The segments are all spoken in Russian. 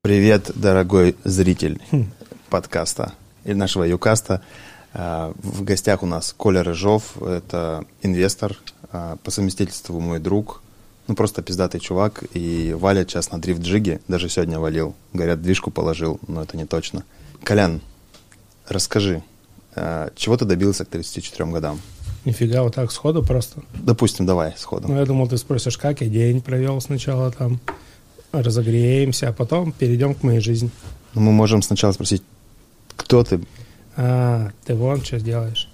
Привет, дорогой зритель подкаста или нашего Юкаста. В гостях у нас Коля Рыжов, это инвестор, по совместительству мой друг, ну просто пиздатый чувак, и валит сейчас на дрифт-джиге, даже сегодня валил, говорят, движку положил, но это не точно. Колян, расскажи, чего ты добился к 34 годам? Нифига, вот так сходу просто? Допустим, давай сходу. Ну, я думал, ты спросишь, как я день провел сначала там, разогреемся, а потом перейдем к моей жизни. Ну, мы можем сначала спросить, кто ты? Ты вон что делаешь.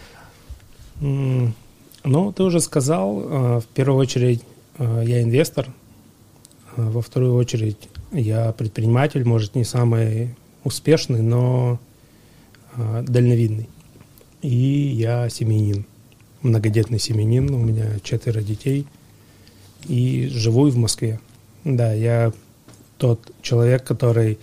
Ну, ты уже сказал, в первую очередь я инвестор, во вторую очередь я предприниматель, может, не самый успешный, но дальновидный. И я семьянин, многодетный семьянин, у меня 4 детей, и живу в Москве. Да, я тот человек, который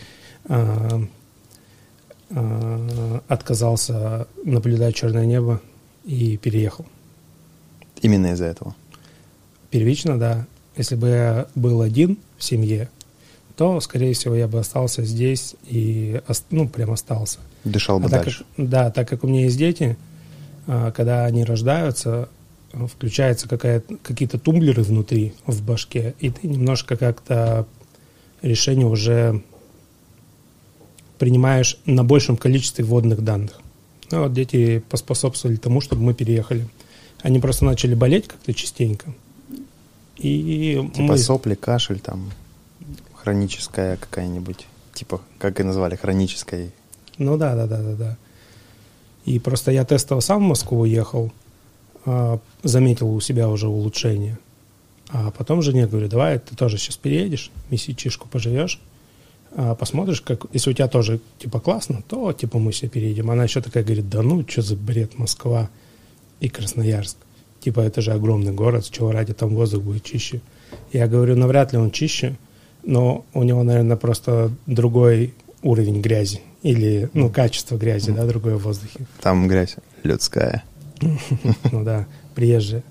отказался наблюдать черное небо и переехал. Именно из-за этого? Первично, да. Если бы я был один в семье, то, скорее всего, я бы остался здесь и, прям остался. Дышал бы дальше. Так как у меня есть дети, когда они рождаются, включаются какие-то тумблеры внутри, в башке, и ты немножко как-то решение уже принимаешь на большем количестве вводных данных. Ну, вот дети поспособствовали тому, чтобы мы переехали. Они просто начали болеть как-то частенько. И типа сопли, кашель, там, хроническая какая-нибудь, типа, как и назвали, хронической. Ну да. И просто я тестово сам в Москву уехал, заметил у себя уже улучшение. А потом жене говорю, давай ты тоже сейчас переедешь, месячишку поживешь, посмотришь, как, если у тебя тоже типа классно, то типа мы все переедем. Она еще такая говорит, да ну, что за бред, Москва и Красноярск. Типа это же огромный город, с чего ради там воздух будет чище. Я говорю, навряд ли он чище, но у него, наверное, просто другой уровень грязи или, качество грязи, да, другое в воздухе. Там грязь людская. Ну да, приезжие.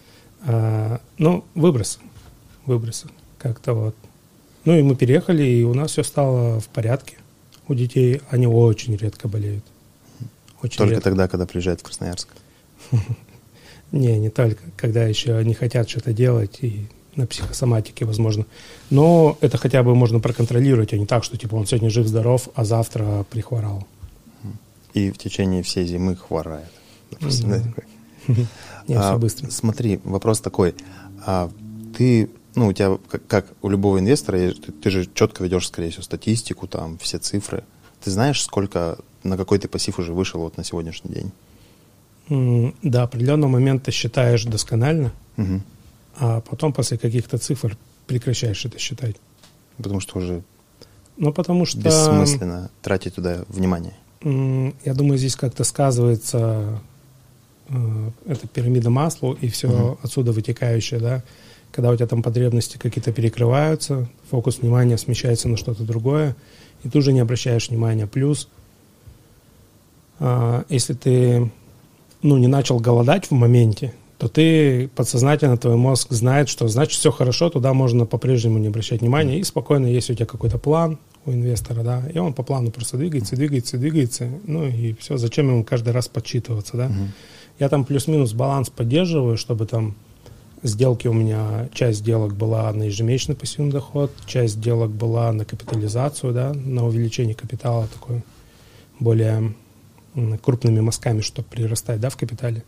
Выбросы как-то вот. Ну и мы переехали, и у нас все стало в порядке. У детей они очень редко болеют. Очень только редко. Тогда, когда приезжают в Красноярск? Не только. Когда еще не хотят что-то делать, и на психосоматике, возможно. Но это хотя бы можно проконтролировать, а не так, что типа он сегодня жив-здоров, а завтра прихворал. И в течение всей зимы хворает. Все быстро. Смотри, вопрос такой. Ты, у тебя, как у любого инвестора, ты же четко ведешь, скорее всего, статистику, там, все цифры. Ты знаешь, на какой ты пассив уже вышел вот на сегодняшний день? До определенного момента считаешь досконально, а потом после каких-то цифр прекращаешь это считать. Потому что уже потому что бессмысленно тратить туда внимание. Я думаю, здесь как-то сказывается эта пирамида Маслоу и все отсюда вытекающее, да, когда у тебя там потребности какие-то перекрываются, фокус внимания смещается на что-то другое, и ты уже не обращаешь внимания. Плюс, если ты, не начал голодать в моменте, то ты подсознательно, твой мозг знает, что значит все хорошо, туда можно по-прежнему не обращать внимания, и спокойно, если у тебя какой-то план у инвестора, да, и он по плану просто двигается, и все, зачем ему каждый раз подсчитываться, да. Я там плюс-минус баланс поддерживаю, чтобы там сделки у меня, часть сделок была на ежемесячный пассивный доход, часть сделок была на капитализацию, да, на увеличение капитала такой более крупными мазками, чтобы прирастать, да, в капитале.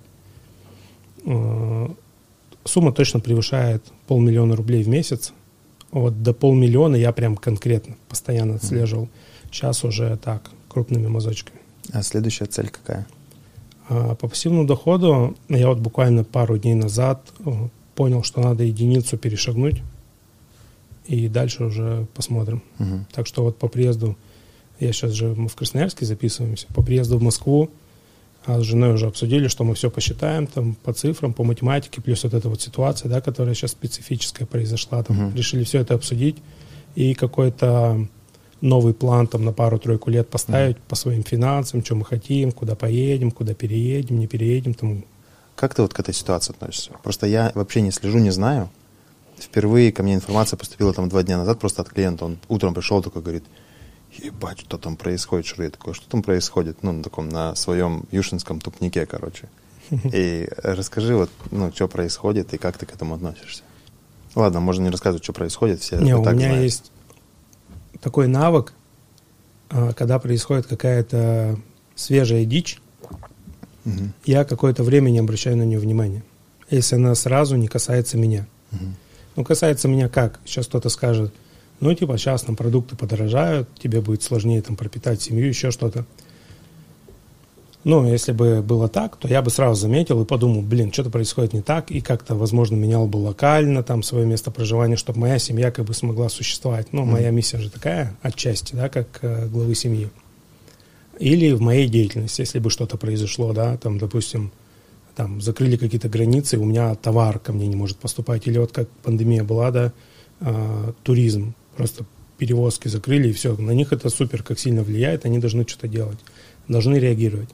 Сумма точно превышает 500 000 рублей в месяц. Вот до 500 000 я прям конкретно постоянно отслеживал. Сейчас уже так, крупными мазочками. А следующая цель какая? По пассивному доходу я вот буквально пару дней назад понял, что надо единицу перешагнуть, и дальше уже посмотрим. Так что вот по приезду, мы в Красноярске записываемся, по приезду в Москву с женой уже обсудили, что мы все посчитаем там по цифрам, по математике, плюс вот эта вот ситуация, да, которая сейчас специфическая произошла, там, решили все это обсудить и какой-то новый план там на пару-тройку лет поставить по своим финансам, что мы хотим, куда поедем, куда переедем, не переедем. Там. Как ты вот к этой ситуации относишься? Просто я вообще не слежу, не знаю. впервые ко мне информация поступила там 2 дня назад просто от клиента. Он утром пришел такой, говорит, ебать, что там происходит, Шура? Я такой, что там происходит? Ну, на таком, на своем юшинском тупнике, короче. И расскажи, вот, ну, что происходит и как ты к этому относишься. Ладно, можно не рассказывать, что происходит, все не, это у так меня знают. есть такой навык, когда происходит какая-то свежая дичь, я какое-то время не обращаю на нее внимания, если она сразу не касается меня. Ну, касается меня как? Сейчас кто-то скажет, ну, типа, сейчас там продукты подорожают, тебе будет сложнее там пропитать семью, еще что-то. Ну, если бы было так, то я бы сразу заметил и подумал, блин, что-то происходит не так, и как-то, возможно, менял бы локально там свое место проживания, чтобы моя семья как бы смогла существовать. Ну, моя миссия же такая, отчасти, да, как главы семьи. Или в моей деятельности, если бы что-то произошло, да, там, допустим, там, закрыли какие-то границы, у меня товар ко мне не может поступать, или вот как пандемия была, да, туризм, просто перевозки закрыли, и все, на них это супер, как сильно влияет, они должны что-то делать, должны реагировать.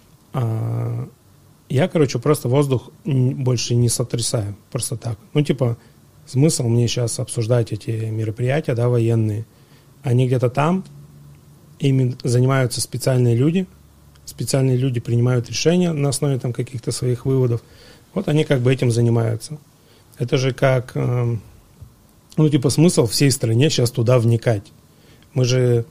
Я, короче, просто воздух больше не сотрясаю, просто так. Ну, типа, смысл мне сейчас обсуждать эти мероприятия, да, военные, они где-то там, ими занимаются специальные люди принимают решения на основе там каких-то своих выводов, вот они как бы этим занимаются. Это же как, ну, типа, смысл всей стране сейчас туда вникать. Мы же,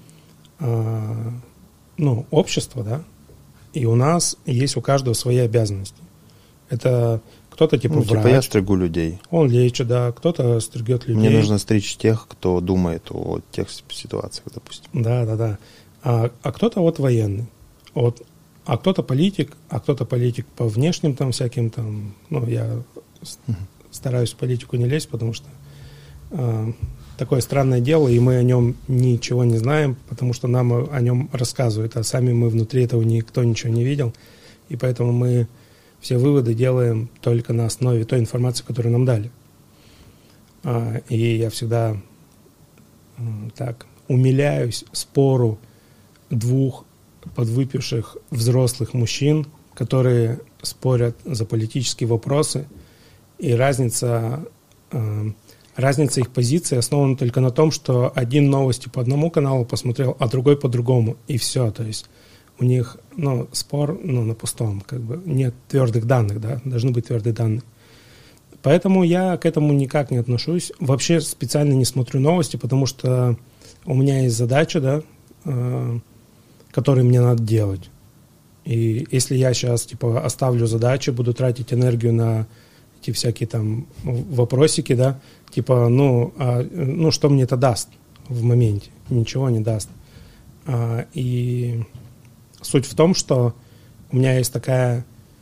ну, общество, да, и у нас есть у каждого свои обязанности. Это кто-то типа врач. Типа я стригу людей. Он лечит, да, кто-то стригет людей. Мне нужно стричь тех, кто думает о тех ситуациях, допустим. Да. А кто-то вот военный. Вот, а кто-то политик по внешним там всяким там, ну, я стараюсь в политику не лезть, потому что такое странное дело, и мы о нем ничего не знаем, потому что нам о нем рассказывают, а сами мы внутри этого никто ничего не видел, и поэтому мы все выводы делаем только на основе той информации, которую нам дали. И я всегда так умиляюсь спору 2 подвыпивших взрослых мужчин, которые спорят за политические вопросы, и разница их позиции основана только на том, что один новости по одному каналу посмотрел, а другой по другому, и все. То есть у них, ну, спор, ну, на пустом, как бы нет твердых данных, да, должны быть твердые данные. Поэтому я к этому никак не отношусь. Вообще специально не смотрю новости, потому что у меня есть задача, да, которые мне надо делать. И если я сейчас, типа, оставлю задачи, буду тратить энергию на эти всякие там вопросики, да, типа, ну, что мне это даст в моменте? Ничего не даст. И суть в том, что у меня есть такая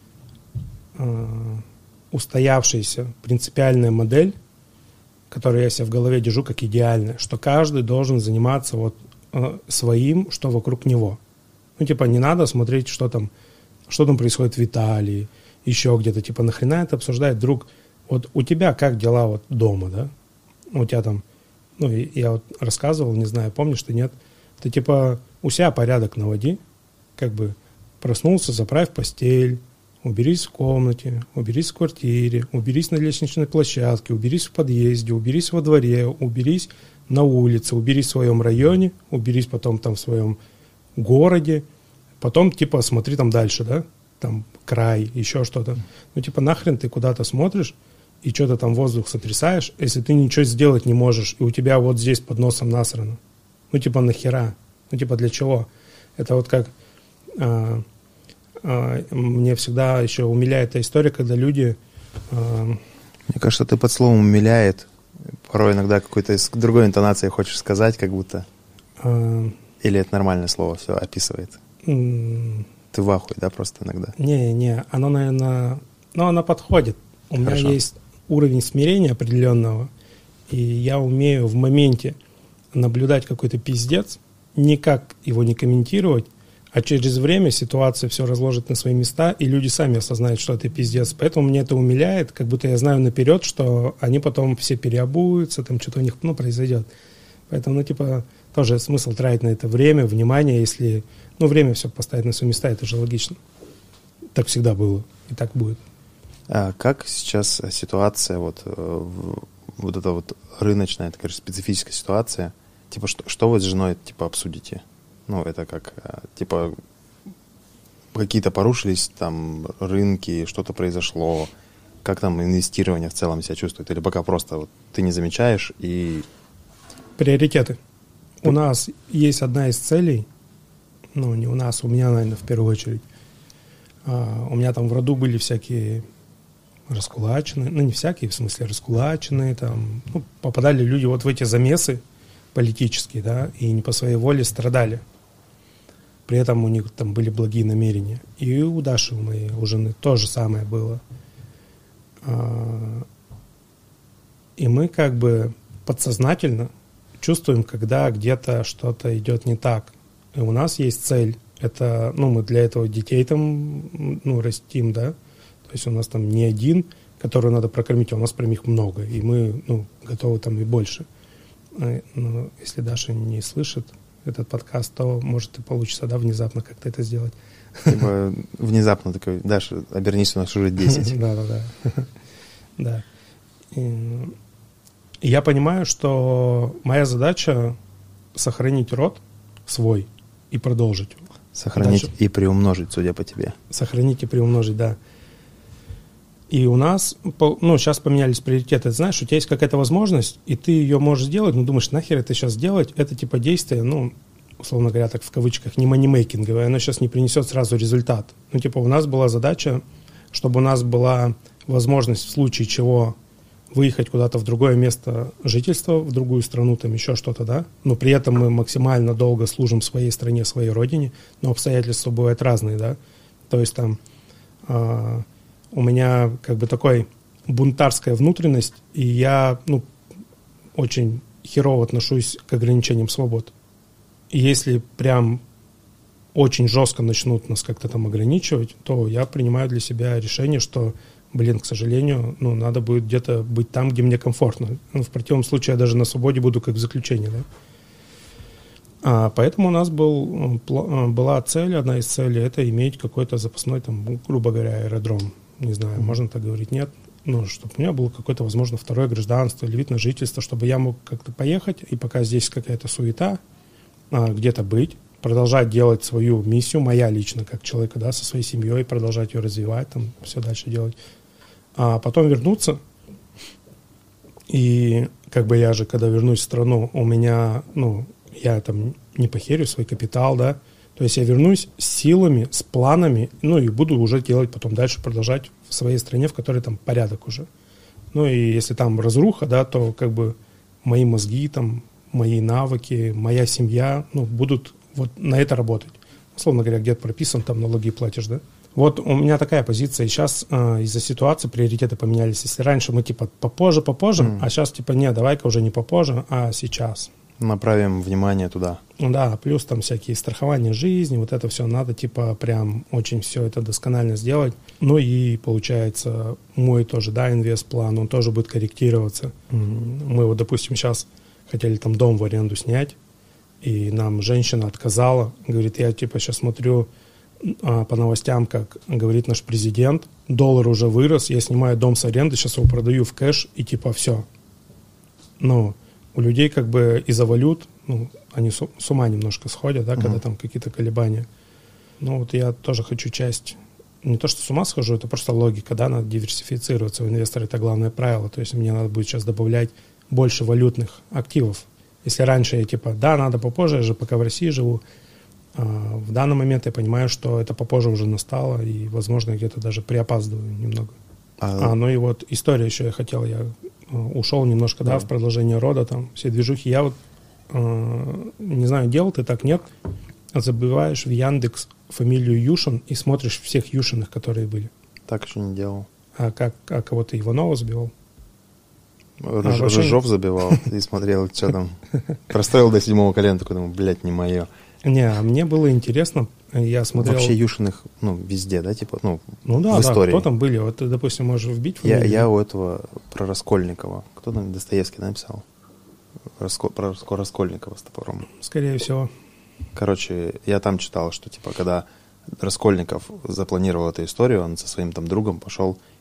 устоявшаяся принципиальная модель, которую я себе в голове держу как идеальная, что каждый должен заниматься вот своим, что вокруг него. Ну, типа, не надо смотреть, что там происходит в Италии, еще где-то, типа, нахрена это обсуждать, друг, вот у тебя как дела вот дома, да? У тебя там, ну, я вот рассказывал, не знаю, помнишь ты, нет? Ты, типа, у себя порядок наводи, как бы проснулся, заправь постель, уберись в комнате, уберись в квартире, уберись на лестничной площадке, уберись в подъезде, уберись во дворе, уберись на улице, уберись в своем районе, уберись потом там в своем городе, потом, типа, смотри там дальше, да, там край, еще что-то. Ну, типа, нахрен ты куда-то смотришь и что-то там воздух сотрясаешь, если ты ничего сделать не можешь, и у тебя вот здесь под носом насрано. Ну, типа, нахера? Ну, типа, для чего? Это вот как... мне всегда еще умиляет эта история, когда люди... Мне кажется, ты под словом «умиляет» порой иногда какой-то из другой интонации хочешь сказать, как будто... Или это нормальное слово все описывает? Ты в ахуе, да, просто иногда? Не, оно, наверное... Ну, оно подходит. У меня есть уровень смирения определенного, и я умею в моменте наблюдать какой-то пиздец, никак его не комментировать, а через время ситуация все разложит на свои места, и люди сами осознают, что это пиздец. Поэтому мне это умиляет, как будто я знаю наперед, что они потом все переобуются, там что-то у них, ну, произойдет. Поэтому, ну, типа, тоже смысл тратить на это время, внимание, если... Ну, время все поставить на свои места, это же логично. Так всегда было, и так будет. А как сейчас ситуация вот вот эта вот рыночная, это, конечно, специфическая ситуация. Типа, что вы с женой, типа, обсудите? Ну, это как, типа, какие-то порушились там рынки, что-то произошло, как там инвестирование в целом себя чувствует? Или пока просто вот ты не замечаешь и... Приоритеты. У нас есть одна из целей, ну, не у нас, у меня, наверное, в первую очередь. У меня там в роду были всякие раскулаченные, ну, не всякие, в смысле, раскулаченные, там, ну, попадали люди вот в эти замесы политические, да, и не по своей воле страдали. При этом у них там были благие намерения. И у Даши, у моей, у жены, то же самое было. И мы как бы подсознательно чувствуем, когда где-то что-то идет не так. И у нас есть цель. Это, ну, мы для этого детей там, ну, растим, да. То есть у нас там не один, которого надо прокормить, а у нас прям их много. И мы, ну, готовы там и больше. Но если Даша не слышит этот подкаст, то может и получится, да, внезапно как-то это сделать. Типа внезапно такой, Даша, обернись, у нас уже 10. Да. Да. И я понимаю, что моя задача сохранить род свой и продолжить. Сохранить дальше. И приумножить, судя по тебе. Сохранить и приумножить, да. И у нас, ну, сейчас поменялись приоритеты. Знаешь, у тебя есть какая-то возможность, и ты ее можешь сделать, но думаешь, нахер это сейчас делать? Это типа действие, ну, условно говоря, так в кавычках, не манимейкинговое, оно сейчас не принесет сразу результат. Ну, типа у нас была задача, чтобы у нас была возможность в случае чего выехать куда-то в другое место жительства, в другую страну, там еще что-то, да, но при этом мы максимально долго служим своей стране, своей родине, но обстоятельства бывают разные, да, то есть там у меня как бы такой бунтарская внутренность, и я, ну, очень херово отношусь к ограничениям свобод. И если прям очень жестко начнут нас как-то там ограничивать, то я принимаю для себя решение, что, блин, к сожалению, ну, надо будет где-то быть там, где мне комфортно. Ну, в противном случае я даже на свободе буду как в заключении, да. Поэтому у нас была цель, одна из целей, это иметь какой-то запасной, там, грубо говоря, аэродром. Не знаю, можно так говорить, нет. Ну, чтобы у меня было какое-то, возможно, второе гражданство или вид на жительство, чтобы я мог как-то поехать, и пока здесь какая-то суета, где-то быть, продолжать делать свою миссию, моя лично, как человека, да, со своей семьей, продолжать ее развивать, там, все дальше делать. А потом вернуться, и как бы я же, когда вернусь в страну, у меня, ну, я там не похерю свой капитал, да, то есть я вернусь с силами, с планами, ну, и буду уже делать потом дальше, продолжать в своей стране, в которой там порядок уже. Ну, и если там разруха, да, то как бы мои мозги, там, мои навыки, моя семья, ну, будут вот на это работать. Условно говоря, где-то прописан, там налоги платишь, да. Вот у меня такая позиция. И сейчас из-за ситуации приоритеты поменялись. Если раньше мы типа попозже, а сейчас типа нет, давай-ка уже не попозже, а сейчас. Направим внимание туда. Да, плюс там всякие страхования жизни, вот это все надо типа прям очень все это досконально сделать. Ну и получается мой тоже, да, инвестплан, он тоже будет корректироваться. Мы вот, допустим, сейчас хотели там дом в аренду снять, и нам женщина отказала, говорит, я типа сейчас смотрю по новостям, как говорит наш президент, доллар уже вырос, я снимаю дом с аренды, сейчас его продаю в кэш, и типа все. Ну, у людей как бы из-за валют, ну, они с ума немножко сходят, да, когда там какие-то колебания. Ну, вот я тоже хочу часть, не то что с ума схожу, это просто логика, да, надо диверсифицироваться. У инвестора это главное правило, то есть мне надо будет сейчас добавлять больше валютных активов. Если раньше я типа, да, надо попозже, я же пока в России живу, в данный момент я понимаю, что это попозже уже настало, и, возможно, я где-то даже приопаздываю немного. Ну и вот история еще я хотел, я ушел немножко, да, в продолжение рода, там, все движухи. Я вот, не знаю, делал ты так, нет, забиваешь в Яндекс фамилию Юшин и смотришь всех Юшиных, которые были. Так еще не делал. А кого ты, Иванова забивал? Рыжов забивал и смотрел, что там. Простроил до 7-го колена, такой думаю, блядь, не мое. Не, а мне было интересно, я смотрел... Вообще Юшиных, ну, везде, да, типа, ну да, в истории. Кто там были? Вот ты, допустим, можешь вбить фамилию. Я у этого, про Раскольникова. Кто там, Достоевский написал? Про Раскольникова с топором. Скорее всего. Короче, я там читал, что, типа, когда Раскольников запланировал эту историю, он со своим там другом пошел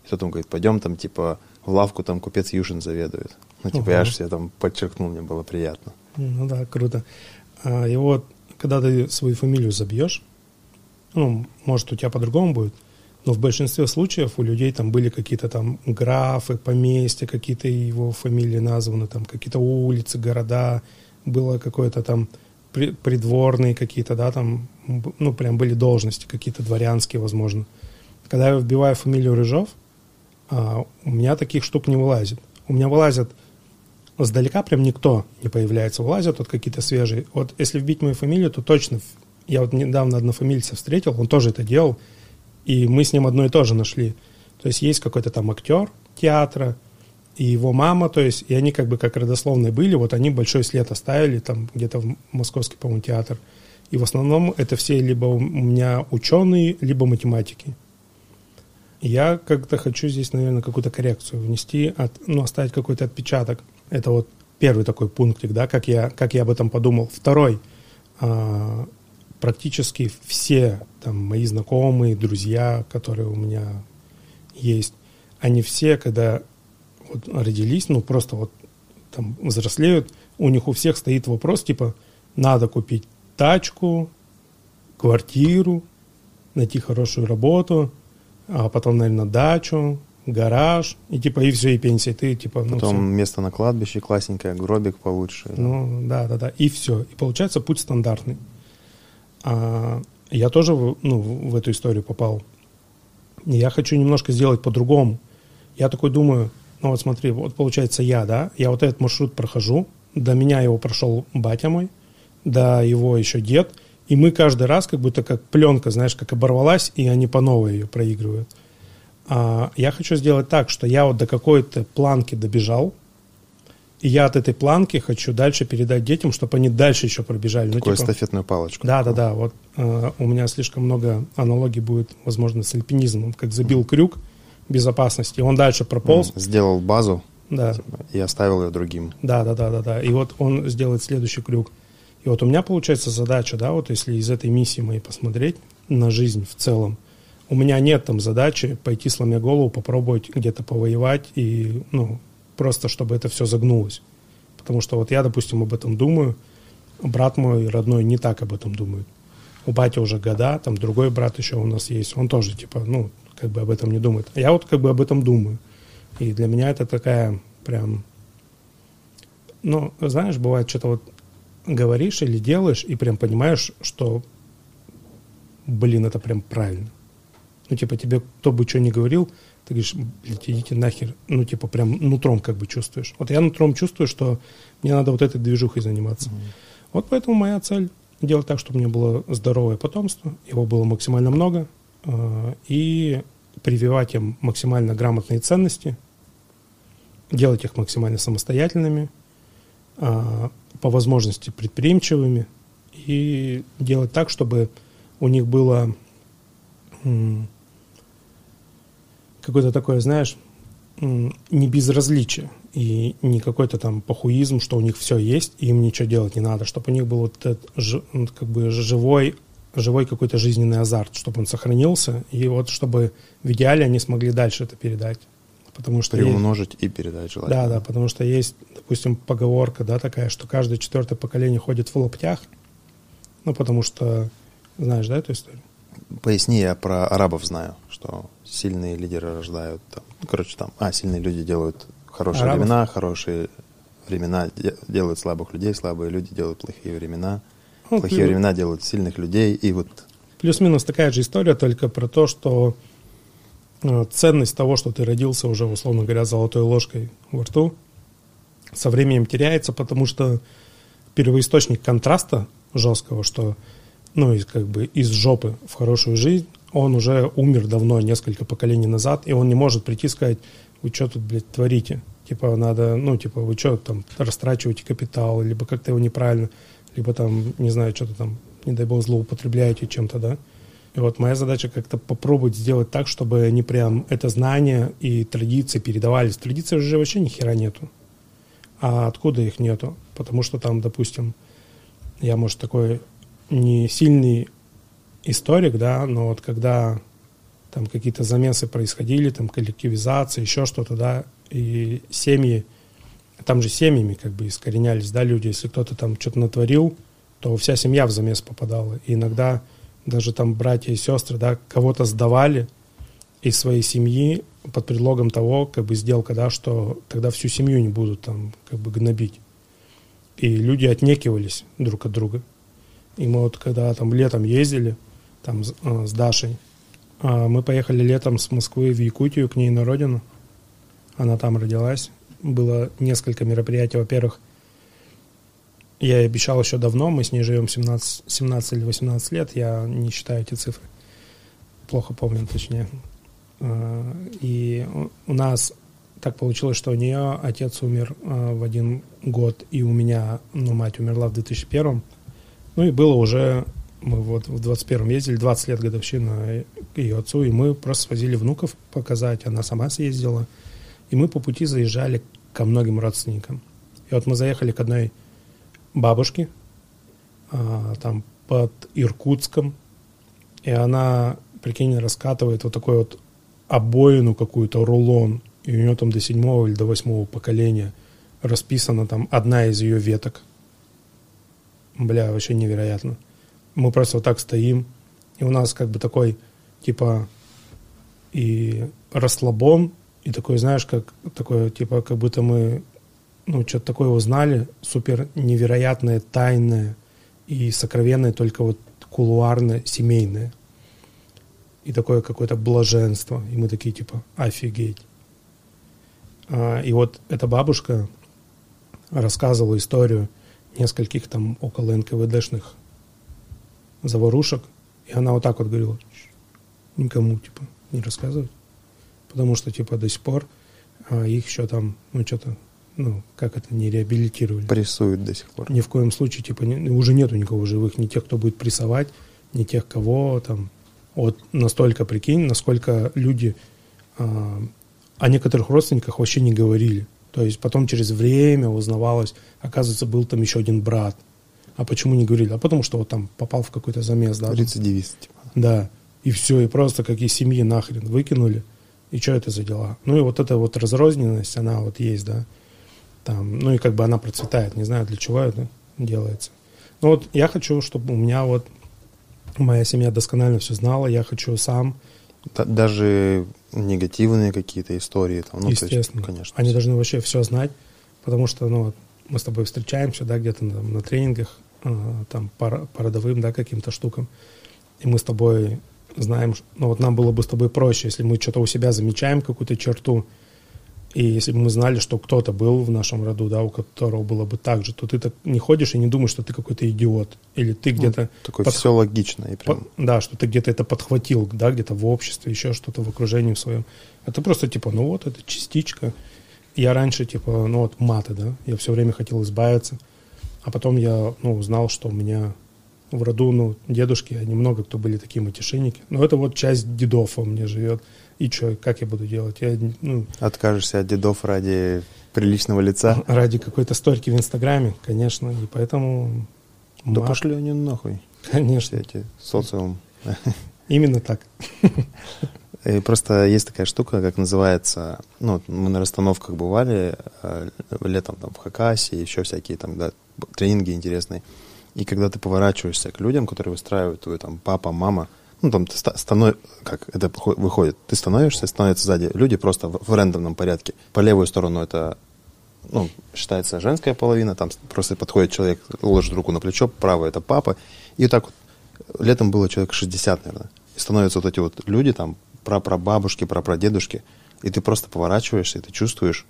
И потом говорит, пойдем там, типа, в лавку, там купец Юшин заведует. Ну, типа, я же себе там подчеркнул, мне было приятно. Ну да, круто. И вот, когда ты свою фамилию забьешь, ну, может, у тебя по-другому будет, но в большинстве случаев у людей там были какие-то там графы, поместья, какие-то его фамилии названы, там какие-то улицы, города, было какое-то там придворные какие-то, да, там, ну, прям были должности какие-то дворянские, возможно. Когда я вбиваю фамилию Рыжов, у меня таких штук не вылазит. У меня вылазят сдалека, прям никто не появляется, вылазят вот какие-то свежие. Вот если вбить мою фамилию, то точно, я вот недавно однофамильца встретил, он тоже это делал, и мы с ним одно и то же нашли. То есть есть какой-то там актер театра, и его мама, то есть, и они как бы как родословные были, вот они большой след оставили там где-то в Московский, по-моему, театр. И в основном это все либо у меня ученые, либо математики. Я как-то хочу здесь, наверное, какую-то коррекцию внести, оставить какой-то отпечаток. Это вот первый такой пунктик, да, как я об этом подумал. Второй, практически все там мои знакомые, друзья, которые у меня есть, они все, когда вот родились, ну просто вот там взрослеют, у них у всех стоит вопрос, типа, надо купить тачку, квартиру, найти хорошую работу, а потом, наверное, дачу, гараж, и типа, и все, и пенсия, ты типа... Потом все. Место на кладбище классненькое, гробик получше. Ну, да, и все. И получается путь стандартный. Я тоже в эту историю попал. И я хочу немножко сделать по-другому. Я такой думаю, ну вот смотри, вот получается я вот этот маршрут прохожу, до меня его прошел батя мой, до его еще дед, и мы каждый раз как будто как пленка, знаешь, как оборвалась, и они по новой ее проигрывают. Я хочу сделать так, что я вот до какой-то планки добежал, и я от этой планки хочу дальше передать детям, чтобы они дальше еще пробежали. Такую эстафетную палочку. Да. Вот у меня слишком много аналогий будет, возможно, с альпинизмом. Как забил крюк безопасности, он дальше прополз. Сделал базу, да. И оставил ее другим. Да. И вот он сделает следующий крюк. И вот у меня получается задача, да, вот если из этой миссии моей посмотреть на жизнь в целом, у меня нет там задачи пойти, сломя голову, попробовать где-то повоевать и, просто чтобы это все загнулось. Потому что вот я, допустим, об этом думаю, брат мой родной не так об этом думает. У бати уже года, там другой брат еще у нас есть, он тоже типа, как бы об этом не думает. А я вот как бы об этом думаю. И для меня это такая прям, знаешь, бывает что-то вот говоришь или делаешь, и прям понимаешь, что, это прям правильно. Тебе кто бы что ни говорил, ты говоришь, блядь, идите нахер. Прям нутром как бы чувствуешь. Вот я нутром чувствую, что мне надо вот этой движухой заниматься. Вот поэтому моя цель делать так, чтобы у меня было здоровое потомство, его было максимально много, и прививать им максимально грамотные ценности, делать их максимально самостоятельными, по возможности предприимчивыми, и делать так, чтобы у них было какое-то такое, знаешь, не безразличие и не какой-то там похуизм, что у них все есть, и им ничего делать не надо, чтобы у них был вот этот как бы живой какой-то жизненный азарт, чтобы он сохранился, и вот чтобы в идеале они смогли дальше это передать. Потому что приумножить и передать желательно. Да, потому что есть, допустим, поговорка, да, такая, что каждое 4-е поколение ходит в лаптях, потому что, знаешь, да, эту историю? Поясни, я про арабов знаю, что сильные лидеры рождают, сильные люди делают хорошие времена делают слабых людей, слабые люди делают плохие времена, плохие времена делают сильных людей, и вот... Плюс-минус такая же история, только про то, что ценность того, что ты родился уже, условно говоря, золотой ложкой во рту, со временем теряется, потому что первоисточник контраста жесткого, что из жопы в хорошую жизнь, он уже умер давно, несколько поколений назад, и он не может прийти и сказать, вы что тут, блядь, творите? Надо, вы что там растрачиваете капитал, либо как-то его неправильно, либо там, не знаю, что-то там, не дай бог, злоупотребляете чем-то, да? И вот моя задача как-то попробовать сделать так, чтобы они прям это знание и традиции передавались. Традиций уже вообще ни хера нету. А откуда их нету? Потому что там, допустим, я, может, такой не сильный историк, да, но вот когда там какие-то замесы происходили, там коллективизация, еще что-то, да, и семьи, там же семьями как бы искоренялись, да, люди, если кто-то там что-то натворил, то вся семья в замес попадала, и иногда даже там братья и сестры, да, кого-то сдавали из своей семьи под предлогом того, как бы сделка, да, что тогда всю семью не будут там как бы гнобить. И люди отнекивались друг от друга. И мы вот когда там летом ездили там с Дашей, мы поехали летом с Москвы в Якутию к ней на родину. Она там родилась. Было несколько мероприятий. Во-первых, я ей обещал еще давно, мы с ней живем 17 или 18 лет, я не считаю эти цифры. Плохо помню, точнее. И у нас так получилось, что у нее отец умер в 1 год, и у меня, мать умерла в 2001. И было уже, мы вот в 21-м ездили, 20 лет годовщина ее отцу, и мы просто свозили внуков показать, она сама съездила. И мы по пути заезжали ко многим родственникам. И вот мы заехали к одной бабушке, там под Иркутском, и она, прикинь, раскатывает вот такой вот обоину какую-то, рулон, и у нее там до 7-го или до 8-го поколения расписана там одна из ее веток. Бля, вообще невероятно. Мы просто вот так стоим, и у нас как бы такой, типа, и расслабон, и такой, знаешь, как такое, типа, как будто мы, что-то такое узнали, супер невероятное, тайное и сокровенное, только вот кулуарное, семейное. И такое какое-то блаженство. И мы такие, типа, офигеть. И вот эта бабушка рассказывала историю нескольких там около НКВДшных заварушек. И она вот так вот говорила: никому, типа, не рассказывать. Потому что, типа, до сих пор их еще там, что-то, как это, не реабилитировали. Прессуют до сих пор. Ни в коем случае, типа, уже нету никого живых, ни тех, кто будет прессовать, ни тех, кого там. Вот настолько, прикинь, насколько люди о некоторых родственниках вообще не говорили. То есть потом через время узнавалось, оказывается, был там еще один брат. А почему не говорили? А потому что вот там попал в какой-то замес, да. Рецидивист, типа. Да. И все, и просто как из семьи нахрен выкинули. И что это за дела? И вот эта вот разрозненность, она вот есть, да. Там, и как бы она процветает. Не знаю, для чего это делается. Но вот я хочу, чтобы у меня вот моя семья досконально все знала. Я хочу сам. Даже негативные какие-то истории. Там, естественно. То есть, конечно. Они должны вообще все знать. Потому что, мы с тобой встречаемся, да, где-то на тренингах, там, по родовым, да, каким-то штукам. И мы с тобой знаем, вот нам было бы с тобой проще, если мы что-то у себя замечаем, какую-то черту, и если бы мы знали, что кто-то был в нашем роду, да, у которого было бы так же, то ты так не ходишь и не думаешь, что ты какой-то идиот, или ты где-то... Такое все логично. И прям... Да, что ты где-то это подхватил, да, где-то в обществе, еще что-то в окружении в своем. А ты просто, типа, это частичка. Я раньше, типа, маты, да, я все время хотел избавиться, а потом я, узнал, что у меня в роду, дедушки, они много кто были такие мытишенники. Но это вот часть дедов у меня живет. И что, как я буду делать? Откажешься от дедов ради приличного лица? Ради какой-то сторики в Инстаграме, конечно. И поэтому... Да пошли они нахуй. Конечно. Эти социум. Именно так. И просто есть такая штука, как называется... мы на расстановках бывали летом там в Хакасии, еще всякие там, да, тренинги интересные. И когда ты поворачиваешься к людям, которые выстраивают твой там папа, мама, там ты как это выходит, ты становишься, становятся сзади люди просто в рандомном порядке. По левую сторону это, считается женская половина, там просто подходит человек, ложит руку на плечо, правая это папа. И вот так вот летом было человек 60, наверное. И становятся вот эти вот люди, там, прабабушки, прапрадедушки, и ты просто поворачиваешься, и ты чувствуешь,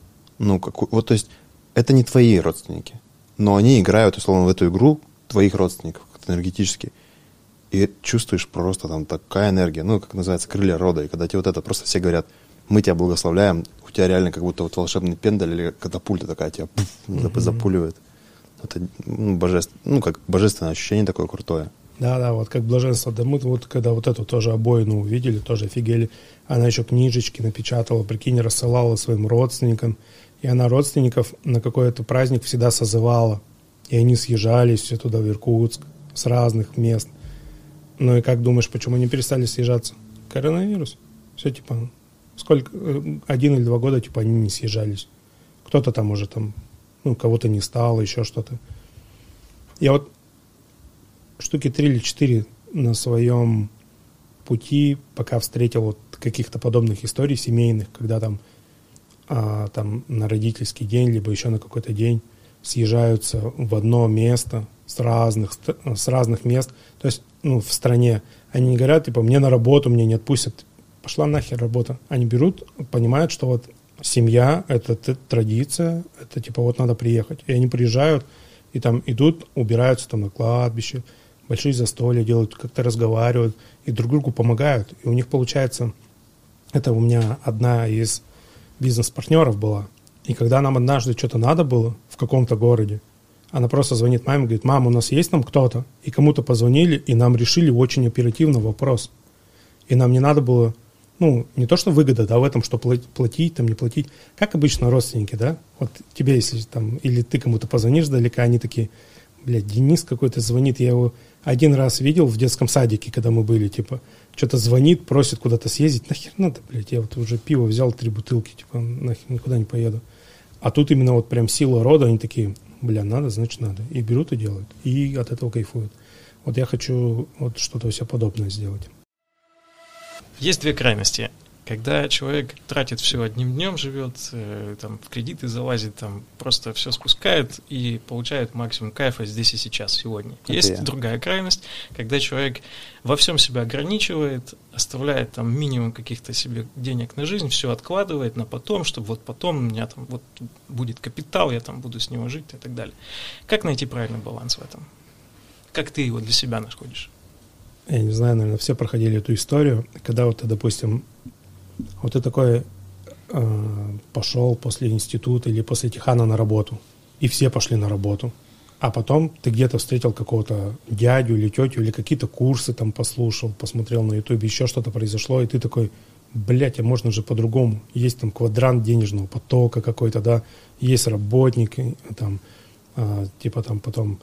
то есть это не твои родственники. Но они играют, условно, в эту игру твоих родственников энергетически. И чувствуешь просто там такая энергия, как называется, крылья рода. И когда тебе вот это просто все говорят, мы тебя благословляем, у тебя реально как будто вот волшебный пендаль или катапульта такая тебя запуливает. Это как божественное ощущение такое крутое. Да, вот как блаженство. Да мы вот когда вот эту тоже обоину увидели, тоже офигели. Она еще книжечки напечатала, прикинь, рассылала своим родственникам. И она родственников на какой-то праздник всегда созывала. И они съезжались все туда, в Иркутск, с разных мест. И как думаешь, почему они перестали съезжаться? коронавирус. Все, типа, сколько, 1 или 2 года, типа, они не съезжались. Кто-то там уже там, ну, кого-то не стало, еще что-то. Я вот штуки 3 или 4 на своем пути, пока встретил вот каких-то подобных историй семейных, когда там на родительский день, либо еще на какой-то день съезжаются в одно место с разных мест, то есть, ну, в стране. Они не говорят, типа, мне на работу, меня не отпустят. Пошла нахер работа. Они берут, понимают, что вот семья — это традиция, это, типа, вот надо приехать. И они приезжают, и там идут, убираются там на кладбище, большие застолья делают, как-то разговаривают, и друг другу помогают. И у них получается, это у меня одна из бизнес-партнеров была. И когда нам однажды что-то надо было в каком-то городе, она просто звонит маме и говорит: мам, у нас есть там кто-то? И кому-то позвонили, и нам решили очень оперативно вопрос. И нам не надо было, ну, не то что выгода, да, в этом, что платить, там, не платить. Как обычно родственники, да? Вот тебе, если там, или ты кому-то позвонишь далека, они такие: блядь, Денис какой-то звонит, я его один раз видел в детском садике, когда мы были, типа, что-то звонит, просит куда-то съездить. Нахер надо, блядь, я вот уже пиво взял 3 бутылки, типа, нахер никуда не поеду. А тут именно вот прям сила рода, они такие: бля, надо, значит надо. И берут и делают. И от этого кайфуют. Вот я хочу вот что-то все подобное сделать. Есть 2 крайности. Когда человек тратит все одним днем, живет, там, в кредиты залазит, там, просто все спускает и получает максимум кайфа здесь и сейчас, сегодня. Есть другая крайность, когда человек во всем себя ограничивает, оставляет там минимум каких-то себе денег на жизнь, все откладывает на потом, чтобы вот потом у меня там вот будет капитал, я там буду с него жить и так далее. Как найти правильный баланс в этом? Как ты его для себя находишь? Я не знаю, наверное, все проходили эту историю, когда вот ты, допустим, вот ты такой пошел после института или после Тихана на работу, и все пошли на работу, а потом ты где-то встретил какого-то дядю или тетю, или какие-то курсы там послушал, посмотрел на ютубе, еще что-то произошло, и ты такой: блядь, а можно же по-другому. Есть там квадрант денежного потока какой-то, да, есть работник, там, типа там потом,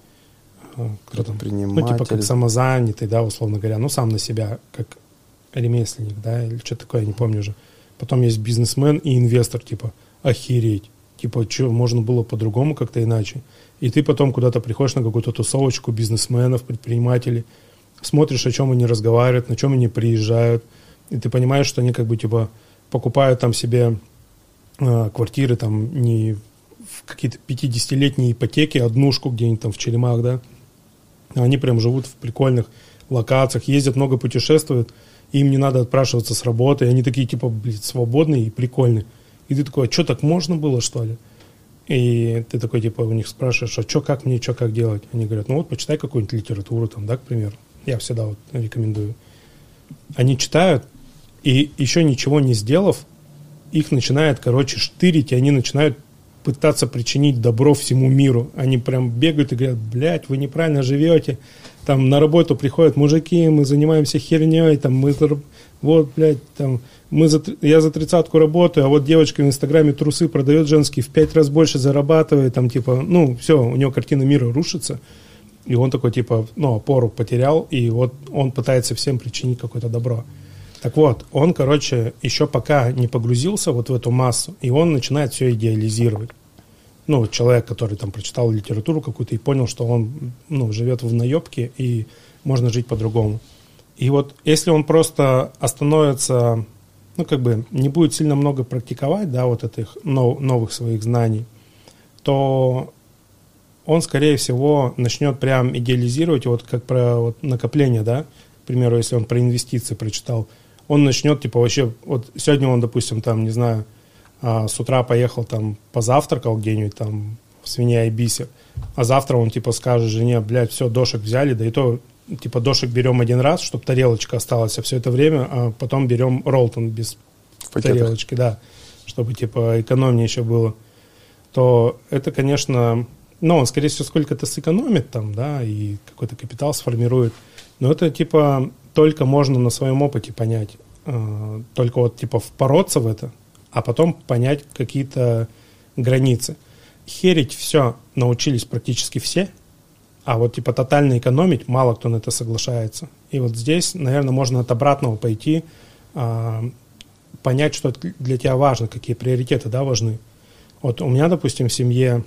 кто там, ну, типа как самозанятый, да, условно говоря, ну, сам на себя, как ремесленник, да, или что такое, я не помню уже. Потом есть бизнесмен и инвестор, типа, охереть. Типа, что, можно было по-другому как-то иначе. И ты потом куда-то приходишь на какую-то тусовочку бизнесменов, предпринимателей, смотришь, о чем они разговаривают, на чем они приезжают, и ты понимаешь, что они как бы, типа, покупают там себе квартиры, там, не в какие-то 50-летние ипотеки, однушку где-нибудь там в Черемах, да, они прям живут в прикольных локациях, ездят, много путешествуют, им не надо отпрашиваться с работы, и они такие, типа, блядь, свободные и прикольные. И ты такой: а что, так можно было, что ли? И ты такой, типа, у них спрашиваешь: а что, как мне, что, как делать? Они говорят: ну вот, почитай какую-нибудь литературу, там, да, к примеру. Я всегда вот рекомендую. Они читают, и еще ничего не сделав, их начинает, короче, штырить, и они начинают пытаться причинить добро всему миру. Они прям бегают и говорят: блядь, вы неправильно живете. Там на работу приходят мужики, мы занимаемся херней, там мы, вот, блядь, там, я за 30-ку работаю, а вот девочка в Инстаграме трусы продает женские, в 5 раз больше зарабатывает, там, типа, ну, все, у него картина мира рушится, и он такой, типа, ну, опору потерял, и вот он пытается всем причинить какое-то добро. Так вот, он, короче, еще пока не погрузился вот в эту массу, и он начинает все идеализировать. Ну, человек, который там прочитал литературу какую-то и понял, что он, ну, живет в наебке и можно жить по-другому. И вот если он просто остановится, ну, как бы не будет сильно много практиковать, да, вот этих новых своих знаний, то он, скорее всего, начнет прям идеализировать, вот как про вот накопление, да, к примеру, если он про инвестиции прочитал, он начнет, типа, вообще, вот сегодня он, допустим, там, не знаю, с утра поехал там, позавтракал где-нибудь там в Свинья и Бисер, а завтра он, типа, скажет жене: блядь, все, дошек взяли, да и то, типа, дошек берем один раз, чтобы тарелочка осталась, а все это время, а потом берем Ролтон без тарелочки, да, чтобы, типа, экономнее еще было, то это, конечно, ну, он, скорее всего, сколько-то сэкономит там, да, и какой-то капитал сформирует, но это, типа, только можно на своем опыте понять, только вот, типа, впороться в это, а потом понять какие-то границы. Херить все научились практически все, а вот, типа, тотально экономить мало кто на это соглашается. И вот здесь, наверное, можно от обратного пойти, понять, что для тебя важно, какие приоритеты, да, важны. Вот у меня, допустим, в семье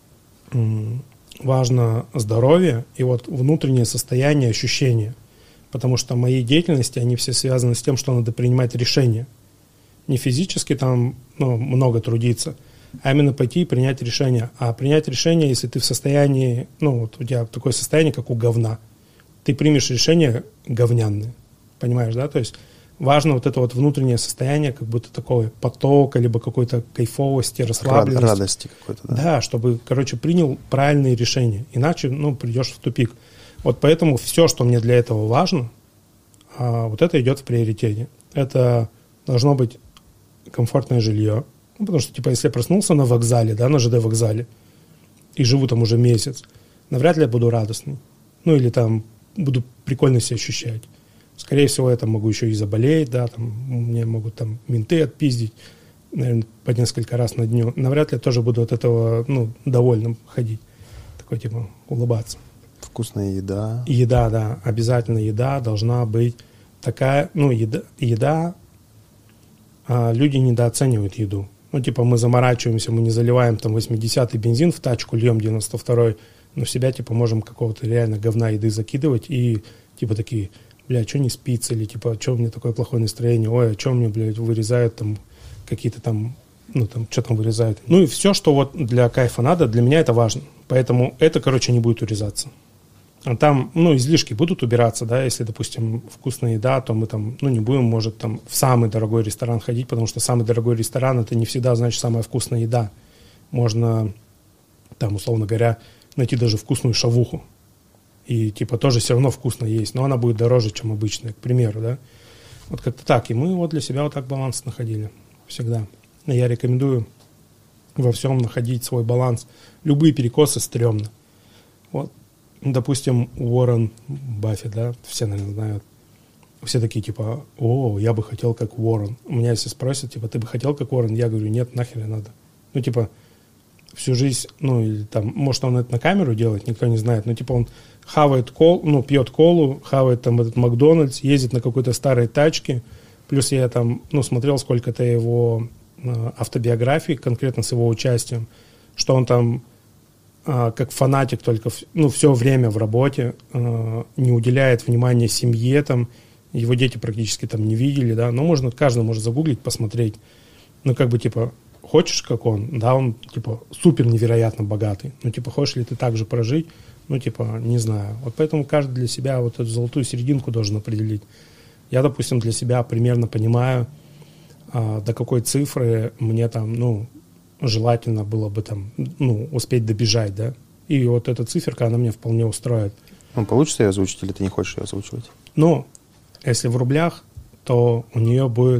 важно здоровье и вот внутреннее состояние, ощущения. Потому что мои деятельности, они все связаны с тем, что надо принимать решения. Не физически там много трудиться, а именно пойти и принять решение. А принять решение, если ты в состоянии, вот у тебя такое состояние, как у говна, ты примешь решение говнянное. Понимаешь, да? То есть важно вот это вот внутреннее состояние, как будто такого потока, либо какой-то кайфовости, расслабленности. Радости какой-то, да. Да, чтобы, принял правильные решения. Иначе, придешь в тупик. Вот поэтому все, что мне для этого важно, вот это идет в приоритете. Это должно быть комфортное жилье. Потому что, если я проснулся на вокзале, да, на ЖД вокзале, и живу там уже месяц, навряд ли я буду радостный. Или там буду прикольно себя ощущать. Скорее всего, я там могу еще и заболеть, да, там мне могут там менты отпиздить, наверное, по несколько раз на дню. Навряд ли я тоже буду от этого, довольным ходить. Такой, улыбаться. Вкусная еда. Еда, да, обязательно еда должна быть такая, еда, люди недооценивают еду. Мы заморачиваемся, мы не заливаем там 80-й бензин в тачку, льем 92-й, но в себя, можем какого-то реально говна еды закидывать и, такие, что не спится, или, что у меня такое плохое настроение, ой, а что мне, вырезают там какие-то там, что там вырезают. И все, что вот для кайфа надо, для меня это важно. Поэтому это, не будет урезаться. А там, излишки будут убираться, да, если, допустим, вкусная еда, то мы там, не будем, может, там в самый дорогой ресторан ходить, потому что самый дорогой ресторан, это не всегда значит самая вкусная еда. Можно, там, условно говоря, найти даже вкусную шавуху. И, тоже все равно вкусно есть, но она будет дороже, чем обычная, к примеру, да. Вот как-то так. И мы вот для себя вот так баланс находили всегда. И я рекомендую во всем находить свой баланс. Любые перекосы стрёмно. Вот. Допустим, Уоррен Баффет, да, все, наверное, знают. Все такие, я бы хотел как Уоррен. У меня если спросят, ты бы хотел как Уоррен? Я говорю, нет, нахер не надо. Всю жизнь, или там, может, он это на камеру делает, никто не знает, но, он хавает колу, пьет колу, хавает там этот Макдональдс, ездит на какой-то старой тачке, плюс я там, смотрел сколько-то его автобиографий, конкретно с его участием, что он там как фанатик только, все время в работе, не уделяет внимания семье, там, его дети практически там не видели, да, но каждый может загуглить, посмотреть, хочешь, как он, да, он, супер невероятно богатый, хочешь ли ты так же прожить, не знаю, вот поэтому каждый для себя вот эту золотую серединку должен определить. Я, допустим, для себя примерно понимаю, до какой цифры мне там, желательно было бы там, успеть добежать, да. И вот эта циферка, она меня вполне устроит. Получится ее озвучить, или ты не хочешь ее озвучивать? Если в рублях, то у нее будет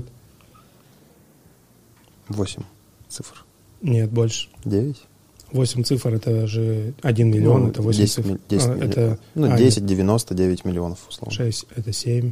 8 цифр. Нет, больше. 9? 8 цифр, это же 1 миллион, это 8 цифр. 10, это, 10, 99 миллионов, условно. 6, это 7.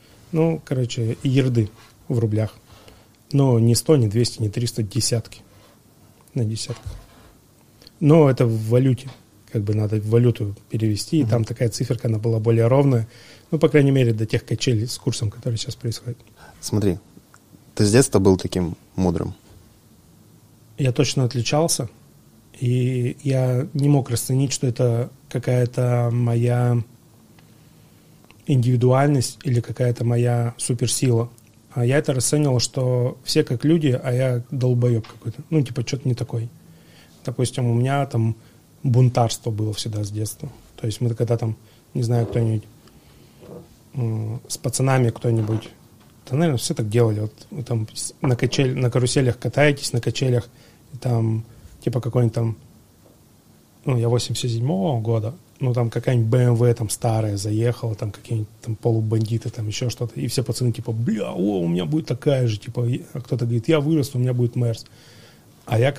Ерды в рублях. Но не 100, не 200, не 300, десятки. На десятках. Но это в валюте. Надо в валюту перевести, и там такая циферка, она была более ровная. По крайней мере, до тех качелей с курсом, который сейчас происходит. Смотри, ты с детства был таким мудрым? Я точно отличался, и я не мог расценить, что это какая-то моя индивидуальность или какая-то моя суперсила. А я это расценивал, что все как люди, а я долбоеб какой-то. Что-то не такой. Допустим, у меня там бунтарство было всегда с детства. То есть мы когда там, не знаю, кто-нибудь с пацанами кто-нибудь, да, наверное, все так делали. Вот вы там на каруселях катаетесь, на качелях, и там какой-нибудь там, я 87-го года, там какая-нибудь BMW там старая заехала, там какие-нибудь там полубандиты, там еще что-то, и все пацаны у меня будет такая же, а кто-то говорит, я вырасту, у меня будет Мерс. А я,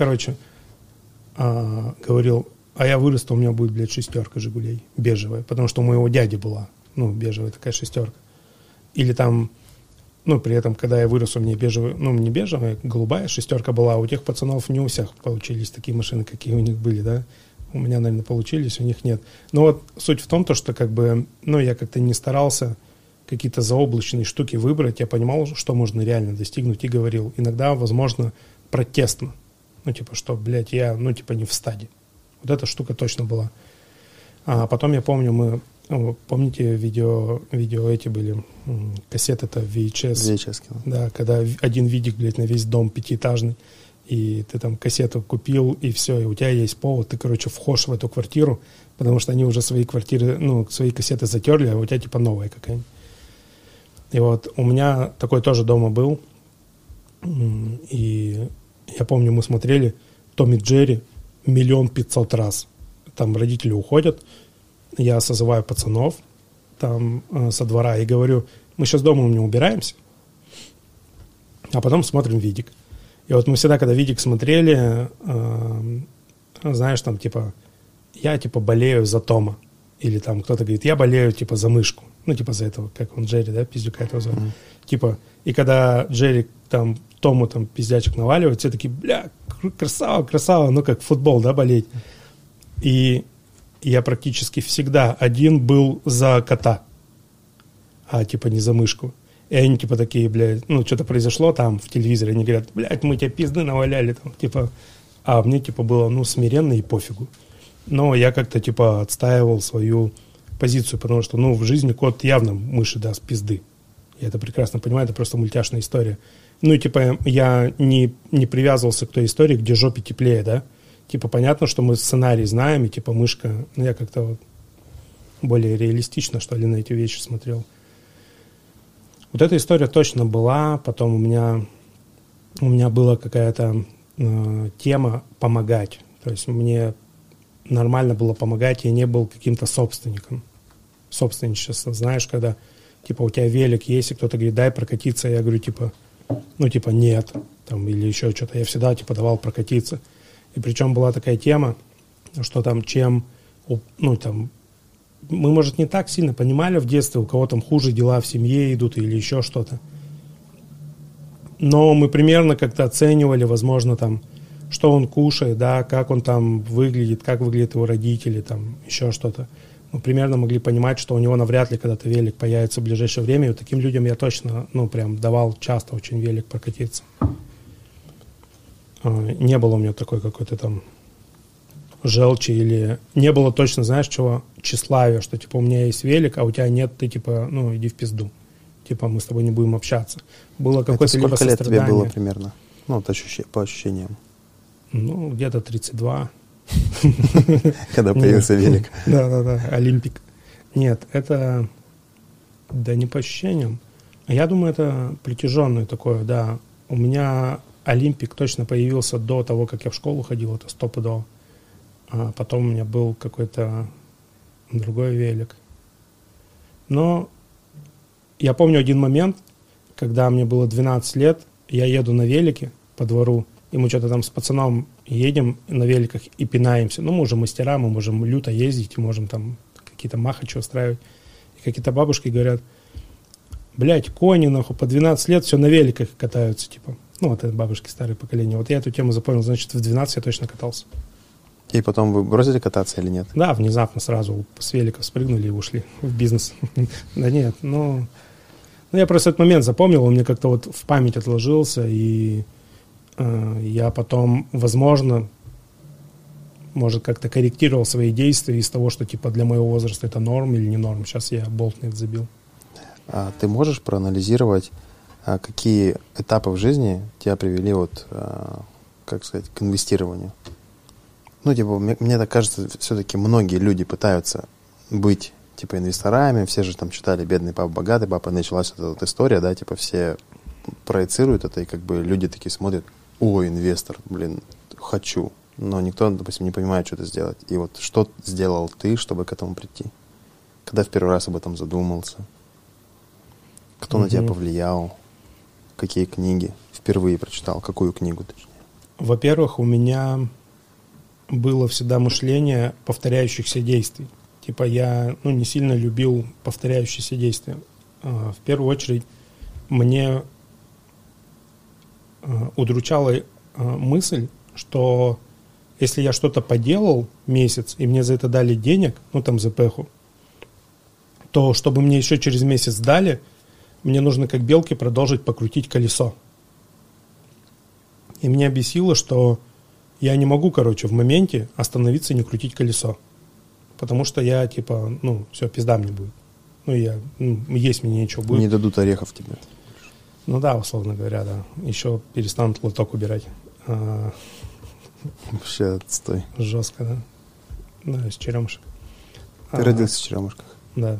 говорил, а я вырасту, у меня будет, 6 Жигулей, бежевая, потому что у моего дяди была, бежевая такая 6. Или там, при этом, когда я вырос, у меня бежевая, не бежевая, голубая 6 была, а у тех пацанов не у всех получились такие машины, какие у них были, да. У меня, наверное, получились, у них нет. Но вот суть в том, что я как-то не старался какие-то заоблачные штуки выбрать, я понимал, что можно реально достигнуть, и говорил. Иногда, возможно, протестно. Ну, типа, что, блядь, я, ну, типа, не в стадии. Вот эта штука точно была. А потом, я помню, помните, видео эти были, кассеты-то VHS. VHS. Да, когда один видик, блядь, на весь дом пятиэтажный, и ты там кассету купил, и все, и у тебя есть повод, ты, короче, вхож в эту квартиру, потому что они уже свои квартиры, ну, свои кассеты затерли, а у тебя, типа, новая какая-нибудь. И вот у меня такой тоже дома был, и я помню, мы смотрели «Том и Джерри» 1 500 000 раз. Там родители уходят, я созываю пацанов там со двора и говорю, мы сейчас дома не убираемся, а потом смотрим видик. И вот мы всегда, когда видик смотрели, знаешь, там, типа, я, типа, болею за Тома. Или там кто-то говорит, я болею, типа, за мышку. Ну, типа, за этого, как он, Джерри, да, пиздюка этого зовут. Типа, и когда Джерри, там, Тому, там, пиздячек наваливает, все такие, бля, красава, ну, как футбол, да, болеть. И я практически всегда один был за кота, а, типа, не за мышку. И они, типа, такие, блядь, ну, что-то произошло там в телевизоре, они говорят, блядь, мы тебе пизды наваляли, там, типа, а мне, типа, было, ну, смиренно и пофигу. Но я как-то, типа, отстаивал свою позицию, потому что, ну, в жизни кот явно мыши даст пизды. Я это прекрасно понимаю, это просто мультяшная история. Ну, и, типа, я не привязывался к той истории, где жопе теплее, да. Типа, понятно, что мы сценарий знаем, и, типа, мышка, ну, я как-то вот более реалистично, что ли, на эти вещи смотрел. Вот эта история точно была, потом у меня была какая-то тема помогать. То есть мне нормально было помогать, я не был каким-то собственником. Собственничество, знаешь, когда, типа, у тебя велик есть, и кто-то говорит, дай прокатиться, я говорю, типа, ну, типа, нет, там, или еще что-то. Я всегда, типа, давал прокатиться. И причем была такая тема, что там, ну, там, мы, может, не так сильно понимали в детстве, у кого там хуже дела в семье идут или еще что-то. Но мы примерно как-то оценивали, возможно, там, что он кушает, да, как он там выглядит, как выглядят его родители, там, еще что-то. Мы примерно могли понимать, что у него навряд ли когда-то велик появится в ближайшее время. И вот таким людям я точно, ну, прям давал часто очень велик прокатиться. Не было у меня такой какой-то там желчи или... Не было точно, знаешь, чего? Тщеславия, что, типа, у меня есть велик, а у тебя нет, ты, типа, ну, иди в пизду. Типа, мы с тобой не будем общаться. Было какое-то либо сострадание. Сколько лет тебе было примерно? Ну, вот по ощущениям. Ну, где-то 32. Когда появился велик. Да, Олимпик. Нет, это... Да не по ощущениям. Я думаю, это притяженное такое, да. У меня Олимпик точно появился до того, как я в школу ходил, это стопудово. А потом у меня был какой-то другой велик. Но я помню один момент, когда мне было 12 лет, я еду на велике по двору, и мы что-то там с пацаном едем на великах и пинаемся. Ну, мы уже мастера, мы можем люто ездить, можем там какие-то махачи устраивать. И какие-то бабушки говорят, блядь, кони, нахуй, по 12 лет все на великах катаются, типа. Ну, вот это бабушки старое поколение. Вот я эту тему запомнил, значит, в 12 я точно катался. И потом вы бросили кататься или нет? Да, внезапно сразу с велика спрыгнули и ушли в бизнес. Да нет, ну, я просто этот момент запомнил, он мне как-то вот в память отложился, и я потом, возможно, может, как-то корректировал свои действия из того, что, типа, для моего возраста это норм или не норм. Сейчас я болт на это забил. А ты можешь проанализировать, какие этапы в жизни тебя привели, вот, как сказать, к инвестированию? Ну, типа, мне так кажется, все-таки многие люди пытаются быть, типа, инвесторами, все же там читали «Бедный папа, богатый папа», началась эта вот история, да, типа, все проецируют это, и как бы люди такие смотрят, о, инвестор, блин, хочу, но никто, допустим, не понимает, что это сделать. И вот что сделал ты, чтобы к этому прийти? Когда в первый раз об этом задумался? Кто на тебя повлиял? Какие книги впервые прочитал? Какую книгу, точнее? Во-первых, у меня было всегда мышление повторяющихся действий. Типа я, ну, не сильно любил повторяющиеся действия. В первую очередь мне удручала мысль, что если я что-то поделал месяц, и мне за это дали денег, ну, там, ЗПХу, то чтобы мне еще через месяц дали, мне нужно как белке продолжить покрутить колесо. И меня бесило, что я не могу, короче, в моменте остановиться и не крутить колесо. Потому что я, типа, ну, все, пизда мне будет. Есть мне нечего будет. Не дадут орехов тебе. Ну да, условно говоря, да. Еще перестанут лоток убирать. Вообще отстой. Жестко, да. Да, из черемушек. Ты родился в черемушках. Да.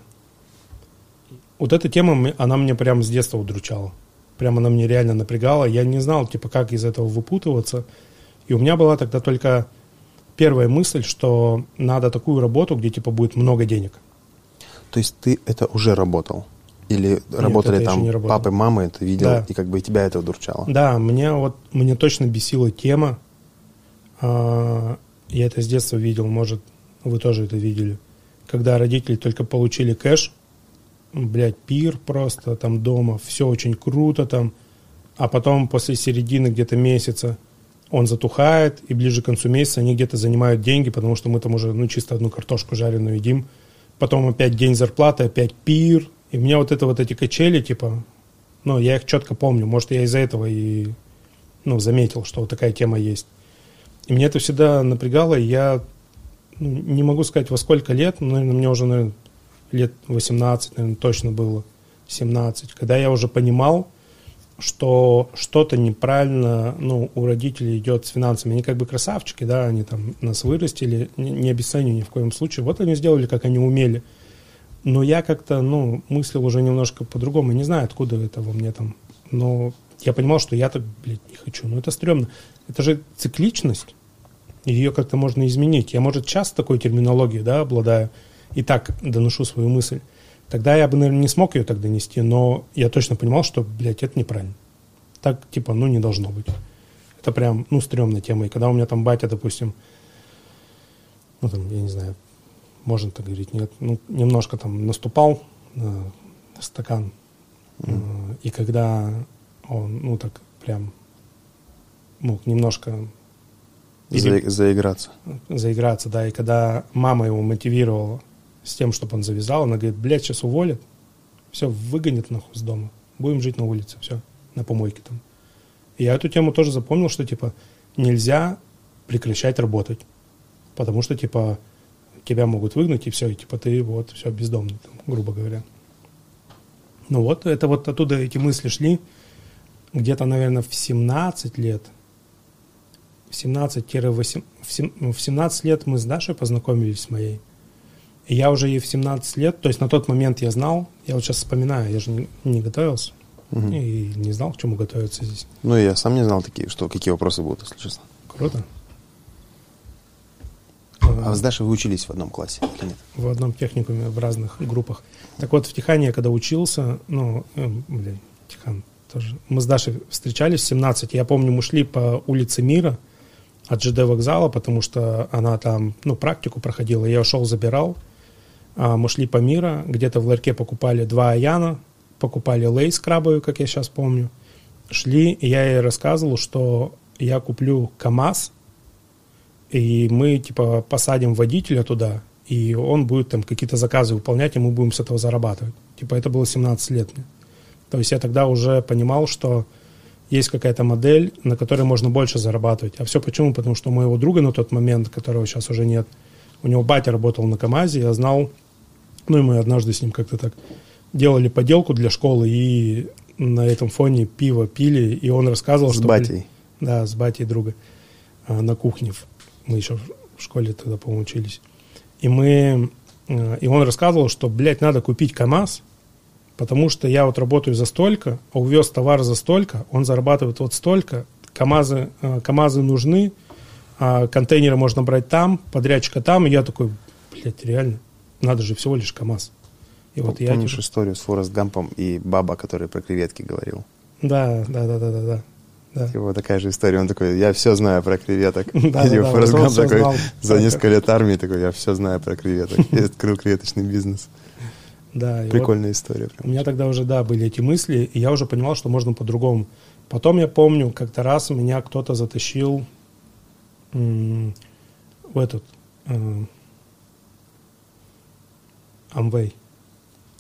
Вот эта тема, она мне прямо с детства удручала. Прямо она мне реально напрягала. Я не знал, типа, как из этого выпутываться. И у меня была тогда только первая мысль, что надо такую работу, где, типа, будет много денег. То есть ты это уже работал? Или работали там папы, мамы, ты видел, да. И как бы тебя это удручало? Да, мне точно бесила тема. Я это с детства видел, может, вы тоже это видели. Когда родители только получили кэш, блядь, пир просто там дома, все очень круто там, а потом после середины где-то месяца он затухает, и ближе к концу месяца они где-то занимают деньги, потому что мы там уже, чисто одну картошку жареную едим. Потом опять день зарплаты, опять пир. И у меня вот эти качели, типа, я их четко помню. Может, я из-за этого и, заметил, что вот такая тема есть. И меня это всегда напрягало, и я не могу сказать, во сколько лет, но, наверное, мне уже, лет 18, наверное, точно было, 17, когда я уже понимал, что что-то неправильно, у родителей идет с финансами. Они как бы красавчики, да, они там нас вырастили, не обесцениваю ни в коем случае. Вот они сделали, как они умели. Но я как-то, мыслил уже немножко по-другому. Не знаю, откуда это во мне там. Но я понимал, что я так, блядь, не хочу. Это стрёмно. Это же цикличность. Ее как-то можно изменить. Я, может, сейчас такой терминологией, да, обладаю. И так доношу свою мысль. Тогда я бы, наверное, не смог ее так донести, но я точно понимал, что, блядь, это неправильно. Так, типа, не должно быть. Это прям, стрёмная тема. И когда у меня там батя, допустим, я не знаю, можно так говорить, нет, немножко там наступал на стакан, и когда он, так прям мог немножко... Заиграться. Заиграться, да, и когда мама его мотивировала с тем, чтобы он завязал, она говорит, блядь, сейчас уволят, все, выгонят нахуй с дома, будем жить на улице, все, на помойке там. И я эту тему тоже запомнил, что, типа, нельзя прекращать работать, потому что, типа, тебя могут выгнать, и все, и, типа, ты вот, все, бездомный, там, грубо говоря. Это вот оттуда эти мысли шли, где-то, наверное, в 17 лет, в 17 лет мы с Дашей познакомились с моей. И я уже ей в 17 лет, то есть на тот момент я знал, я вот сейчас вспоминаю, я же не готовился, и не знал, к чему готовиться здесь. Я сам не знал какие вопросы будут, если честно. Круто. А с Дашей вы учились в одном классе или нет? В одном техникуме, в разных группах. Так вот, в Тихане я когда учился, Тихан тоже, мы с Дашей встречались в 17, я помню, мы шли по улице Мира от ЖД вокзала, потому что она там, практику проходила, я ушел, забирал. Мы шли по Мира, где-то в ларьке покупали 2 аяна, покупали лейс крабовый, как я сейчас помню. Шли, и я ей рассказывал, что я куплю КамАЗ, и мы, типа, посадим водителя туда, и он будет там какие-то заказы выполнять, и мы будем с этого зарабатывать. Типа, это было 17 лет мне. То есть я тогда уже понимал, что есть какая-то модель, на которой можно больше зарабатывать. А все почему? Потому что у моего друга на тот момент, которого сейчас уже нет, у него батя работал на КамАЗе, я знал, и мы однажды с ним как-то так делали поделку для школы, и на этом фоне пиво пили, и он рассказывал, с батей? Да, с батей друга на кухне. Мы еще в школе тогда, по-моему, учились. И он рассказывал, что, блядь, надо купить КамАЗ, потому что я вот работаю за столько, а увез товар за столько, он зарабатывает вот столько, КамАЗы нужны, а контейнеры можно брать там, подрядчика там, и я такой, блядь, реально, надо же всего лишь КамАЗ. И вот помнишь историю с Форест Гампом и баба, который про креветки говорил? Да. Его такая же история. Он такой, я все знаю про креветок. Да, Форест Гамп такой, за несколько лет армии такой, я все знаю про креветок. Я открыл креветочный бизнес. Да, прикольная история. У меня тогда уже, были эти мысли, и я уже понимал, что можно по-другому. Потом я помню, как-то раз меня кто-то затащил в этот Amway.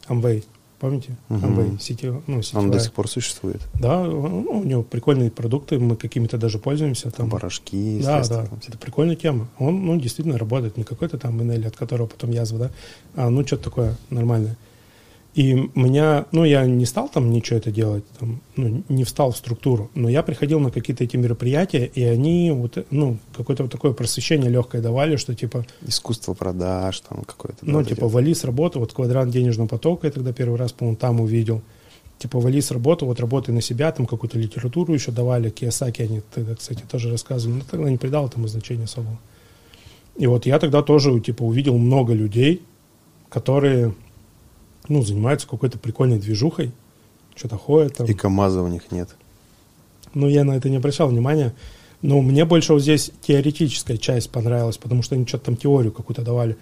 Amway. Помните? Amway, сетевая. Он до сих пор существует. Да, у него прикольные продукты, мы какими-то даже пользуемся. Там порошки. Да. Это прикольная тема. Он действительно работает, не какой-то там Энель, от которого потом язва, да, а что-то такое нормальное. И меня, я не стал там ничего это делать, там, не встал в структуру, но я приходил на какие-то эти мероприятия, и они какое-то вот такое просвещение легкое давали, что типа... Искусство продаж там какое-то. вали с работы, вот квадрант денежного потока, я тогда первый раз, по-моему, там увидел. Типа, вали с работы, вот работай на себя, там какую-то литературу еще давали, Кийосаки они тогда, кстати, тоже рассказывали, но тогда не придал этому значения особого. И вот я тогда тоже, увидел много людей, которые... занимаются какой-то прикольной движухой, что-то ходят там. И КамАЗа у них нет. Я на это не обращал внимания. Но мне больше вот здесь теоретическая часть понравилась, потому что они что-то там теорию какую-то давали.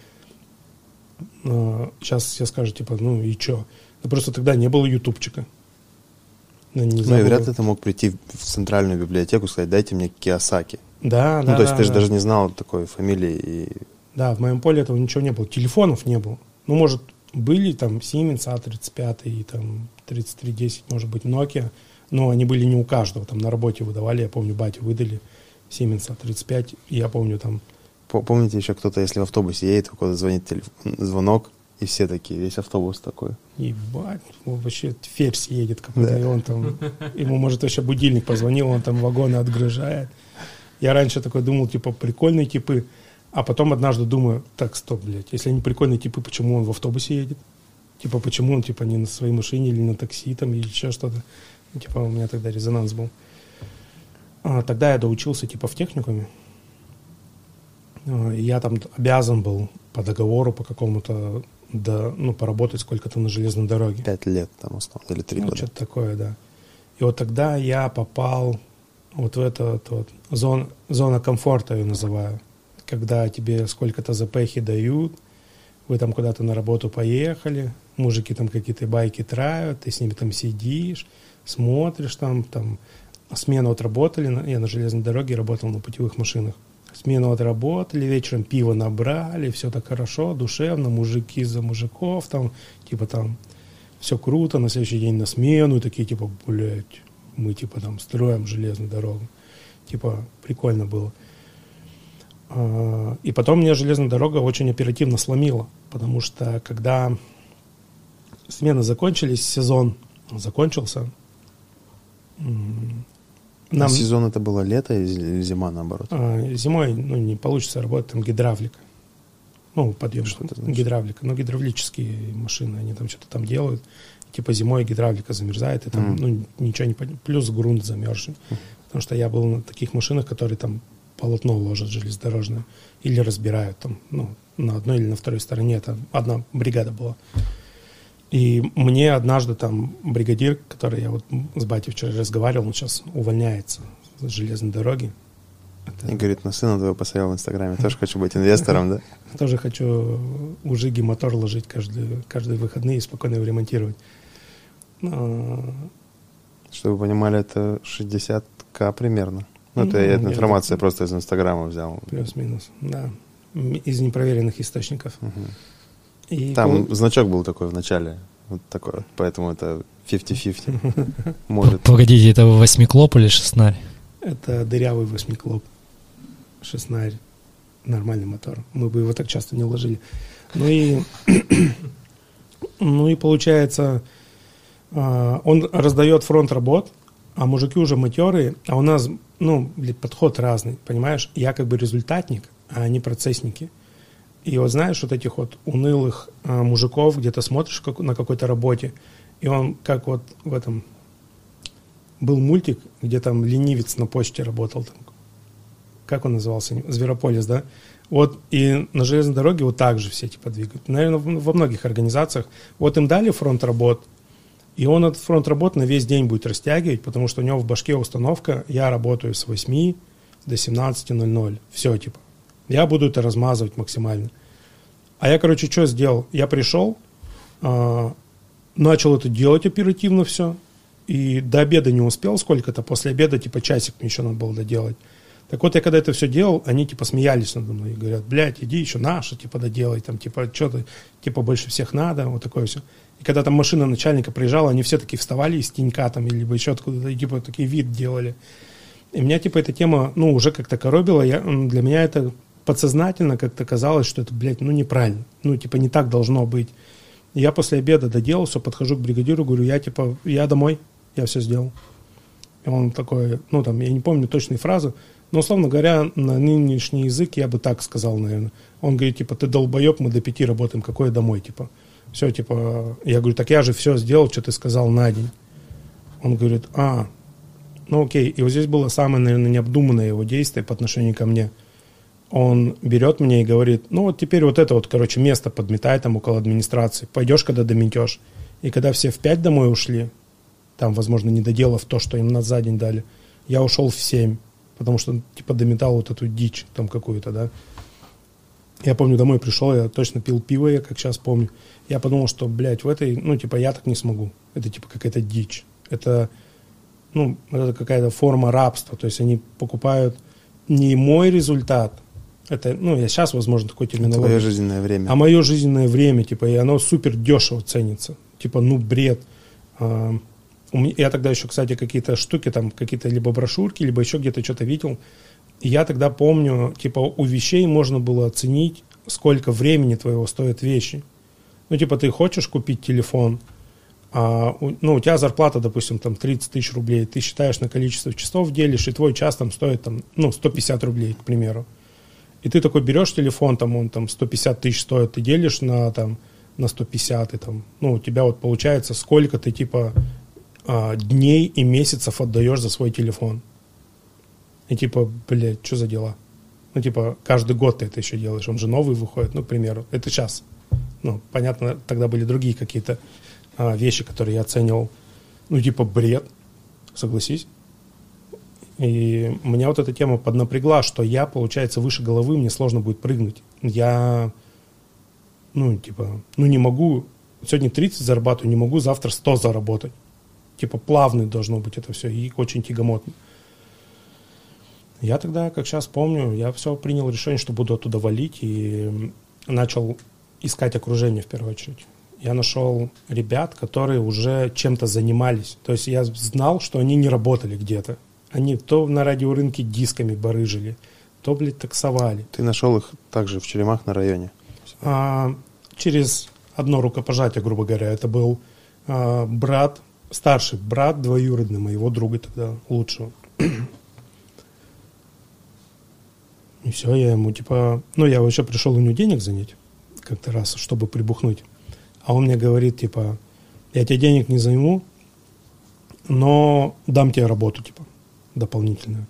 Сейчас все скажут, и что? Да просто тогда не было ютубчика. И вряд ли ты мог прийти в центральную библиотеку и сказать, дайте мне Кийосаки. Да. То есть ты же даже не знал такой фамилии. Да, в моем поле этого ничего не было. Телефонов не было. Может, были там Siemens A35 и там 3310, может быть, Nokia, но они были не у каждого. Там на работе выдавали, я помню, бате выдали Siemens A35, и я помню там... Помните еще кто-то, если в автобусе едет, у кого-то звонит звонок, и все такие, весь автобус такой. Ебать, вообще ферзь едет какой-то, и он там... Ему, может, вообще будильник позвонил, он там вагоны отгружает. Я раньше такой думал, прикольные типы. А потом однажды думаю, так, стоп, блядь, если они прикольные типы, почему он в автобусе едет? Почему он, не на своей машине или на такси там, или еще что-то? У меня тогда резонанс был. Тогда я доучился, в техникуме. И я там обязан был по договору по какому-то, поработать сколько-то на железной дороге. 5 лет там осталось, или 3 года. Что-то такое, да. И вот тогда я попал вот в эту зона комфорта, ее называю. Когда тебе сколько-то запехи дают, вы там куда-то на работу поехали, мужики там какие-то байки травят, ты с ними там сидишь, смотришь там смену отработали, я на железной дороге работал на путевых машинах, смену отработали, вечером пиво набрали, все так хорошо, душевно, мужики за мужиков, там все круто, на следующий день на смену, и такие блядь, мы там строим железную дорогу, прикольно было. И потом мне железная дорога очень оперативно сломила, потому что когда смены закончились, сезон закончился. Сезон это было лето или зима, наоборот? Зимой не получится работать, там гидравлика. Подъем, гидравлика. Гидравлические машины, они там что-то там делают. Зимой гидравлика замерзает, и там ничего не понятно. Плюс грунт замерзший. Потому что я был на таких машинах, которые там полотно ложат железнодорожное или разбирают там, на одной или на второй стороне. Это одна бригада была. И мне однажды там бригадир, который я вот с батей вчера разговаривал, он сейчас увольняется с железной дороги. И говорит, на сына твоего посмотрел в Инстаграме, тоже хочу быть инвестором, да? Тоже хочу у Жиги мотор ложить каждые выходные и спокойно его ремонтировать. Чтобы вы понимали, это 60К примерно. Это эта информация просто из Инстаграма взял. Плюс-минус, да. Из непроверенных источников. И там значок был такой в начале. Вот такой вот. Поэтому это 50-50. Может. Погодите, это восьмиклоп или шестнарь? Это дырявый восьмиклоп. Шестнарь. Нормальный мотор. Мы бы его так часто не ложили. Ну и получается, он раздает фронт работ, а мужики уже матерые, а у нас, подход разный, понимаешь? Я как бы результатник, а они процессники. И вот знаешь, вот этих вот унылых мужиков, где-то смотришь на какой-то работе, и он как вот в этом... Был мультик, где там ленивец на почте работал. Там. Как он назывался? Зверополис, да? Вот и на железной дороге вот так же все двигают. Наверное, во многих организациях. Вот им дали фронт работ, и он этот фронт работ на весь день будет растягивать, потому что у него в башке установка, я работаю с 8 до 17:00. Все, Я буду это размазывать максимально. А я, что сделал? Я пришел, начал это делать оперативно все, и до обеда не успел сколько-то, после обеда часик мне еще надо было доделать. Так вот, я когда это все делал, они, типа, смеялись надо мной и говорят, блядь, иди еще наше, типа, доделай, там, типа, что ты, типа, больше всех надо, вот такое все. И когда там машина начальника приезжала, они все такие вставали из тенька там, или еще откуда-то, и, типа, такие вид делали. И меня, типа, эта тема, ну, уже как-то коробила, для меня это подсознательно как-то казалось, что это, блядь, ну, неправильно, ну, типа, не так должно быть. И я после обеда доделал все, подхожу к бригадиру, говорю, я домой, я все сделал. И он такой, ну, там, я не помню точные фразы, но, условно говоря, на нынешний язык я бы так сказал, наверное. Он говорит, типа, ты долбоеб, мы до 5 работаем, какое домой, типа. Все, типа, я говорю, так я же все сделал, что ты сказал на день. Он говорит, ну окей. И вот здесь было самое, наверное, необдуманное его действие по отношению ко мне. Он берет меня и говорит, ну вот теперь вот это вот, короче, место подметай там около администрации. Пойдешь, когда дометешь. И когда все в 5 домой ушли, там, возможно, не доделав то, что им за день дали, я ушел в 7, потому что, типа, дометал вот эту дичь там какую-то, да. Я помню, домой пришел, я точно пил пиво, я как сейчас помню. Я подумал, что, блядь, в этой, ну, типа, я так не смогу. Это, типа, какая-то дичь. Это, ну, это какая-то форма рабства. То есть они покупают не мой результат, это, ну, я сейчас, возможно, такой терминология. Твое жизненное время. А мое жизненное время, типа, и оно супер дешево ценится. Типа, ну, бред. Я тогда еще, кстати, какие-то штуки, там, какие-то либо брошюрки, либо еще где-то что-то видел. И я тогда помню, типа, у вещей можно было оценить, сколько времени твоего стоят вещи. Ну, типа, ты хочешь купить телефон, у тебя зарплата, допустим, там 30 тысяч рублей, ты считаешь на количество часов, делишь, и твой час там стоит, там, 150 рублей, к примеру. И ты такой берешь телефон, там, он там 150 тысяч стоит, ты делишь на 150, и там, у тебя вот получается, сколько ты, типа, дней и месяцев отдаешь за свой телефон. И типа, блядь, что за дела? Ну, типа, каждый год ты это еще делаешь, он же новый выходит, к примеру. Это сейчас. Понятно, тогда были другие какие-то вещи, которые я оценивал. Типа, бред, согласись. И меня вот эта тема поднапрягла, что я, получается, выше головы, мне сложно будет прыгнуть. Я, не могу, сегодня 30 зарабатываю, не могу завтра 100 заработать. Типа, плавно должно быть это все, и очень тягомотно. Я тогда, как сейчас помню, я все принял решение, что буду оттуда валить, и начал искать окружение в первую очередь. Я нашел ребят, которые уже чем-то занимались. То есть я знал, что они не работали где-то. Они то на радиорынке дисками барыжили, то, блядь, таксовали. Ты нашел их также в Черемах на районе? Через одно рукопожатие, грубо говоря. Это был старший брат двоюродный моего друга тогда, лучшего. И все, я ему, типа... я еще пришел у него денег занять как-то раз, чтобы прибухнуть. А он мне говорит, типа, я тебе денег не займу, но дам тебе работу, типа, дополнительную.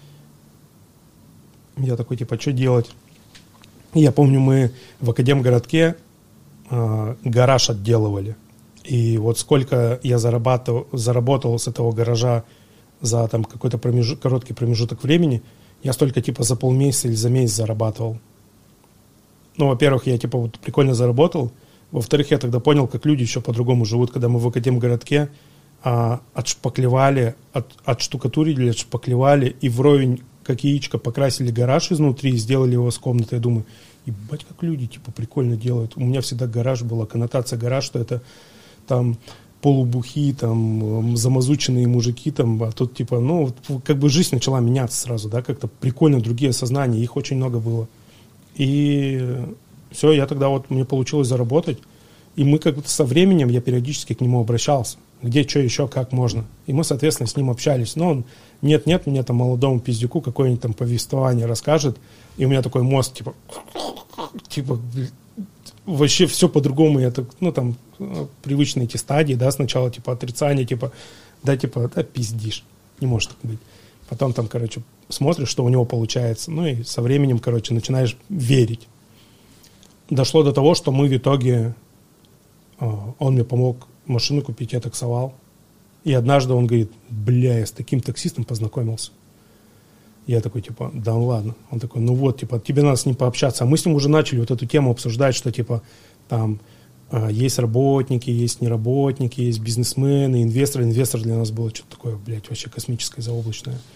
Я такой, типа, что делать? И я помню, мы в Академгородке гараж отделывали. И вот сколько я заработал с этого гаража за там какой-то короткий промежуток времени, я столько, типа, за полмесяца или за месяц зарабатывал. Во-первых, я, типа, вот прикольно заработал. Во-вторых, я тогда понял, как люди еще по-другому живут, когда мы в Академгородке отшпаклевали, отштукатурили, отшпаклевали и вровень, как яичко, покрасили гараж изнутри и сделали его с комнатой. Я думаю, ебать, как люди, типа, прикольно делают. У меня всегда гараж была, коннотация гараж, что это там полубухи, там, замазученные мужики, там, а тут, типа, как бы жизнь начала меняться сразу, да, как-то прикольно, другие осознания, их очень много было. И все, я тогда вот, мне получилось заработать, и мы как-то со временем, я периодически к нему обращался, где, что еще, как можно. И мы, соответственно, с ним общались. Но он, нет, мне там молодому пиздюку какое-нибудь там повествование расскажет, и у меня такой мозг, типа, вообще все по-другому, я так, там, привычные эти стадии, да, сначала, типа, отрицание, да, пиздишь, не может так быть. Потом там, короче, смотришь, что у него получается, и со временем, короче, начинаешь верить. Дошло до того, что мы в итоге, он мне помог машину купить, я таксовал, и однажды он говорит, бля, я с таким таксистом познакомился. Я такой, типа, да ладно. Он такой, тебе надо с ним пообщаться. А мы с ним уже начали вот эту тему обсуждать, что, типа, там есть работники, есть неработники, есть бизнесмены, инвесторы. Инвестор для нас было что-то такое, блядь, вообще космическое, заоблачное.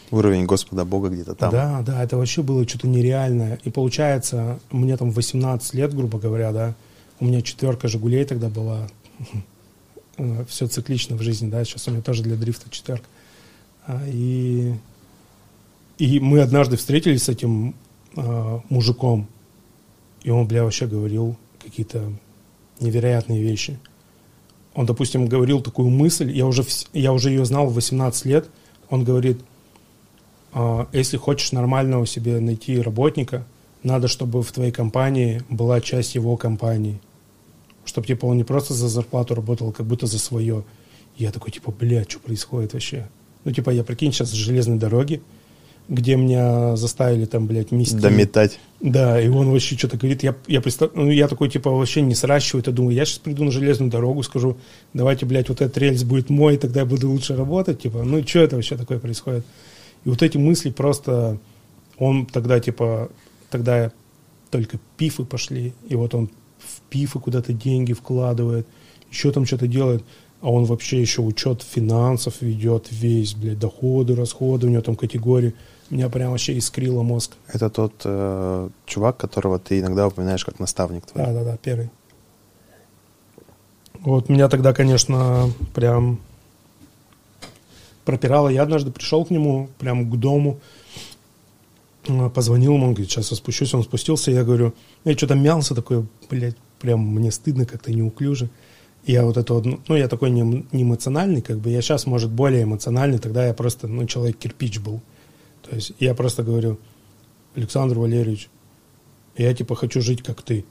Уровень Господа Бога где-то там. Да, да, это вообще было что-то нереальное. И получается, мне там 18 лет, грубо говоря, да, у меня 4 «Жигулей» тогда была. Все циклично в жизни, да, сейчас у меня тоже для дрифта 4. И мы однажды встретились с этим мужиком, и он, вообще говорил какие-то невероятные вещи. Он, допустим, говорил такую мысль, я уже ее знал в 18 лет, он говорит: если хочешь нормального себе найти работника, надо, чтобы в твоей компании была часть его компании. Чтобы, типа, он не просто за зарплату работал, а как будто за свое. И я такой, типа, что происходит вообще? Ну, типа, я, прикинь, сейчас с железной дороги, где меня заставили там, мести. Дометать. Да, и он вообще что-то говорит. Я такой, типа, вообще не сращиваю это, думаю, я сейчас приду на железную дорогу, скажу: давайте, вот этот рельс будет мой, тогда я буду лучше работать. Типа, что это вообще такое происходит? И вот эти мысли просто... Он тогда, типа, тогда только пифы пошли, и вот он в пифы куда-то деньги вкладывает, еще там что-то делает, а он вообще еще учет финансов ведет весь, доходы, расходы, у него там категории. Меня прям вообще искрило мозг. Это тот чувак, которого ты иногда упоминаешь как наставник твой. Да, первый. Вот меня тогда, конечно, прям пропирало. Я однажды пришел к нему, прям к дому, позвонил ему, он говорит: сейчас я спущусь. Он спустился, я говорю, я что-то мялся такой, прям мне стыдно, как-то неуклюже. И я вот это вот, я такой не эмоциональный, я сейчас, может, более эмоциональный, тогда я просто, человек-кирпич был. То есть я просто говорю: Александр Валерьевич, я, хочу жить, как ты.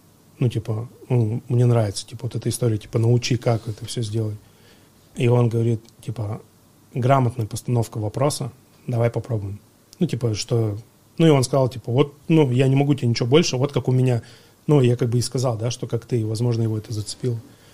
Мне нравится, вот эта история, научи, как это все сделать. И он говорит, грамотная постановка вопроса, давай попробуем. Что... и он сказал, я не могу тебе ничего больше, вот как у меня. Я и сказал, да, что как ты, возможно, его это зацепило.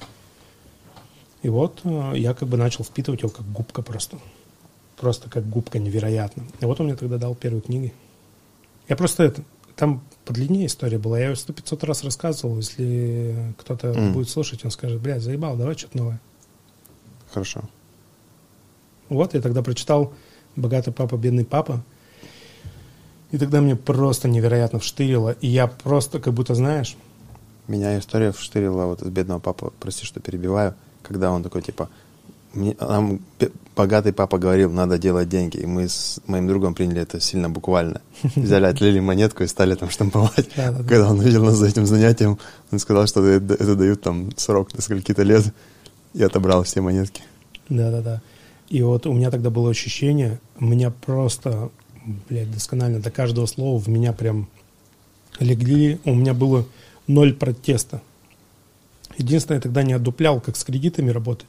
И вот я начал впитывать его как губка просто. Просто как губка невероятно. И вот он мне тогда дал первые книги. Я просто там подлиннее история была. Я ее 100-500 раз рассказывал. Если кто-то будет слушать, он скажет: заебал, давай что-то новое. Хорошо. Вот я тогда прочитал «Богатый папа, бедный папа». И тогда мне просто невероятно вштырило. И я просто как будто, знаешь... Меня история вштырила вот из «Бедного папы», прости, что перебиваю, когда он такой, нам богатый папа говорил, надо делать деньги. И мы с моим другом приняли это сильно буквально. Взяли, отлили монетку и стали там штамповать. Когда он увидел нас за этим занятием, он сказал, что это дают там срок на сколько-то лет. И отобрал все монетки. Да. И вот у меня тогда было ощущение, меня просто, досконально до каждого слова в меня прям легли. У меня было 0 протеста. Единственное, я тогда не отдуплял, как с кредитами работать.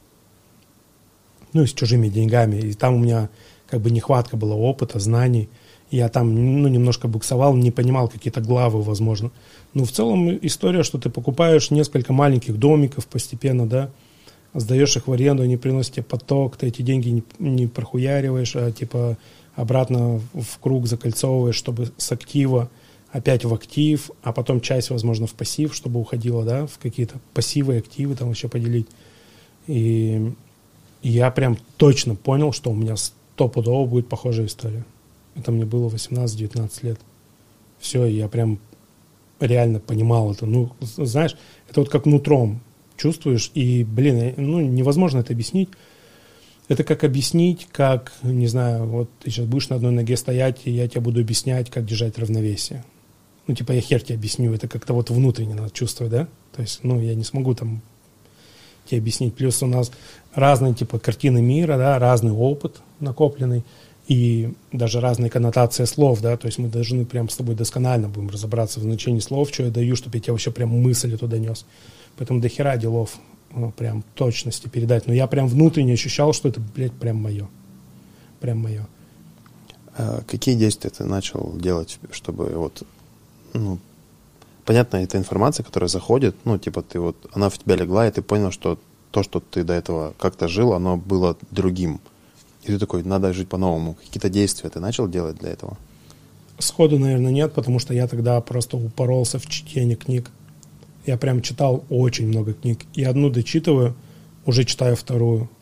С чужими деньгами. И там у меня нехватка была опыта, знаний. Я там, немножко буксовал, не понимал какие-то главы, возможно. Но в целом история, что ты покупаешь несколько маленьких домиков постепенно, да, сдаешь их в аренду, они приносят тебе поток, ты эти деньги не прохуяриваешь, а обратно в круг закольцовываешь, чтобы с актива опять в актив, а потом часть, возможно, в пассив, чтобы уходила, да, в какие-то пассивы, активы там еще поделить. И я прям точно понял, что у меня 100% будет похожая история. Это мне было 18-19 лет. Все, я прям реально понимал это. Знаешь, это вот как нутром чувствуешь, и, невозможно это объяснить. Это как объяснить, как, не знаю, вот ты сейчас будешь на одной ноге стоять, и я тебе буду объяснять, как держать равновесие. Я хер тебе объясню, это как-то вот внутренне надо чувствовать, да? То есть, я не смогу там тебе объяснить. Плюс у нас разные, картины мира, да, разный опыт накопленный, и даже разные коннотации слов, да, то есть мы должны прям с тобой досконально будем разобраться в значении слов, что я даю, чтобы я тебе вообще прям мысль туда нес. Поэтому до хера делов прям точности передать. Но я прям внутренне ощущал, что это, прям мое. Прям мое. А какие действия ты начал делать, чтобы понятно, это информация, которая заходит, ты она в тебя легла, и ты понял, что то, что ты до этого как-то жил, оно было другим. И ты такой, надо жить по-новому. Какие-то действия ты начал делать для этого? Сходу, наверное, нет, потому что я тогда просто упоролся в чтение книг. Я прям читал очень много книг. И одну дочитываю, уже читаю вторую.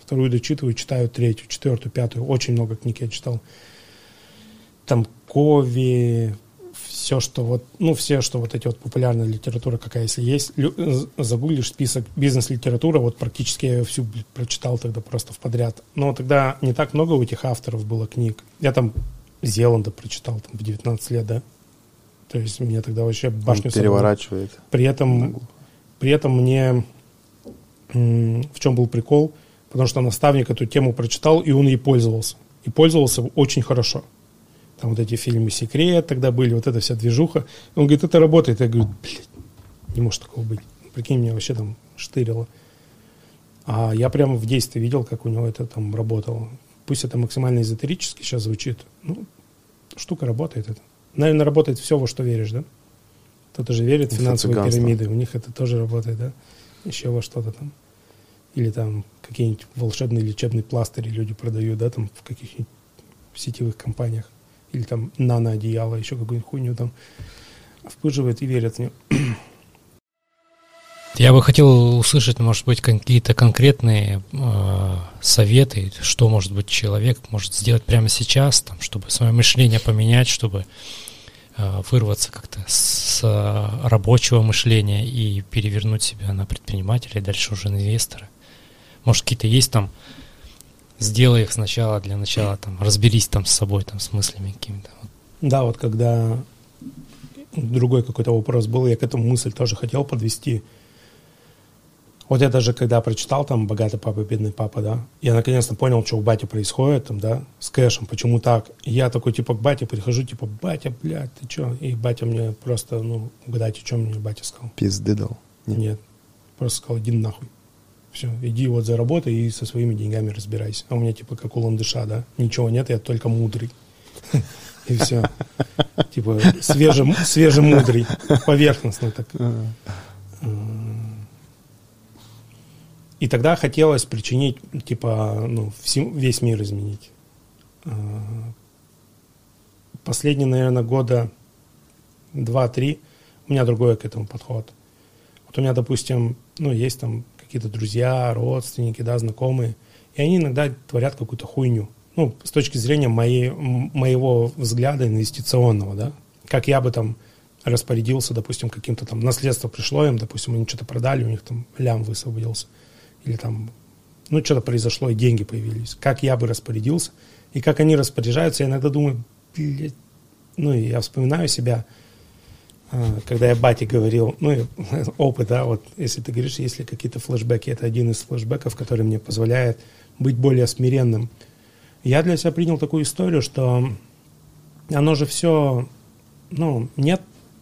вторую дочитываю, читаю третью, четвертую, пятую. Очень много книг я читал. Там Кови, все, что вот эти вот популярная литература какая, если есть, загуглишь список бизнес-литературы, вот практически я ее всю прочитал тогда просто в подряд. Но тогда не так много у этих авторов было книг. Я там Зеланда прочитал там, в 19 лет, да. То есть мне тогда вообще башню переворачивает. При этом мне в чем был прикол, потому что наставник эту тему прочитал, и он ей пользовался. И пользовался очень хорошо. Там вот эти фильмы «Секрет» тогда были, вот эта вся движуха. Он говорит, это работает. Я говорю, блядь, не может такого быть. Прикинь, меня вообще там штырило. А я прямо в действии видел, как у него это там работало. Пусть это максимально эзотерически сейчас звучит. Ну, штука работает это. Наверное, работает все, во что веришь, да? Кто-то же верит в финансовые пирамиды. У них это тоже работает, да? Еще во что-то там. Или там какие-нибудь волшебные лечебные пластыри люди продают, да, там в каких-нибудь сетевых компаниях. Или там наноодеяло, еще какую-нибудь хуйню там впыживают и верят в нее. Я бы хотел услышать, может быть, какие-то конкретные советы, что, может быть, человек может сделать прямо сейчас, там, чтобы свое мышление поменять, чтобы вырваться как-то с рабочего мышления и перевернуть себя на предпринимателя и дальше уже на инвестора. Может, какие-то есть там, сделай их сначала, для начала, там, разберись там с собой, там, с мыслями какими-то. Да, вот когда другой какой-то вопрос был, я к этому мысль тоже хотел подвести. Вот я даже когда прочитал там «Богатый папа, бедный папа», да, я наконец-то понял, что у бати происходит там, да, с кэшем, почему так. И я такой, типа, к бате прихожу, типа, батя, блядь, ты чё? И батя мне просто, угадайте, что мне батя сказал? Пизды дал? Нет. Просто сказал, иди нахуй. Все, иди вот заработай и со своими деньгами разбирайся. А у меня, типа, как у ландыша, да, ничего нет, я только мудрый. И все. Типа, свежемудрый, поверхностно так. И тогда хотелось причинить, типа, весь мир изменить. Последние, наверное, года 2-3 у меня другой к этому подход. Вот у меня, допустим, есть там какие-то друзья, родственники, да, знакомые, и они иногда творят какую-то хуйню. С точки зрения моего взгляда инвестиционного, да, как я бы там распорядился, допустим, каким-то там наследство пришло им, допустим, они что-то продали, у них там лям высвободился. Или там, что-то произошло, и деньги появились. Как я бы распорядился, и как они распоряжаются, я иногда думаю, блядь, и я вспоминаю себя, когда я бате говорил, опыт, да, вот, если ты говоришь, если какие-то флешбеки, это один из флешбеков, который мне позволяет быть более смиренным. Я для себя принял такую историю, что оно же все, нет,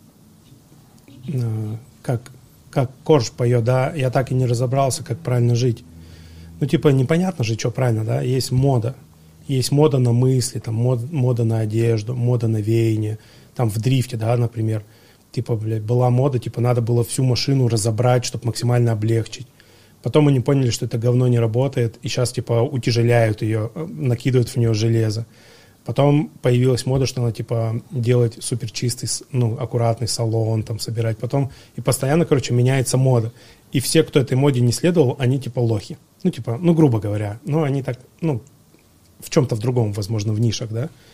как Корж поет, да, я так и не разобрался, как правильно жить. Непонятно же, что правильно, да, есть мода. Есть мода на мысли, там, мода на одежду, мода на веяние, там, в дрифте, да, например. Была мода, надо было всю машину разобрать, чтобы максимально облегчить. Потом они поняли, что это говно не работает, и сейчас, утяжеляют ее, накидывают в нее железо. Потом появилась мода, что надо, делать супер чистый, аккуратный салон, там, собирать. Потом, и постоянно, меняется мода. И все, кто этой моде не следовал, они, лохи. Грубо говоря. Они так, в чем-то в другом, возможно, в нишах,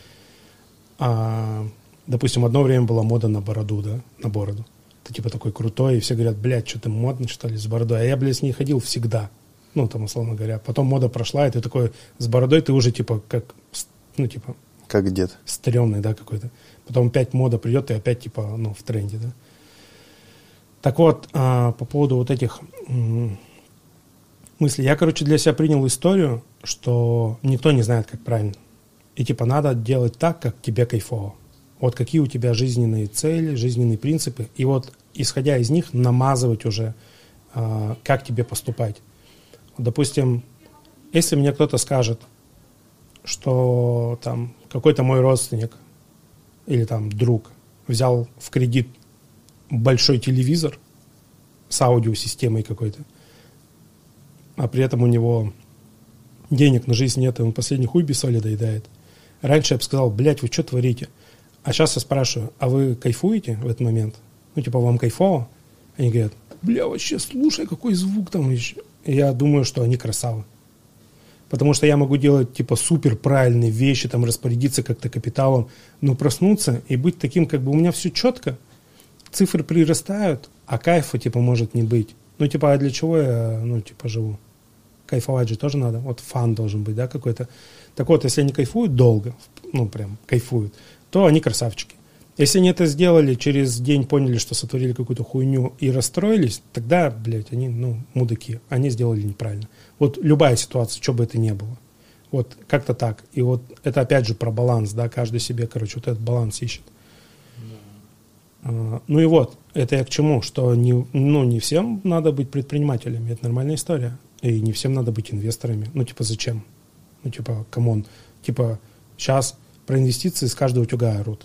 да. Допустим, одно время была мода на бороду, да, на бороду. Ты, такой крутой, и все говорят, блядь, что ты модный, что ли, с бородой. А я, блядь, с ней ходил всегда. Условно говоря. Потом мода прошла, и ты такой, с бородой ты уже, как... как дед. Стрёмный, да, какой-то. Потом опять мода придет, и опять, в тренде, да. Так вот, по поводу вот этих мыслей. Я, для себя принял историю, что никто не знает, как правильно. И, надо делать так, как тебе кайфово. Вот какие у тебя жизненные цели, жизненные принципы. И вот, исходя из них, намазывать уже, как тебе поступать. Вот, допустим, если мне кто-то скажет, что там какой-то мой родственник или там друг взял в кредит большой телевизор с аудиосистемой какой-то, а при этом у него денег на жизнь нет, и он последний хуй без соли доедает. Раньше я бы сказал, блядь, вы что творите? А сейчас я спрашиваю, а вы кайфуете в этот момент? Вам кайфово? Они говорят, бля, вообще, слушай, какой звук там еще. И я думаю, что они красавы. Потому что я могу делать, типа, супер правильные вещи, там, распорядиться как-то капиталом, но проснуться и быть таким, как бы, у меня все четко, цифры прирастают, а кайфа, типа, может не быть. Ну, типа, а для чего я, ну, типа, живу? Кайфовать же тоже надо. Вот фан должен быть, да, какой-то. Так вот, если они кайфуют долго, ну, прям кайфуют, то они красавчики. Если они это сделали, через день поняли, что сотворили какую-то хуйню и расстроились, тогда, блядь, они, ну, мудаки. Они сделали неправильно. Вот любая ситуация, что бы это ни было. Вот как-то так. И вот это опять же про баланс, да, каждый себе, короче, вот этот баланс ищет. Ну и вот, это я к чему, что не всем надо быть предпринимателями, это нормальная история. И не всем надо быть инвесторами. Ну, типа, зачем? Ну, типа, камон. Типа, сейчас про инвестиции с каждого утюга орут.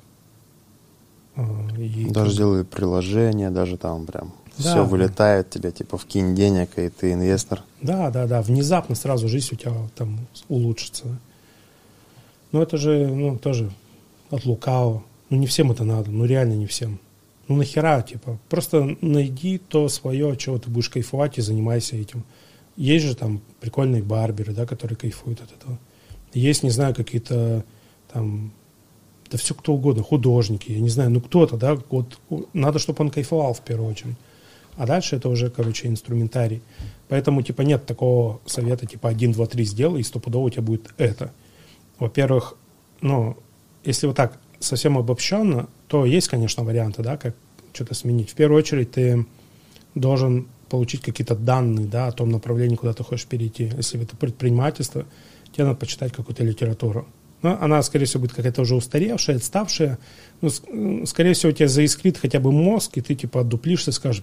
Даже делают приложения, даже там прям все вылетает тебе, типа, вкинь денег, и ты инвестор. Да. Внезапно сразу жизнь у тебя там улучшится. Но это же, ну, тоже от лукавого. Ну, не всем это надо, ну, реально не всем. Ну, нахера, типа, просто найди то свое, от чего ты будешь кайфовать, и занимайся этим. Есть же там прикольные барберы, да, которые кайфуют от этого. Есть, не знаю, какие-то там, да все кто угодно, художники, я не знаю, ну кто-то, да, вот надо, чтобы он кайфовал в первую очередь. А дальше это уже, короче, инструментарий. Поэтому, типа, нет такого совета, типа, 1, 2, 3 сделай, и стопудово у тебя будет это. Во-первых, ну, если вот так совсем обобщенно, то есть, конечно, варианты, да, как что-то сменить. В первую очередь ты должен получить какие-то данные, да, о том направлении, куда ты хочешь перейти. Если это предпринимательство, тебе надо почитать какую-то литературу. Но она, скорее всего, будет какая-то уже устаревшая, отставшая. Но, скорее всего, у тебя заискрит хотя бы мозг, и ты, типа, отдуплишься и скажешь,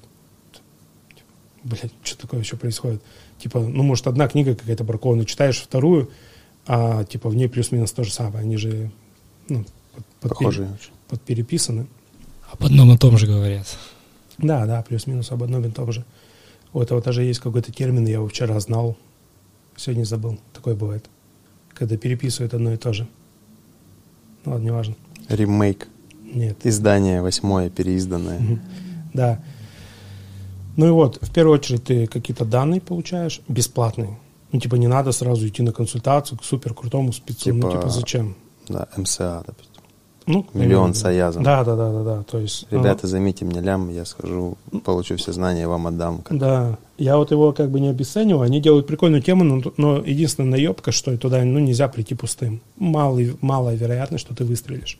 блядь, что такое еще происходит? Типа, ну, может, одна книга какая-то бракованная, читаешь вторую, а, типа, в ней плюс-минус то же самое. Они же, ну, подпереписаны. Об одном и том же говорят. Да, плюс-минус об одном и том же. У этого даже есть какой-то термин, я его вчера знал, сегодня забыл. Такое бывает. Когда переписывают одно и то же. Ну ладно, неважно. Ремейк. Нет. Издание 8-е, переизданное. Да. Ну и вот, в первую очередь ты какие-то данные получаешь, бесплатные. Ну, типа, не надо сразу идти на консультацию к супер крутому спецу. Типа, ну, типа, зачем? Да, МСА, допустим. Ну, Миллион саязом. Да. То есть, ребята, займите мне лям, я схожу, получу все знания, вам отдам. Да, я вот его как бы не обесцениваю. Они делают прикольную тему, но единственная наебка, что туда нельзя прийти пустым. Малая вероятность, что ты выстрелишь.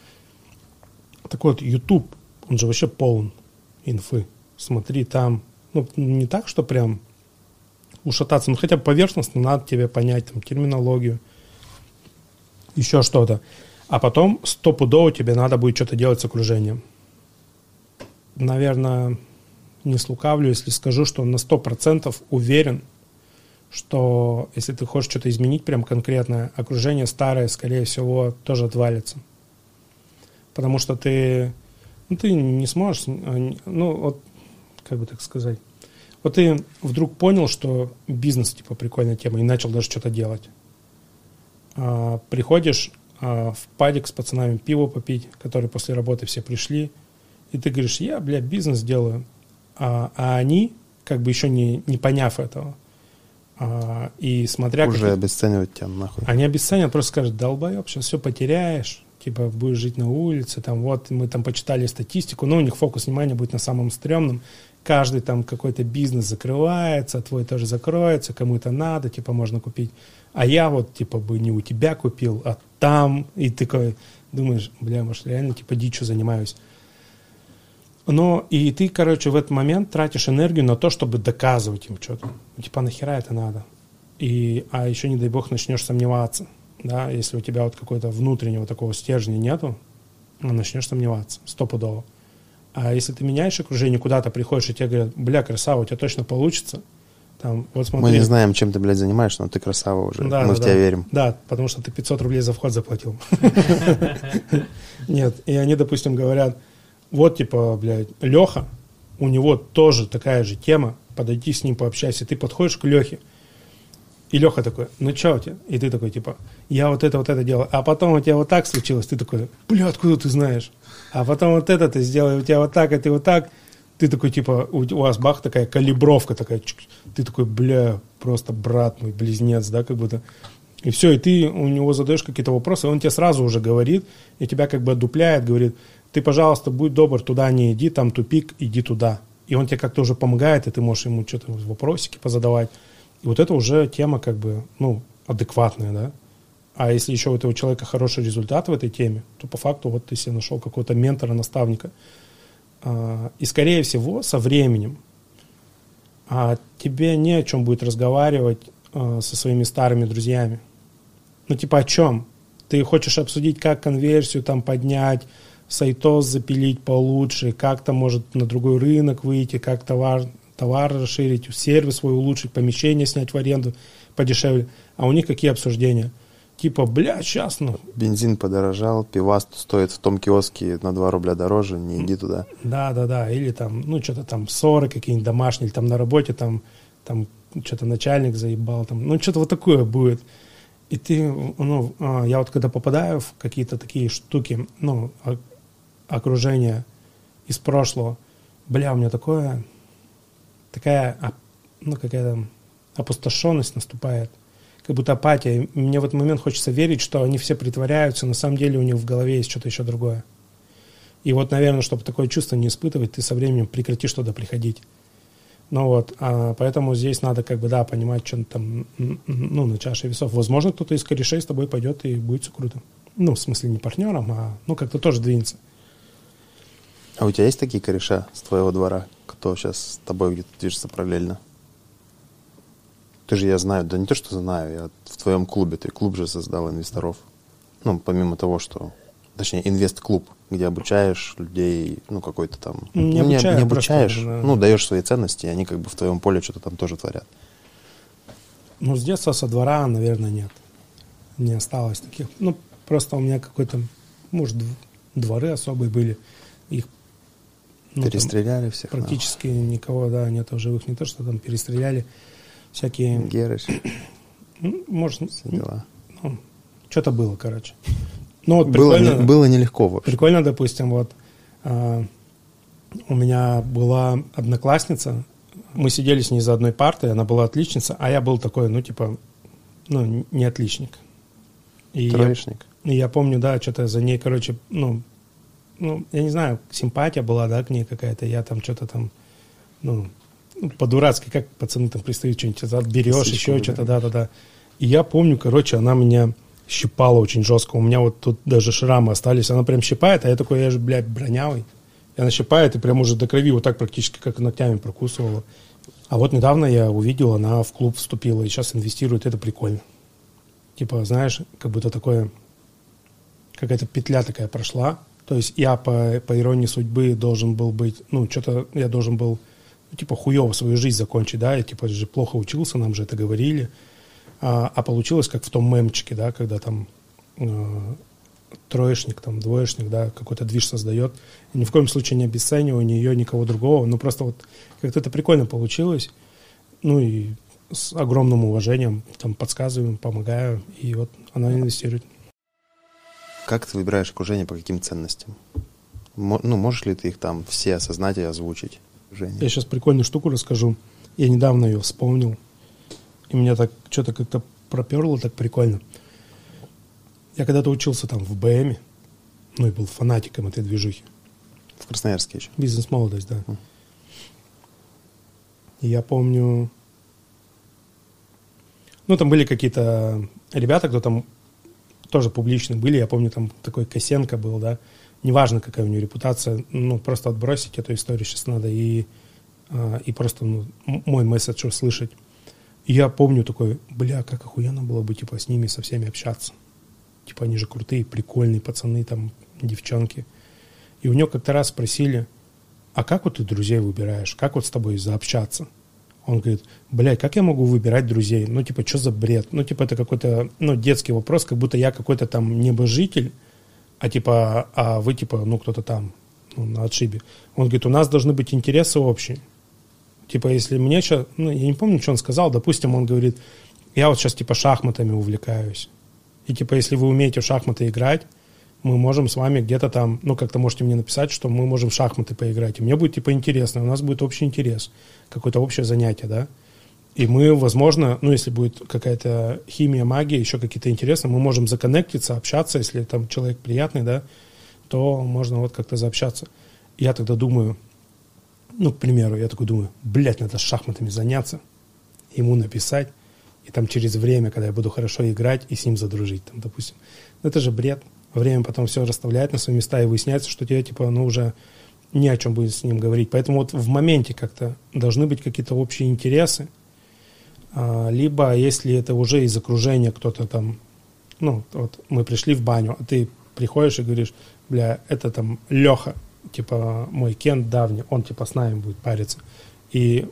Так вот, YouTube, он же вообще полон инфы. Смотри, там, ну, не так, что прям ушататься, но хотя бы поверхностно надо тебе понять там терминологию, еще что-то. А потом стопудово тебе надо будет что-то делать с окружением. Наверное, не слукавлю, если скажу, что на 100% уверен, что если ты хочешь что-то изменить прям конкретное, окружение старое, скорее всего, тоже отвалится. Потому что ты не сможешь, ну, вот, как бы так сказать, вот ты вдруг понял, что бизнес, типа, прикольная тема, и начал даже что-то делать. Приходишь в падик с пацанами пиво попить, которые после работы все пришли, и ты говоришь, я, бля, бизнес делаю. А они, как бы еще не поняв этого, и смотря... Уже обесценивать тебя нахуй. Они обесценят, просто скажут, долбоеб, сейчас все потеряешь, типа, будешь жить на улице, там, вот, мы там почитали статистику, но у них фокус внимания будет на самом стрёмном, каждый там какой-то бизнес закрывается, твой тоже закроется, кому-то надо, типа, можно купить. А я вот, типа, бы не у тебя купил, а там, и ты такой думаешь, бля, может, реально, типа, дичью занимаюсь. Но и ты, короче, в этот момент тратишь энергию на то, чтобы доказывать им что-то. Типа, нахера это надо? А еще, не дай бог, начнешь сомневаться. Да? Если у тебя вот какого-то внутреннего такого стержня нету, начнешь сомневаться, стопудово. А если ты меняешь окружение, куда-то приходишь, и тебе говорят, бля, красава, у тебя точно получится. Там, вот смотри. Мы не знаем, чем ты, блядь, занимаешься, но ты красава уже. Да, мы в тебя верим. Да, потому что ты 500 рублей за вход заплатил. Нет, и они, допустим, говорят, вот, типа, блядь, Леха, у него тоже такая же тема, подойди с ним, пообщайся. Ты подходишь к Лехе, и Леха такой, ну что у тебя? И ты такой, типа, я вот это делал. А потом у тебя вот так случилось, ты такой, бля, откуда ты знаешь? А потом вот это ты сделал, у тебя вот так, и ты вот так. ты такой, типа, у вас бах, такая калибровка такая, ты такой, бля, просто брат мой, близнец, да, как будто. И все, и ты у него задаешь какие-то вопросы, и он тебе сразу уже говорит, и тебя как бы отдупляет, говорит, ты, пожалуйста, будь добр, туда не иди, там тупик, иди туда. И он тебе как-то уже помогает, и ты можешь ему что-то вопросики позадавать. И вот это уже тема как бы, ну, адекватная, да. А если еще у этого человека хороший результат в этой теме, то по факту вот ты себе нашел какого-то ментора, наставника. И, скорее всего, со временем тебе не о чем будет разговаривать со своими старыми друзьями. Ну, типа о чем? Ты хочешь обсудить, как конверсию там поднять, сайтос запилить получше, как там может на другой рынок выйти, как товар расширить, сервис свой улучшить, помещение снять в аренду подешевле. А у них какие обсуждения? Типа, бля, сейчас, ну. Бензин подорожал, пивас стоит в том киоске на 2 рубля дороже, не иди туда. Да. Или там, ну, что-то там ссоры какие-нибудь домашние, или там на работе там что-то начальник заебал, там, ну, что-то вот такое будет. И ты, ну, я вот когда попадаю в какие-то такие штуки, ну, окружение из прошлого, бля, у меня такая, ну, какая-то опустошенность наступает. Как будто апатия. Мне в этот момент хочется верить, что они все притворяются, на самом деле у них в голове есть что-то еще другое. И вот, наверное, чтобы такое чувство не испытывать, ты со временем прекратишь туда приходить. Ну вот, поэтому здесь надо как бы, да, понимать, что там, ну, на чаше весов. Возможно, кто-то из корешей с тобой пойдет и будет все круто. Ну, в смысле, не партнером, а, ну, как-то тоже двинется. А у тебя есть такие кореша с твоего двора, кто сейчас с тобой где-то движется параллельно? Ты же, я знаю, да не то, что знаю, я в твоем клубе, ты клуб же создал инвесторов. Ну, помимо того, что, точнее, инвест-клуб, где обучаешь людей, ну, какой-то там... Не обучаешь, просто, ну, даешь свои ценности, и они как бы в твоем поле что-то там тоже творят. Ну, с детства, со двора, наверное, нет. Не осталось таких. Ну, просто у меня какой-то, может, дворы особые были. Их, ну, перестреляли всех. Практически никого, да, нет в живых. Не то, что там перестреляли. Всякие... Герыч. Может, все дела. Ну, что-то было, короче. Ну, вот прикольно, было нелегко вообще. Прикольно, допустим, вот у меня была одноклассница, мы сидели с ней за одной партой, она была отличница, а я был такой, ну, типа, ну, не отличник. Троечник. И я помню, да, что-то за ней, короче, ну, я не знаю, симпатия была, да, к ней какая-то, я там что-то там, ну, по-дурацки, как пацаны там пристают, что-нибудь отберешь, еще что-то, да. И я помню, короче, она меня щипала очень жестко. У меня вот тут даже шрамы остались. Она прям щипает, а я такой, я же, блядь, бронявый. И она щипает и прям уже до крови вот так практически, как ногтями прокусывала. А вот недавно я увидел, она в клуб вступила и сейчас инвестирует. Это прикольно. Типа, знаешь, как будто такое, какая-то петля такая прошла. То есть я по иронии судьбы должен был быть, ну, что-то я должен был, ну, типа, хуёво свою жизнь закончить, да, я, типа, же плохо учился, нам же это говорили. А получилось, как в том мемчике, да, когда там троечник, там, двоечник, да, какой-то движ создает. И ни в коем случае не обесцениваю ни ее, никого другого. Ну, просто вот как-то это прикольно получилось. Ну, и с огромным уважением там подсказываю, помогаю. И вот она инвестирует. Как ты выбираешь окружение, по каким ценностям? Ну, можешь ли ты их там все осознать и озвучить? Женя? Я сейчас прикольную штуку расскажу. Я недавно ее вспомнил. И меня так что-то как-то проперло так прикольно. Я когда-то учился там в БМе, ну и был фанатиком этой движухи. В Красноярске еще? Бизнес-молодость, да. И я помню... Ну, там были какие-то ребята, кто там тоже публичны были. Я помню, там такой Косенко был, да. Неважно, какая у него репутация, ну, просто отбросить эту историю сейчас надо и просто, ну, мой месседж услышать. И я помню такой, бля, как охуенно было бы, типа, с ними со всеми общаться. Типа, они же крутые, прикольные пацаны, там, девчонки. И у него как-то раз спросили, а как вот ты друзей выбираешь? Как вот с тобой заобщаться? Он говорит, блядь, как я могу выбирать друзей? Ну, типа, что за бред? Ну, типа, это какой-то, ну, детский вопрос, как будто я какой-то там небожитель, а вы, типа, ну, кто-то там, ну, на отшибе. Он говорит, у нас должны быть интересы общие. Типа, если мне сейчас, ну, я не помню, что он сказал, допустим, он говорит, я вот сейчас, типа, шахматами увлекаюсь. И, типа, если вы умеете в шахматы играть, мы можем с вами где-то там, ну, как-то можете мне написать, что мы можем в шахматы поиграть. И мне будет, типа, интересно, у нас будет общий интерес, какое-то общее занятие, да. И мы, возможно, ну, если будет какая-то химия, магия, еще какие-то интересы, мы можем законнектиться, общаться, если там человек приятный, да, то можно вот как-то заобщаться. Я тогда думаю, ну, к примеру, я такой думаю, блядь, надо шахматами заняться, ему написать, и там через время, когда я буду хорошо играть, и с ним задружить, там, допустим. Ну, это же бред. Время потом все расставляет на свои места, и выясняется, что тебе, типа, ну, уже ни о чем будет с ним говорить. Поэтому вот в моменте как-то должны быть какие-то общие интересы, либо если это уже из окружения кто-то там, ну, вот мы пришли в баню, а ты приходишь и говоришь, бля, это там Леха, типа, мой Кент давний, он, типа, с нами будет париться. И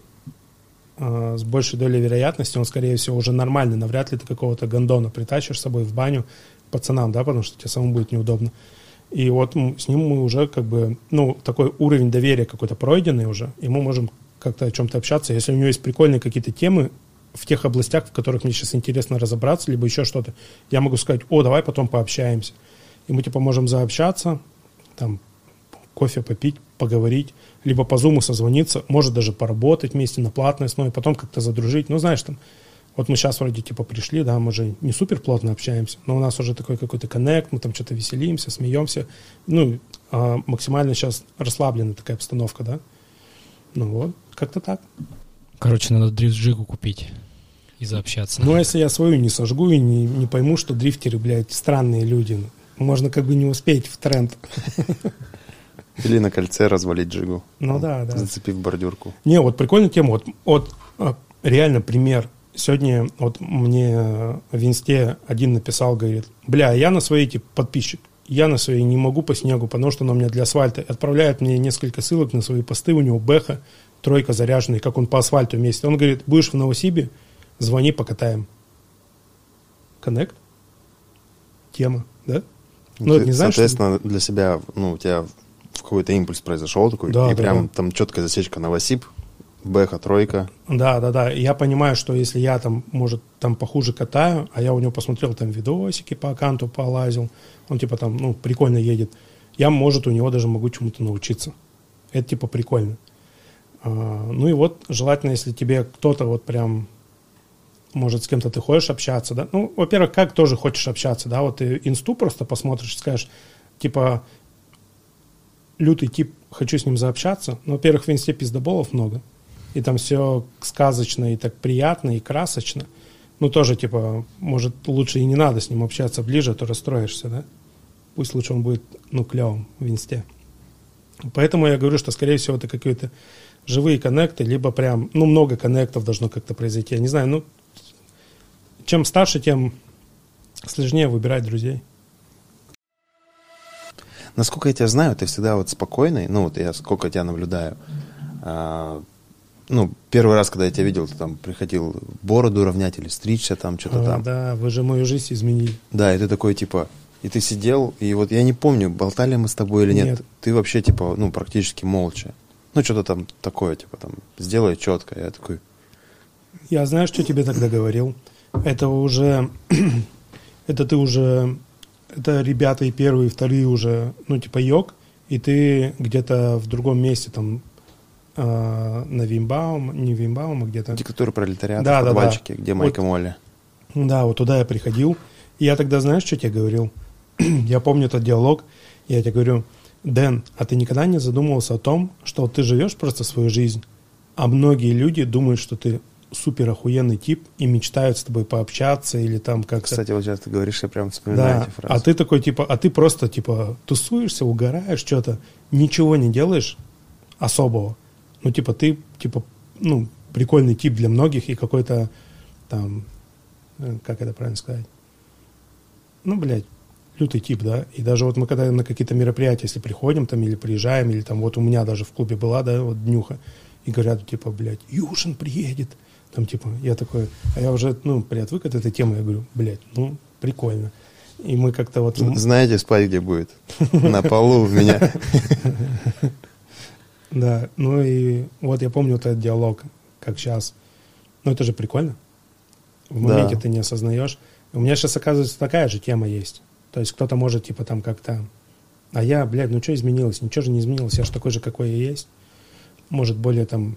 с большей долей вероятности он, скорее всего, уже нормальный, навряд ли ты какого-то гондона притащишь с собой в баню пацанам, да, потому что тебе самому будет неудобно. И вот с ним мы уже как бы, ну, такой уровень доверия какой-то пройденный уже, и мы можем как-то о чем-то общаться. Если у него есть прикольные какие-то темы в тех областях, в которых мне сейчас интересно разобраться, либо еще что-то, я могу сказать, о, давай потом пообщаемся. И мы, типа, можем заобщаться, там, кофе попить, поговорить, либо по зуму созвониться, может даже поработать вместе на платной основе, потом как-то задружить. Ну, знаешь, там, вот мы сейчас вроде типа пришли, да, мы же не супер плотно общаемся, но у нас уже такой какой-то коннект, мы там что-то веселимся, смеемся. Ну, максимально сейчас расслабленная такая обстановка, да. Ну вот, как-то так. Короче, надо дрифт-джигу купить и заобщаться. Ну, а если я свою не сожгу и не пойму, что дрифтеры, блядь, странные люди, можно как бы не успеть в тренд. Или на кольце развалить джигу. Ну да, да. Зацепив бордюрку. Вот прикольная тема. Вот реально пример. Сегодня вот мне в инсте один написал, говорит, бля, я на своей, типа, подписчик, я на своей не могу по снегу, потому что она у меня для асфальта. Отправляет мне несколько ссылок на свои посты, у него бэха, 3 заряженный, как он по асфальту вместе. Он говорит, будешь в Новосибе, звони, покатаем. Коннект? Тема, да? Ну, ты, не знаешь, соответственно, для себя, ну, у тебя какой-то импульс произошел такой, да, и да, прям да. Там четкая засечка Новосиб, бэха, 3. Да. И я понимаю, что если я там, может, там похуже катаю, а я у него посмотрел там видосики по аккаунту, полазил, он типа там, ну, прикольно едет, я, может, у него даже могу чему-то научиться. Это типа прикольно. Ну и вот, желательно, если тебе кто-то вот прям, может, с кем-то ты хочешь общаться, да, ну, во-первых, как тоже хочешь общаться, да, вот ты инсту просто посмотришь и скажешь, типа, лютый тип, хочу с ним заобщаться, но, во-первых, в инсте пиздоболов много, и там все сказочно и так приятно и красочно, ну, тоже, типа, может, лучше и не надо с ним общаться ближе, а то расстроишься, да, пусть лучше он будет, ну, клевым в инсте. Поэтому я говорю, что, скорее всего, это какие-то живые коннекты, либо прям, ну, много коннектов должно как-то произойти. Я не знаю, ну, чем старше, тем сложнее выбирать друзей. Насколько я тебя знаю, ты всегда вот спокойный, ну, вот я сколько тебя наблюдаю. Ну, первый раз, когда я тебя видел, ты там приходил бороду равнять или стричься там, что-то там. Да, вы же мою жизнь изменили. Да, и ты такой, типа, и ты сидел, и вот я не помню, болтали мы с тобой или нет. Ты вообще, типа, ну, практически молча. Ну, что-то там такое, типа, там, сделай четко. Я такой... Я знаю, что тебе тогда говорил. Это уже... это ты уже... Это ребята и первые, и вторые уже, ну, типа, йог, и ты где-то в другом месте, там, на Вимбаум, не Вимбаум, а где-то... Диктатура пролетариата, да, в подвальчике, да. Где Майка вот, Молли. Да, вот туда я приходил. И я тогда, знаешь, что тебе говорил? Я помню этот диалог. Я тебе говорю, Дэн, а ты никогда не задумывался о том, что ты живешь просто свою жизнь, а многие люди думают, что ты супер охуенный тип и мечтают с тобой пообщаться или там как-то... Кстати, вот сейчас ты говоришь, я прям вспоминаю эти фразы. А ты такой, типа, а ты просто, типа, тусуешься, угораешь, что-то, ничего не делаешь особого. Ну, типа, ты, типа, ну, прикольный тип для многих и какой-то там, как это правильно сказать? Ну, блядь, лютый тип, да. И даже вот мы когда на какие-то мероприятия, если приходим там или приезжаем, или там вот у меня даже в клубе была, да, вот днюха, и говорят, типа, блядь, Юшин приедет. Там, типа, я такой, а я уже, ну, отвык от этой темы, я говорю, блядь, ну, прикольно. И мы как-то вот... Знаете, спать где будет? На полу у меня. Да, ну и вот я помню вот этот диалог, как сейчас. Ну, это же прикольно. В моменте ты не осознаешь. У меня сейчас, оказывается, такая же тема есть. То есть кто-то может, типа, там как-то... А я, блядь, ну что изменилось? Ничего же не изменилось, я же такой же, какой я есть. Может, более там...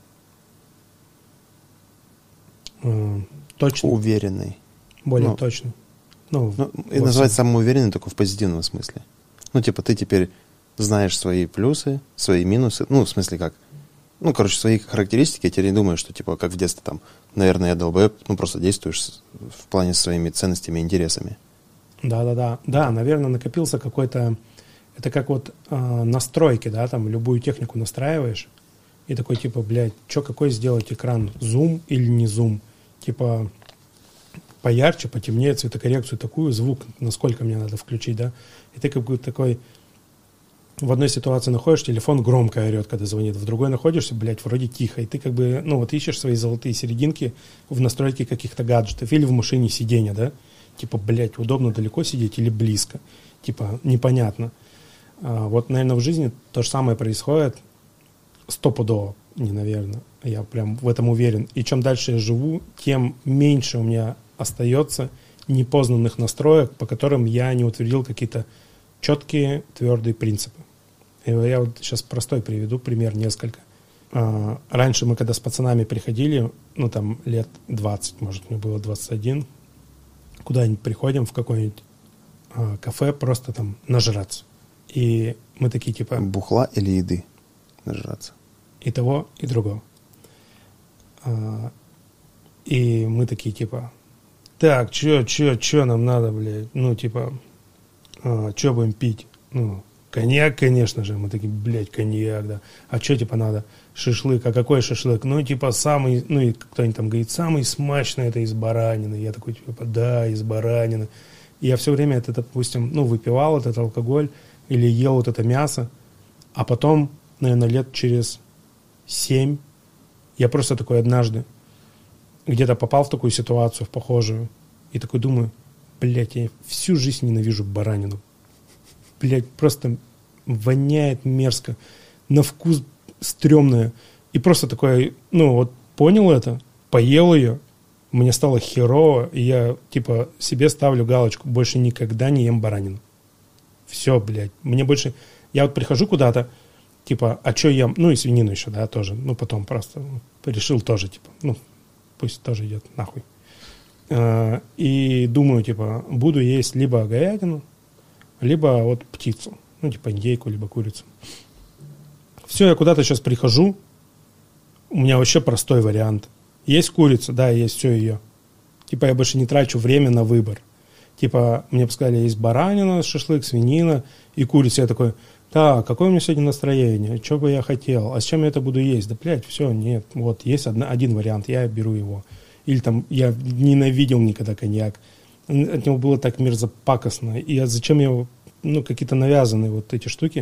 точный. Уверенный. Более точный. И называть самоуверенный только в позитивном смысле. Ну, типа, ты теперь знаешь свои плюсы, свои минусы. Ну, в смысле как? Ну, короче, свои характеристики. Я теперь не думаю, что, типа, как в детстве, там, наверное, я долбоеб. Ну, просто действуешь в плане своими ценностями и интересами. Да, наверное, накопился какой-то... Это как вот настройки, да, там, любую технику настраиваешь, и такой, типа, блядь, что, какой сделать экран? Зум или не зум? Типа, поярче, потемнее, цветокоррекцию такую, звук, насколько мне надо включить, да? И ты как бы такой... В одной ситуации находишь, телефон громко орет, когда звонит, в другой находишься, блядь, вроде тихо, и ты как бы, ну, вот ищешь свои золотые серединки в настройке каких-то гаджетов или в машине сиденья, да? Типа, блядь, удобно далеко сидеть или близко? Типа, непонятно. Вот, наверное, в жизни то же самое происходит стопудово, не, наверное, я прям в этом уверен. И чем дальше я живу, тем меньше у меня остается непознанных настроек, по которым я не утвердил какие-то четкие, твердые принципы. И я вот сейчас простой приведу пример несколько. Раньше мы, когда с пацанами приходили, ну, там, лет 20, может, мне было 21, куда-нибудь приходим в какое-нибудь кафе просто там нажраться. И мы такие, типа... Бухла или еды нажраться? И того, и другого. И мы такие, типа... Так, чё нам надо, блядь? Ну, типа... Чё будем пить? Ну, коньяк, конечно же. Мы такие, блядь, коньяк, да. А чё, типа, надо? Шашлык. А какой шашлык? Ну, типа, самый... Ну, и кто-нибудь там говорит, самый смачный это из баранины. Я такой, типа, да, из баранины. И я все время это, допустим, ну, выпивал этот алкоголь или ел вот это мясо. А потом, наверное, лет через 7 я просто такой однажды где-то попал в такую ситуацию, в похожую. И такой думаю, блядь, я всю жизнь ненавижу баранину. Блядь, просто воняет мерзко. На вкус стрёмная. И просто такой, ну вот понял это, поел ее, мне стало херово, и я типа себе ставлю галочку, больше никогда не ем баранину. Все, блядь. Мне больше... Я вот прихожу куда-то, типа, а что ем? Ну и свинину еще, да, тоже. Ну потом просто решил тоже, типа, ну пусть тоже идет нахуй. И думаю, типа, буду есть либо говядину, либо вот птицу. Ну, типа индейку, либо курицу. Все, я куда-то сейчас прихожу, у меня вообще простой вариант. Есть курица, да, есть все ее. Типа, я больше не трачу время на выбор. Типа, мне бы сказали, есть баранина, шашлык, свинина и курица. Я такой, так, какое у меня сегодня настроение, что бы я хотел, а с чем я это буду есть? Да, блядь, все, нет, вот, есть один вариант, я беру его. Или там, я ненавидел никогда коньяк, от него было так мерзопакостно, и зачем я, ну, какие-то навязанные вот эти штуки.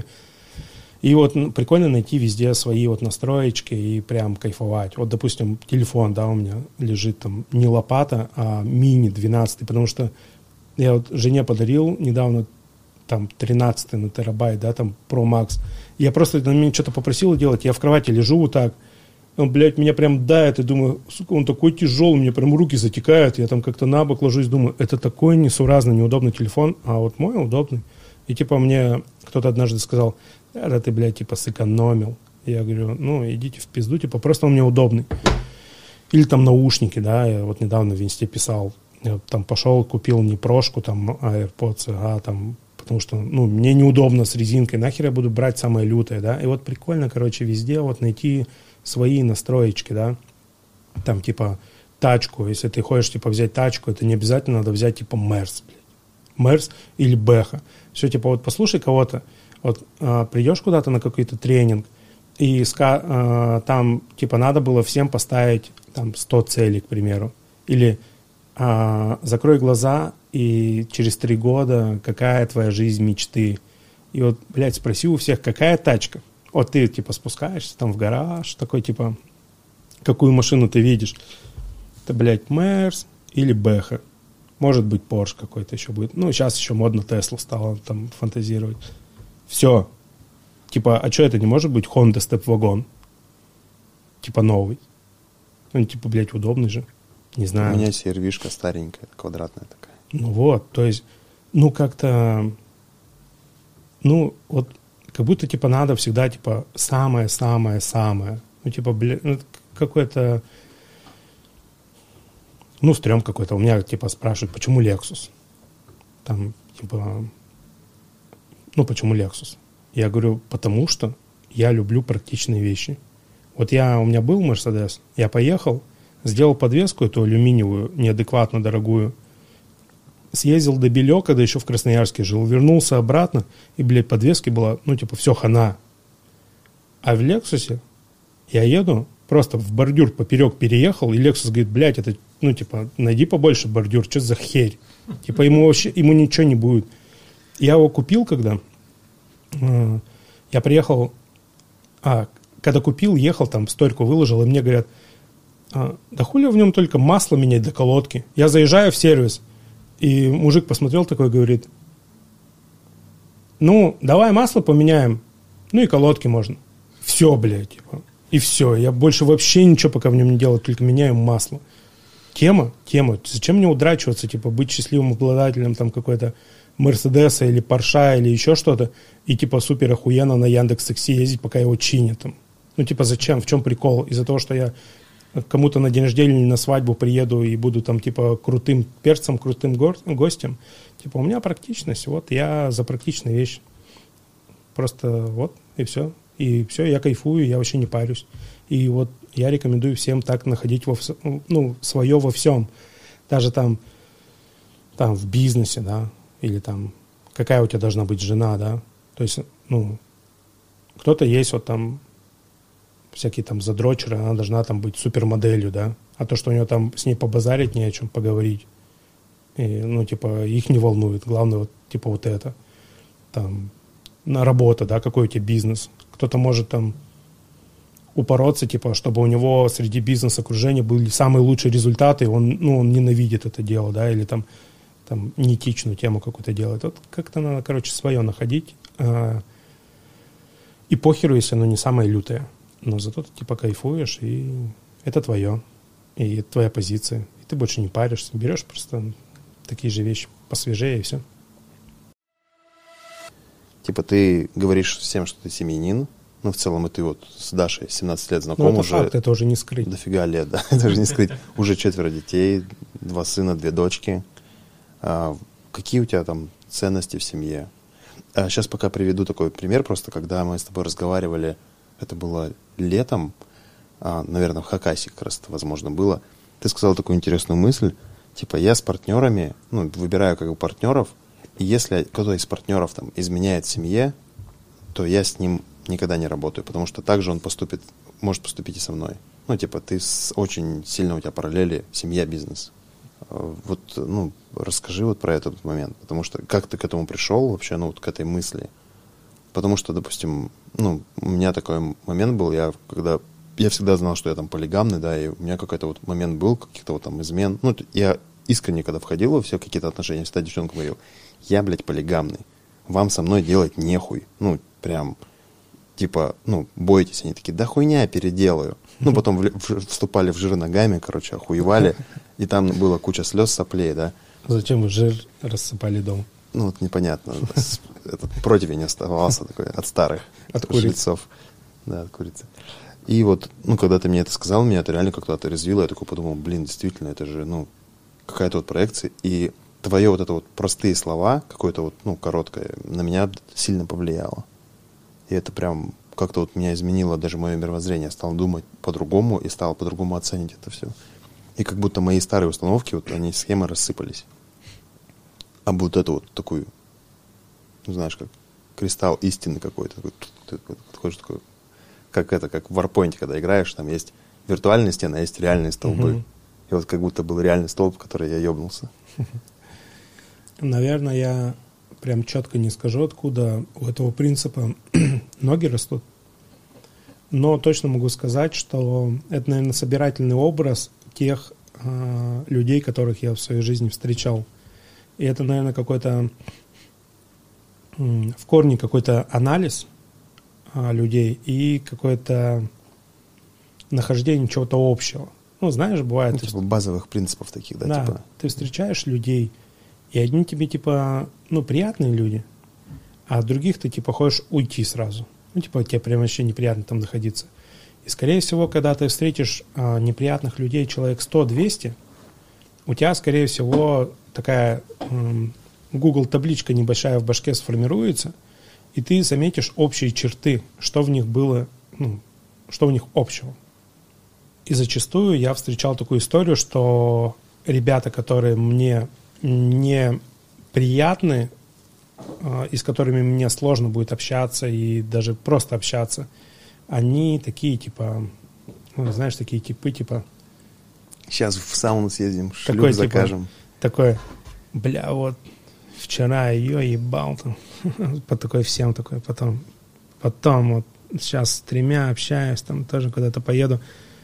И вот прикольно найти везде свои вот настроечки и прям кайфовать. Вот, допустим, телефон, да, у меня лежит там не лопата, а мини 12, потому что я вот жене подарил недавно там 13 на терабайт, да, там Pro Max. Я просто на меня что-то попросил делать, я в кровати лежу вот так, он, блядь, меня прям дает, и думаю, сука, он такой тяжелый, мне прям руки затекают, я там как-то на бок ложусь, думаю, это такой несуразный, неудобный телефон, а вот мой удобный. И типа мне кто-то однажды сказал, да ты, блядь, типа сэкономил. Я говорю, ну, идите в пизду, типа просто он мне удобный. Или там наушники, да, я вот недавно в инсте писал, я там пошел, купил не прошку, там, AirPods, а там, потому что, ну, мне неудобно с резинкой, нахер я буду брать самое лютое, да, и вот прикольно, короче, везде вот найти свои настроечки, да, там, типа, тачку, если ты хочешь, типа, взять тачку, это не обязательно надо взять, типа, Мерс, блядь, Мерс или Бэха, все, типа, вот послушай кого-то, вот придешь куда-то на какой-то тренинг, и там, типа, надо было всем поставить, там, 100 целей, к примеру, или закрой глаза, и через 3 года какая твоя жизнь мечты, и вот, блядь, спроси у всех, какая тачка. Вот ты, типа, спускаешься там в гараж, такой, типа, какую машину ты видишь? Это, блядь, Мерс или Бэха. Может быть, Порш какой-то еще будет. Ну, сейчас еще модно Тесла стало там фантазировать. Все. Типа, а что это не может быть Honda Step-Wagon? Типа, новый. Ну, типа, блядь, удобный же. Не знаю. У меня CR-вишка старенькая, квадратная такая. Ну вот, то есть, ну, как-то, ну, вот, как будто, типа, надо всегда, типа, самое-самое-самое. Ну, типа, блин, ну, какой-то, ну, стрём какой-то. У меня, типа, спрашивают, почему Lexus? Там, типа, ну, почему Lexus? Я говорю, потому что я люблю практичные вещи. Вот у меня был Mercedes, я поехал, сделал подвеску эту алюминиевую, неадекватно дорогую, съездил до Белё, когда еще в Красноярске жил, вернулся обратно, и, блядь, подвески была, ну, типа, все хана. А в Лексусе я еду, просто в бордюр поперек переехал, и Lexus говорит, блядь, это, ну, типа, найди побольше бордюр, что за херь? Типа, ему ничего не будет. Я его купил, когда я приехал, когда купил, ехал, там, стойку выложил, и мне говорят, да хули в нем только масло менять до колодки. Я заезжаю в сервис, и мужик посмотрел такой, говорит, ну, давай масло поменяем, ну и колодки можно. Все, блядь, типа. И все. Я больше вообще ничего пока в нем не делаю, только меняю масло. Тема. Зачем мне удрачиваться, типа, быть счастливым обладателем там какой-то Мерседеса или Порша или еще что-то, и типа супер охуенно на Яндекс.Такси ездить, пока его чинят там. Ну, типа, зачем? В чем прикол? Из-за того, что я кому-то на день рождения или на свадьбу приеду и буду там, типа, крутым перцем, крутым гостем. Типа, у меня практичность, вот, я за практичные вещи. Просто вот, и все. И все, я кайфую, я вообще не парюсь. И вот я рекомендую всем так находить свое во всем. Даже там в бизнесе, да, или там, какая у тебя должна быть жена, да. То есть, ну, кто-то есть вот там всякие там задрочеры, она должна там быть супермоделью, да. А то, что у нее там с ней побазарить, не о чем поговорить. И, ну, типа, их не волнует. Главное, вот, типа, вот это. Там, на работа, да, какой у тебя бизнес. Кто-то может там упороться, типа, чтобы у него среди бизнес-окружения были самые лучшие результаты, он ненавидит это дело, да, или там неэтичную тему какую-то делает. Вот как-то надо, короче, свое находить. И похеру, если оно не самое лютое. Но зато ты, типа, кайфуешь, и это твое. И это твоя позиция. И ты больше не паришься. Берешь просто такие же вещи посвежее, и все. Типа ты говоришь всем, что ты семьянин, ну, в целом, и ты вот с Дашей 17 лет знаком это уже. Факт, это уже не скрыть. Дофига лет, да, это же не скрыть. Уже 4 детей, 2 сына, 2 дочки. Какие у тебя там ценности в семье? Сейчас пока приведу такой пример, просто когда мы с тобой разговаривали, это было летом, наверное, в Хакасии как раз это, возможно, было. Ты сказал такую интересную мысль, типа, я с партнерами, ну, выбираю как бы партнеров, и если кто-то из партнеров там изменяет семье, то я с ним никогда не работаю, потому что так же он может поступить и со мной. Ну, типа, очень сильно у тебя параллели семья-бизнес. Вот, ну, расскажи вот про этот момент, потому что как ты к этому пришел вообще, ну, вот к этой мысли? Потому что, допустим, ну, у меня такой момент был, я всегда знал, что я там полигамный, да, и у меня какой-то вот момент был, каких-то вот там измен. Ну, я искренне, когда входил во все какие-то отношения, всегда девчонкам говорил, я, блядь, полигамный, вам со мной делать нехуй. Ну, прям, типа, ну, бойтесь. Они такие, да хуйня, переделаю. Ну, потом вступали в жир ногами, короче, охуевали, и там была куча слез, соплей, да. Зачем вы жир рассыпали дома? Ну, вот непонятно. Этот противень оставался такой от старых жильцов. Да, от курицы. И вот, ну, когда ты мне это сказал, меня это реально как-то отрезвило. Я такой подумал, блин, действительно, это же, ну, какая-то вот проекция. И твое вот это вот простые слова, какое-то вот, ну, короткое, на меня сильно повлияло. И это прям как-то вот меня изменило даже мое мировоззрение. Я стал думать по-другому и стал по-другому оценить это все. И как будто мои старые установки, вот они, схемы рассыпались. А вот это вот такой, ну, знаешь, как кристалл истины какой-то. Ты подходишь такой, как в Warpoint, когда играешь, там есть виртуальные стены, а есть реальные столбы. И вот как будто был реальный столб, в который я ебнулся. Наверное, я прям четко не скажу, откуда у этого принципа ноги растут. Но точно могу сказать, что это, наверное, собирательный образ тех людей, которых я в своей жизни встречал. И это, наверное, какой-то в корне какой-то анализ людей и какое-то нахождение чего-то общего. Ну, знаешь, бывает... Ну, типа базовых принципов таких, да? Да, типа. ты встречаешь людей, И одни тебе, типа, ну, приятные люди, а от других ты, типа, хочешь уйти сразу. Ну, типа, тебе прям вообще неприятно там находиться. И, скорее всего, когда ты встретишь неприятных людей, человек 100-200, у тебя, скорее всего, такая Google-табличка небольшая в башке сформируется, и ты заметишь общие черты, что в них было, ну, что у них общего. И зачастую я встречал такую историю, что ребята, которые мне не приятны, и с которыми мне сложно будет общаться и даже просто общаться, они такие, типа, ну, знаешь, такие типы, типа... Сейчас в сауну съездим, шлюх такой, закажем. Типа, такой, бля, вот вчера ее ебал там. По такой всем такой, потом вот сейчас с 3 общаюсь, там тоже куда-то поеду.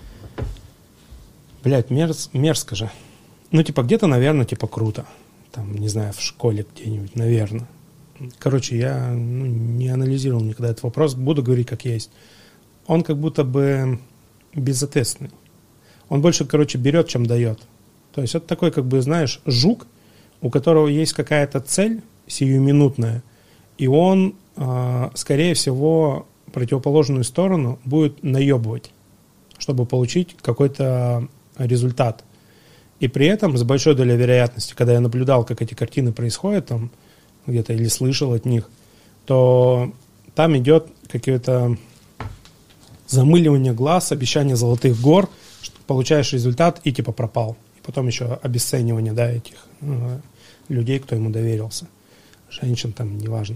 Блядь, мерзко же. Ну, типа, где-то, наверное, типа, круто. Там, не знаю, в школе где-нибудь, наверное. Короче, я не анализировал никогда этот вопрос. Буду говорить, как есть. Он как будто бы безответственный. Он больше, короче, берет, чем дает. То есть это такой, как бы, знаешь, жук, у которого есть какая-то цель сиюминутная, и он, скорее всего, противоположную сторону будет наебывать, чтобы получить какой-то результат. И при этом с большой долей вероятности, когда я наблюдал, как эти картины происходят там где-то или слышал от них, то там идет какое-то замыливание глаз, обещание золотых гор, что получаешь результат и типа пропал. И потом еще обесценивание, да, этих людей, кто ему доверился. Женщин там, неважно.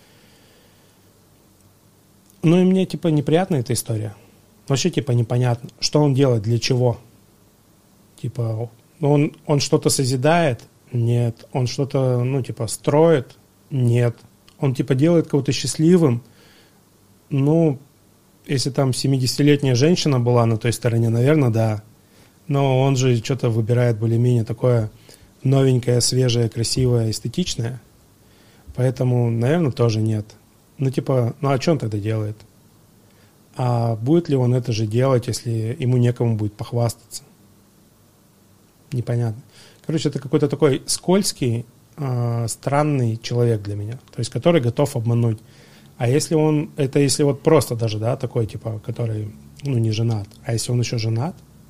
Ну и мне типа неприятна эта история. Вообще типа непонятно, что он делает, для чего. Типа он что-то созидает? Нет. Он что-то, ну типа строит? Нет. Он типа делает кого-то счастливым? Ну, если там 70-летняя женщина была на той стороне, наверное, да. Но он же что-то выбирает более-менее такое новенькое, свежее, красивое, эстетичное. Поэтому, наверное, тоже нет. Ну, типа, ну а что он тогда делает? А будет ли он это же делать, если ему некому будет похвастаться? Непонятно. Короче, это какой-то такой скользкий, странный человек для меня. То есть, который готов обмануть. А если он, это если вот просто даже, да, такой, типа, который, ну, не женат. А если он еще женат,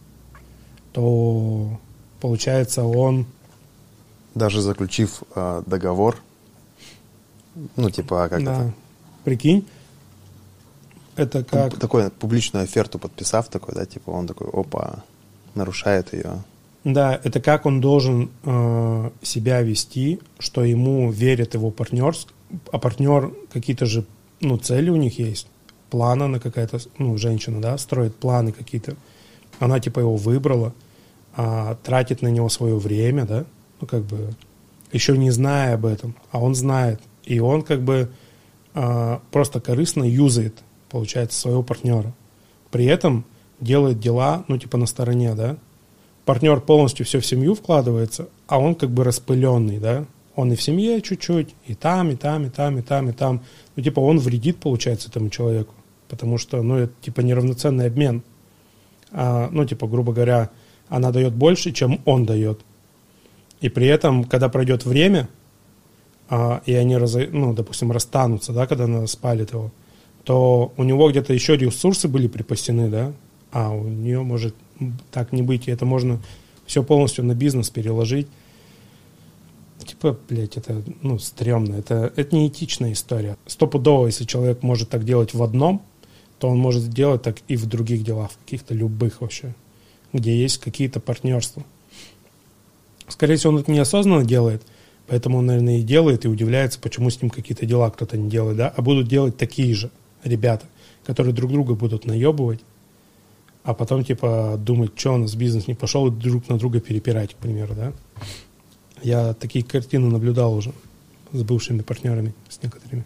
то, получается, он... Даже заключив договор, ну, типа, как да. это? Прикинь, это как... Такую публичную оферту подписав, такой, да, типа, он такой, опа, нарушает ее. Да, это как он должен себя вести, что ему верит его партнер, а партнер какие-то же, ну, цели у них есть, планы она какая-то, ну, женщина, да, строит планы какие-то, она, типа, его выбрала, тратит на него свое время, да, ну, как бы, еще не зная об этом, а он знает, и он, как бы, просто корыстно юзает, получается, своего партнера, при этом делает дела, ну, типа, на стороне, да, партнер полностью все в семью вкладывается, а он, как бы, распыленный, да, он и в семье чуть-чуть, и там, и там, и там, и там, и там. Ну, типа, он вредит, получается, этому человеку. Потому что, ну, это, типа, неравноценный обмен. Ну, типа, грубо говоря, она дает больше, чем он дает. И при этом, когда пройдет время, и они, ну, допустим, расстанутся, да, когда она спалит его, то у него где-то еще ресурсы были припасены, да, а у нее может так не быть. И это можно все полностью на бизнес переложить. Типа, блядь, это, ну, стрёмно. Это неэтичная история. Стопудово, если человек может так делать в одном, то он может делать так и в других делах, в каких-то любых вообще, где есть какие-то партнерства. Скорее всего, он это неосознанно делает, поэтому он, наверное, и делает, и удивляется, почему с ним какие-то дела кто-то не делает, да, а будут делать такие же ребята, которые друг друга будут наебывать, а потом, типа, думать, что у нас бизнес не пошел, и друг на друга перепирать, к примеру, да. Я такие картины наблюдал уже с бывшими партнерами, с некоторыми.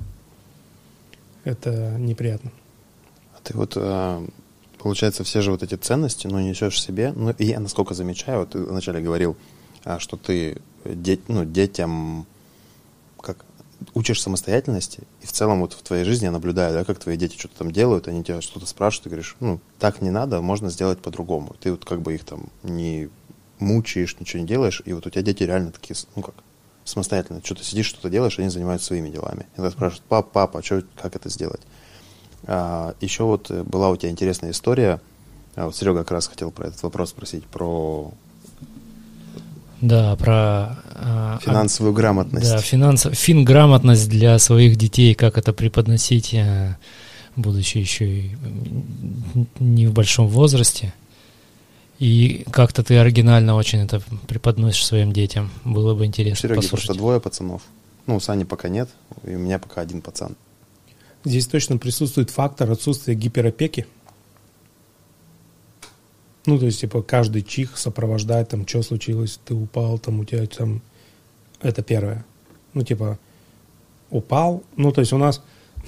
Это неприятно. А ты вот, получается, все же вот эти ценности, ну, несешь в себе. Ну, и я, насколько замечаю, вот ты вначале говорил, что ты детям как учишь самостоятельности, и в целом вот в твоей жизни я наблюдаю, да, как твои дети что-то там делают, они тебя что-то спрашивают, ты говоришь, ну, так не надо, можно сделать по-другому. Ты вот как бы их там не мучаешь, ничего не делаешь, и вот у тебя дети реально такие, ну как, самостоятельно. Что-то сидишь, что-то делаешь, они занимаются своими делами. Иногда спрашивают: папа, как это сделать? Еще вот была у тебя интересная история. Вот Серега как раз хотел про этот вопрос спросить, про... Да, про... финансовую грамотность. Да, финграмотность для своих детей, как это преподносить, будучи еще и не в большом возрасте. И как-то ты оригинально очень это преподносишь своим детям. Было бы интересно Сереги послушать. просто 2 пацанов. Ну, у Сани пока нет, и у меня пока 1 пацан. Здесь точно присутствует фактор отсутствия гиперопеки. Ну, то есть, типа, каждый чих сопровождает, там, что случилось, ты упал, там, у тебя там... Это первое. Ну, типа, упал. Ну, то есть у нас...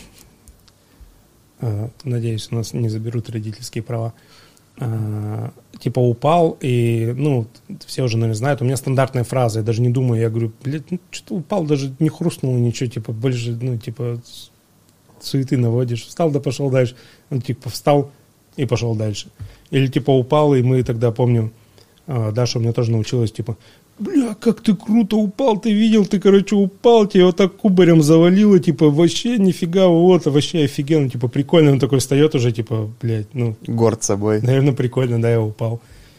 Надеюсь, у нас не заберут родительские права. Типа, упал, и, ну, все уже, наверное, знают. У меня стандартная фраза, я даже не думаю, я говорю: блядь, ну, что-то упал, даже не хрустнул ничего, типа, больше, ну, типа, суеты наводишь. Встал, да пошел дальше. Он, типа, встал и пошел дальше. Или, типа, упал, и мы тогда, помню, Даша у меня тоже научилась, типа: бля, как ты круто упал, ты видел, ты, короче, упал, тебя вот так кубарем завалило, типа, вообще нифига, вот, вообще офигенно, типа, прикольно. Он такой встает уже, типа, блядь, ну... Горд собой. Наверное, прикольно, да, я упал.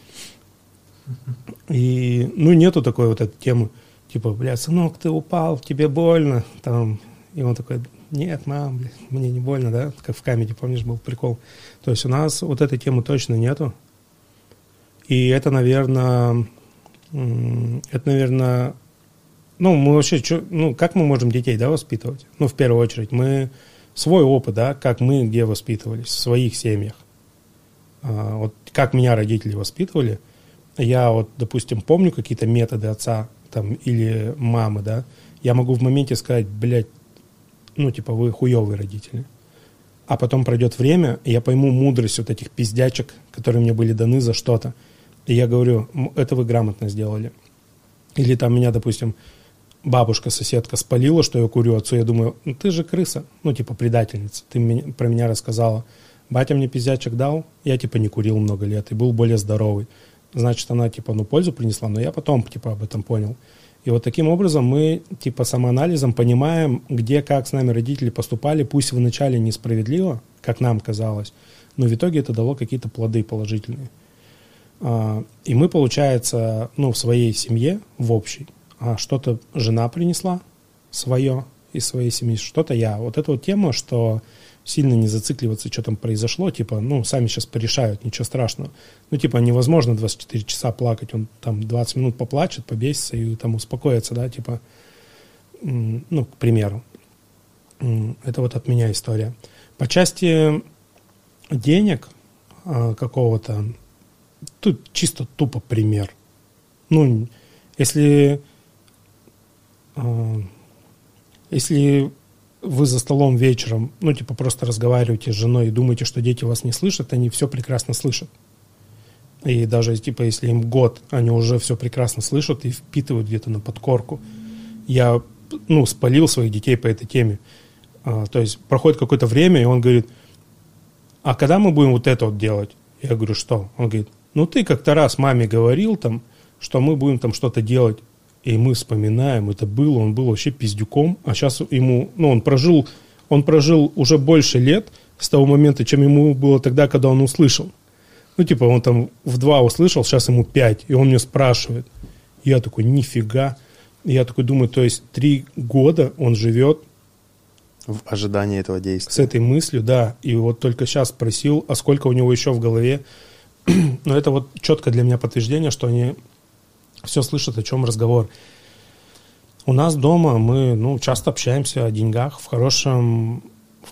И, ну, нету такой вот этой темы, типа: бля, сынок, ты упал, тебе больно, там... И он такой: нет, мам, блядь, мне не больно, да? Как в Камеди, помнишь, был прикол. То есть у нас вот этой темы точно нету. И это, наверное, ну, мы вообще, ну, как мы можем детей, да, воспитывать? Ну, в первую очередь, мы свой опыт, да, как мы где воспитывались, в своих семьях. Вот как меня родители воспитывали, я вот, допустим, помню какие-то методы отца там или мамы, да, я могу в моменте сказать: блядь, ну, типа, вы хуёвые родители. А потом пройдет время, и я пойму мудрость вот этих пиздячек, которые мне были даны за что-то. И я говорю: это вы грамотно сделали. Или там меня, допустим, бабушка-соседка спалила, что я курю отцу. Я думаю: ну, ты же крыса, ну, типа, предательница. Ты про меня рассказала. Батя мне пиздячек дал, я, типа, не курил много лет и был более здоровый. Значит, она, типа, ну, пользу принесла, но я потом, типа, об этом понял. И вот таким образом мы, типа, самоанализом понимаем, где, как с нами родители поступали, пусть вначале несправедливо, как нам казалось, но в итоге это дало какие-то плоды положительные. И мы, получается, ну, в своей семье, в общей, что-то жена принесла свое из своей семьи, что-то я. Вот эта вот тема, что сильно не зацикливаться, что там произошло, типа, ну, сами сейчас порешают, ничего страшного. Ну, типа, невозможно 24 часа плакать, он там 20 минут поплачет, побесится и там успокоится, да, типа, ну, к примеру. Это вот от меня история. По части денег какого-то, тут чисто тупо пример. Ну, если вы за столом вечером, ну, типа, просто разговариваете с женой и думаете, что дети вас не слышат, они все прекрасно слышат. И даже, типа, если им год, они уже все прекрасно слышат и впитывают где-то на подкорку. Я, ну, спалил своих детей по этой теме. То есть проходит какое-то время, и он говорит: а когда мы будем вот это вот делать? Я говорю: что? Он говорит: ну, ты как-то раз маме говорил там, что мы будем там что-то делать. И мы вспоминаем, это было, он был вообще пиздюком, а сейчас ему, ну, он прожил уже больше лет с того момента, чем ему было тогда, когда он услышал. Ну, типа, он там в 2 услышал, сейчас ему 5, и он мне спрашивает. Я такой: нифига. И я такой думаю, то есть 3 года он живет в ожидании этого действия. С этой мыслью, да. И вот только сейчас спросил, а сколько у него еще в голове. Но это вот четко для меня подтверждение, что они все слышат, о чем разговор. У нас дома мы, ну, часто общаемся о деньгах в хорошем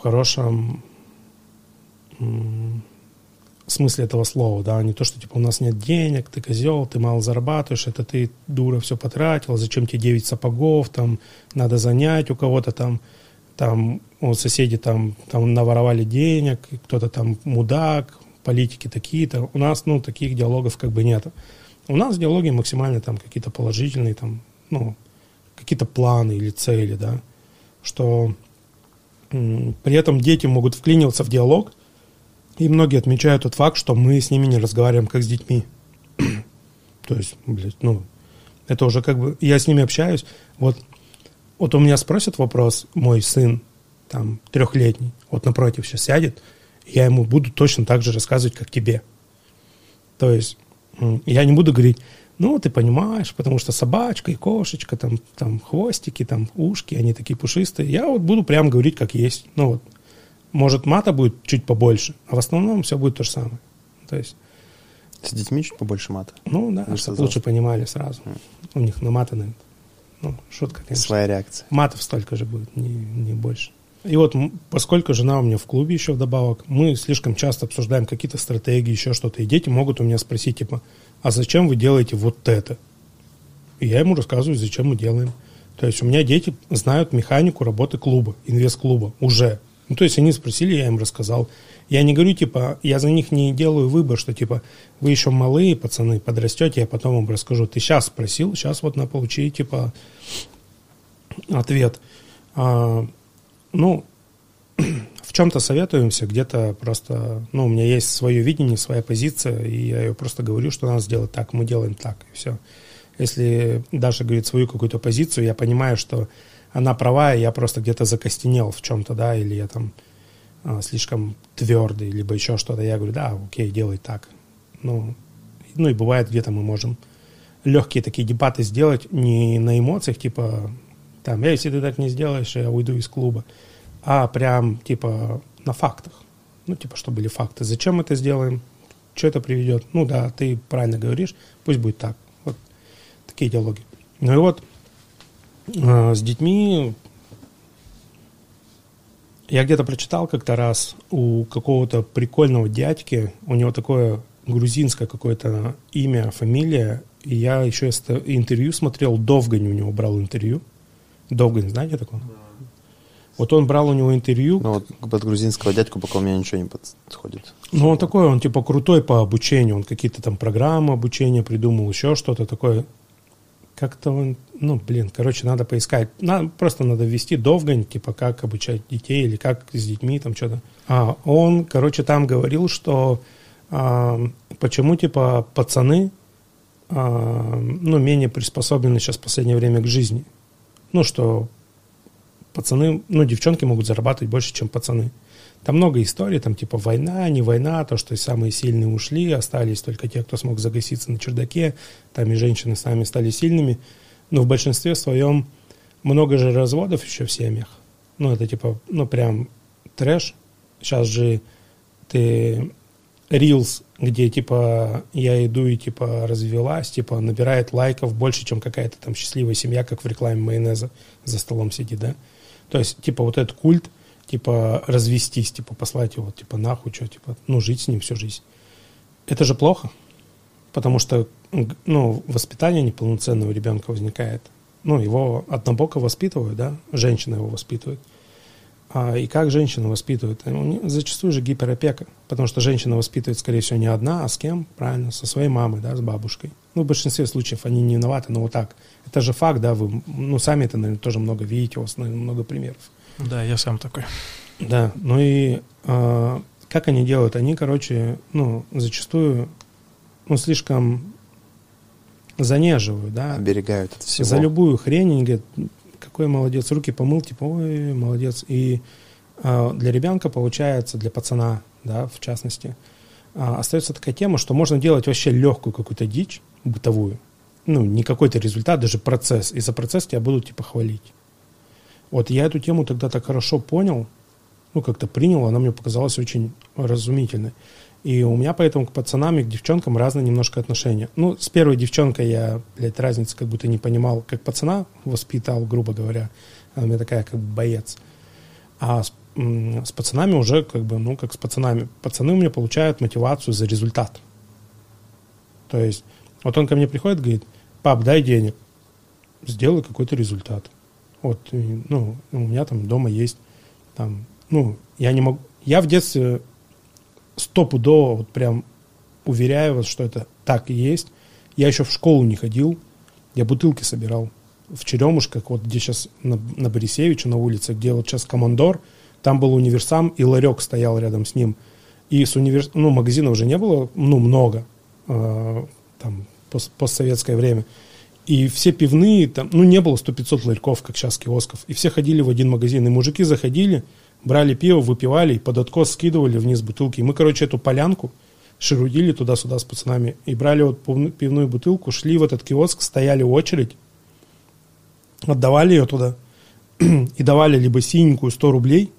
смысле этого слова, да, не то, что, типа, у нас нет денег, ты козел, ты мало зарабатываешь, это ты, дура, все потратил, зачем тебе 9 сапогов, там, надо занять у кого-то там у соседей там наворовали денег, кто-то там мудак, политики такие-то. У нас, ну, таких диалогов как бы нет. У нас диалоги максимально там какие-то положительные, там, ну, какие-то планы или цели, да, что при этом дети могут вклиниваться в диалог, и многие отмечают тот факт, что мы с ними не разговариваем как с детьми. То есть, блядь, ну, Это уже как бы, я с ними общаюсь. Вот у меня спросят вопрос, мой сын, там, 3-летний, вот напротив сейчас сядет, я ему буду точно так же рассказывать, как тебе. То есть я не буду говорить, ну, ты понимаешь, потому что собачка и кошечка, там хвостики, там ушки, они такие пушистые. Я вот буду прям говорить, как есть. Ну, вот, может, мата будет чуть побольше, а в основном все будет то же самое. То есть... С детьми чуть побольше мата? Ну, да, чтобы лучше понимали сразу. У них наматаны. Ну, шутка, конечно. Своя реакция. Матов столько же будет, не больше. И вот, поскольку жена у меня в клубе еще вдобавок, мы слишком часто обсуждаем какие-то стратегии, еще что-то, и дети могут у меня спросить, типа, а зачем вы делаете вот это? И я ему рассказываю, зачем мы делаем. То есть у меня дети знают механику работы клуба, инвест-клуба уже. Ну, то есть они спросили, я им рассказал. Я не говорю, типа, я за них не делаю выбор, что, типа, вы еще малые, пацаны, подрастете, я потом вам расскажу. Ты сейчас спросил, сейчас вот получи, типа, ответ. Ну, в чем-то советуемся, где-то просто, ну, у меня есть свое видение, своя позиция, и я ее просто говорю, что надо сделать так, мы делаем так, и все. Если Даша говорит свою какую-то позицию, я понимаю, что она права, и я просто где-то закостенел в чем-то, да, или я там слишком твердый, либо еще что-то. Я говорю, да, окей, делай так. Ну и бывает, где-то мы можем легкие такие дебаты сделать не на эмоциях, типа, там, если ты так не сделаешь, я уйду из клуба, а прям, типа, на фактах. Ну, типа, что были факты. Зачем мы это сделаем? Что это приведет? Ну, да, ты правильно говоришь, пусть будет так. Вот такие диалоги. Ну и вот с детьми я где-то прочитал как-то раз у какого-то прикольного дядьки, у него такое грузинское какое-то имя, фамилия, и я еще интервью смотрел, Довгань у него брал интервью. Довгань, знаете такого? Вот он брал у него интервью. Ну вот под грузинского дядьку пока у меня ничего не подходит. Ну он такой, он типа крутой по обучению, он какие-то там программы обучения придумал, еще что-то такое. Как-то он, короче, надо поискать. Просто надо ввести Довгань, типа, как обучать детей или как с детьми, там что-то. А он, короче, там говорил, что почему, типа, пацаны, менее приспособлены сейчас в последнее время к жизни. Ну, что пацаны, девчонки могут зарабатывать больше, чем пацаны. Там много историй, там, типа, война, не война, то, что самые сильные ушли, остались только те, кто смог загаситься на чердаке, там и женщины сами стали сильными. Но в большинстве своем много же разводов еще в семьях. Ну, это, типа, прям трэш. Сейчас же ты рилс, где, типа, я иду и, типа, развелась, типа, набирает лайков больше, чем какая-то там счастливая семья, как в рекламе майонеза за столом сидит, да? То есть, типа, вот этот культ, типа, развестись, типа, послать его, типа, нахуй, что, типа, жить с ним всю жизнь. Это же плохо, потому что, воспитание неполноценного у ребенка возникает. Его однобоко воспитывают, да, женщина его воспитывает. И как женщину воспитывают? Зачастую же гиперопека, потому что женщина воспитывает, скорее всего, не одна, а с кем? Правильно, со своей мамой, да, с бабушкой. В большинстве случаев они не виноваты, но вот так. Это же факт, да, вы, сами это, наверное, тоже много видите, у вас, наверное, много примеров. Да, я сам такой. Да, как они делают? Они, короче, зачастую, слишком занеживают, да. Оберегают от всего. За любую хрень они говорят, какой молодец, руки помыл, типа, ой, молодец. И для ребенка получается, для пацана, да, в частности, остается такая тема, что можно делать вообще легкую какую-то дичь бытовую, не какой-то результат, даже процесс, и за процесс тебя будут, типа, хвалить. Вот я эту тему тогда так хорошо понял, как-то принял, она мне показалась очень разумительной. И у меня поэтому к пацанам и к девчонкам разные немножко отношения. С первой девчонкой я, разницы как будто не понимал, как пацана воспитал, грубо говоря. Она у меня такая, как боец. А с пацанами уже, как с пацанами. Пацаны у меня получают мотивацию за результат. То есть, вот он ко мне приходит, говорит, пап, дай денег, сделай какой-то результат. Вот, у меня там дома есть, там, я не могу, я в детстве стопудово, вот прям уверяю вас, что это так и есть. Я еще в школу не ходил, я бутылки собирал в Черемушках, вот где сейчас на Борисевича на улице, где вот сейчас Командор, там был универсам, и ларек стоял рядом с ним. И с магазинов уже не было, много, там, постсоветское время. И все пивные, там, ну, не было 100-500 ларьков, как сейчас киосков. И все ходили в один магазин. И мужики заходили, брали пиво, выпивали, и под откос скидывали вниз бутылки. И мы, короче, эту полянку шерудили туда-сюда с пацанами. И брали вот пивную бутылку, шли в этот киоск, стояли в очередь, отдавали ее туда. И давали либо синенькую 100 рублей,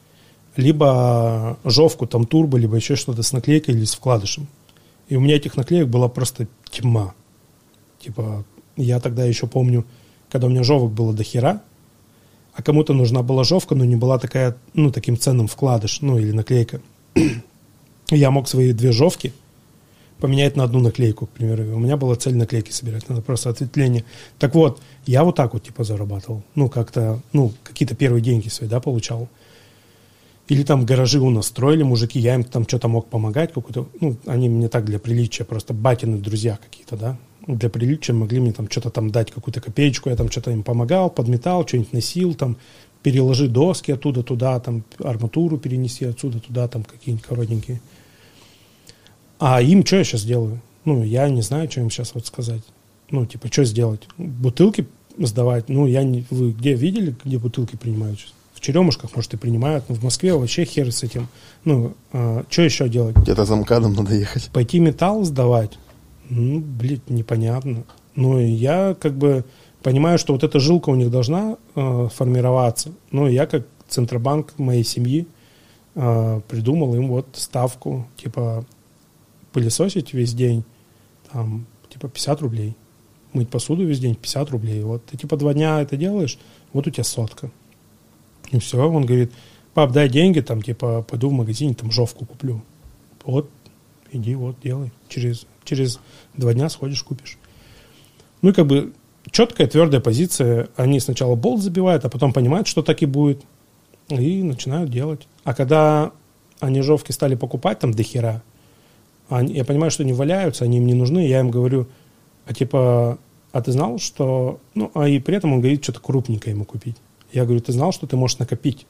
либо жовку, там, турбо, либо еще что-то с наклейкой или с вкладышем. И у меня этих наклеек была просто тьма. Типа, я тогда еще помню, когда у меня жовок было до хера, а кому-то нужна была жовка, но не была такая, ну, таким ценным вкладыш, ну, или наклейка. Я мог свои 2 жовки поменять на 1 наклейку, к примеру. У меня была цель наклейки собирать, надо просто ответвление. Так вот, я вот так вот, типа, зарабатывал. Ну, как-то, ну, какие-то первые деньги свои, да, получал. Или там гаражи у нас строили мужики, я им там что-то мог помогать, какую-то, ну, они мне так для приличия, просто батины друзья какие-то, да, для приличия могли мне там что-то там дать, какую-то копеечку, я там что-то им помогал, подметал, что-нибудь носил, там, переложи доски оттуда туда, там, арматуру перенеси отсюда туда, там, какие-нибудь коротенькие. А им что я сейчас делаю? Ну, я не знаю, что им сейчас вот сказать. Ну, типа, что сделать? Бутылки сдавать? Ну, я не... Вы где видели, где бутылки принимают сейчас? В Черемушках, может, и принимают, но в Москве вообще хер с этим. Ну, что еще делать? Где-то за МКАДом надо ехать. Пойти металл сдавать? Ну, блин, непонятно. Ну, и я как бы понимаю, что вот эта жилка у них должна формироваться. Ну, я как Центробанк моей семьи придумал им вот ставку, типа, пылесосить весь день, там, типа, 50 рублей. Мыть посуду весь день 50 рублей. Вот ты, типа, 2 дня это делаешь, вот у тебя 100. И все, он говорит, пап, дай деньги, там, типа, пойду в магазине, там, жовку куплю. Вот, иди, вот, делай. Через 2 дня сходишь, купишь. Ну, и как бы четкая, твердая позиция. Они сначала болт забивают, а потом понимают, что так и будет. И начинают делать. А когда они жовки стали покупать там до хера, я понимаю, что они валяются, они им не нужны, я им говорю, а типа, а ты знал, что... Ну, а и при этом он говорит, что-то крупненькое ему купить. Я говорю, ты знал, что ты можешь накопить?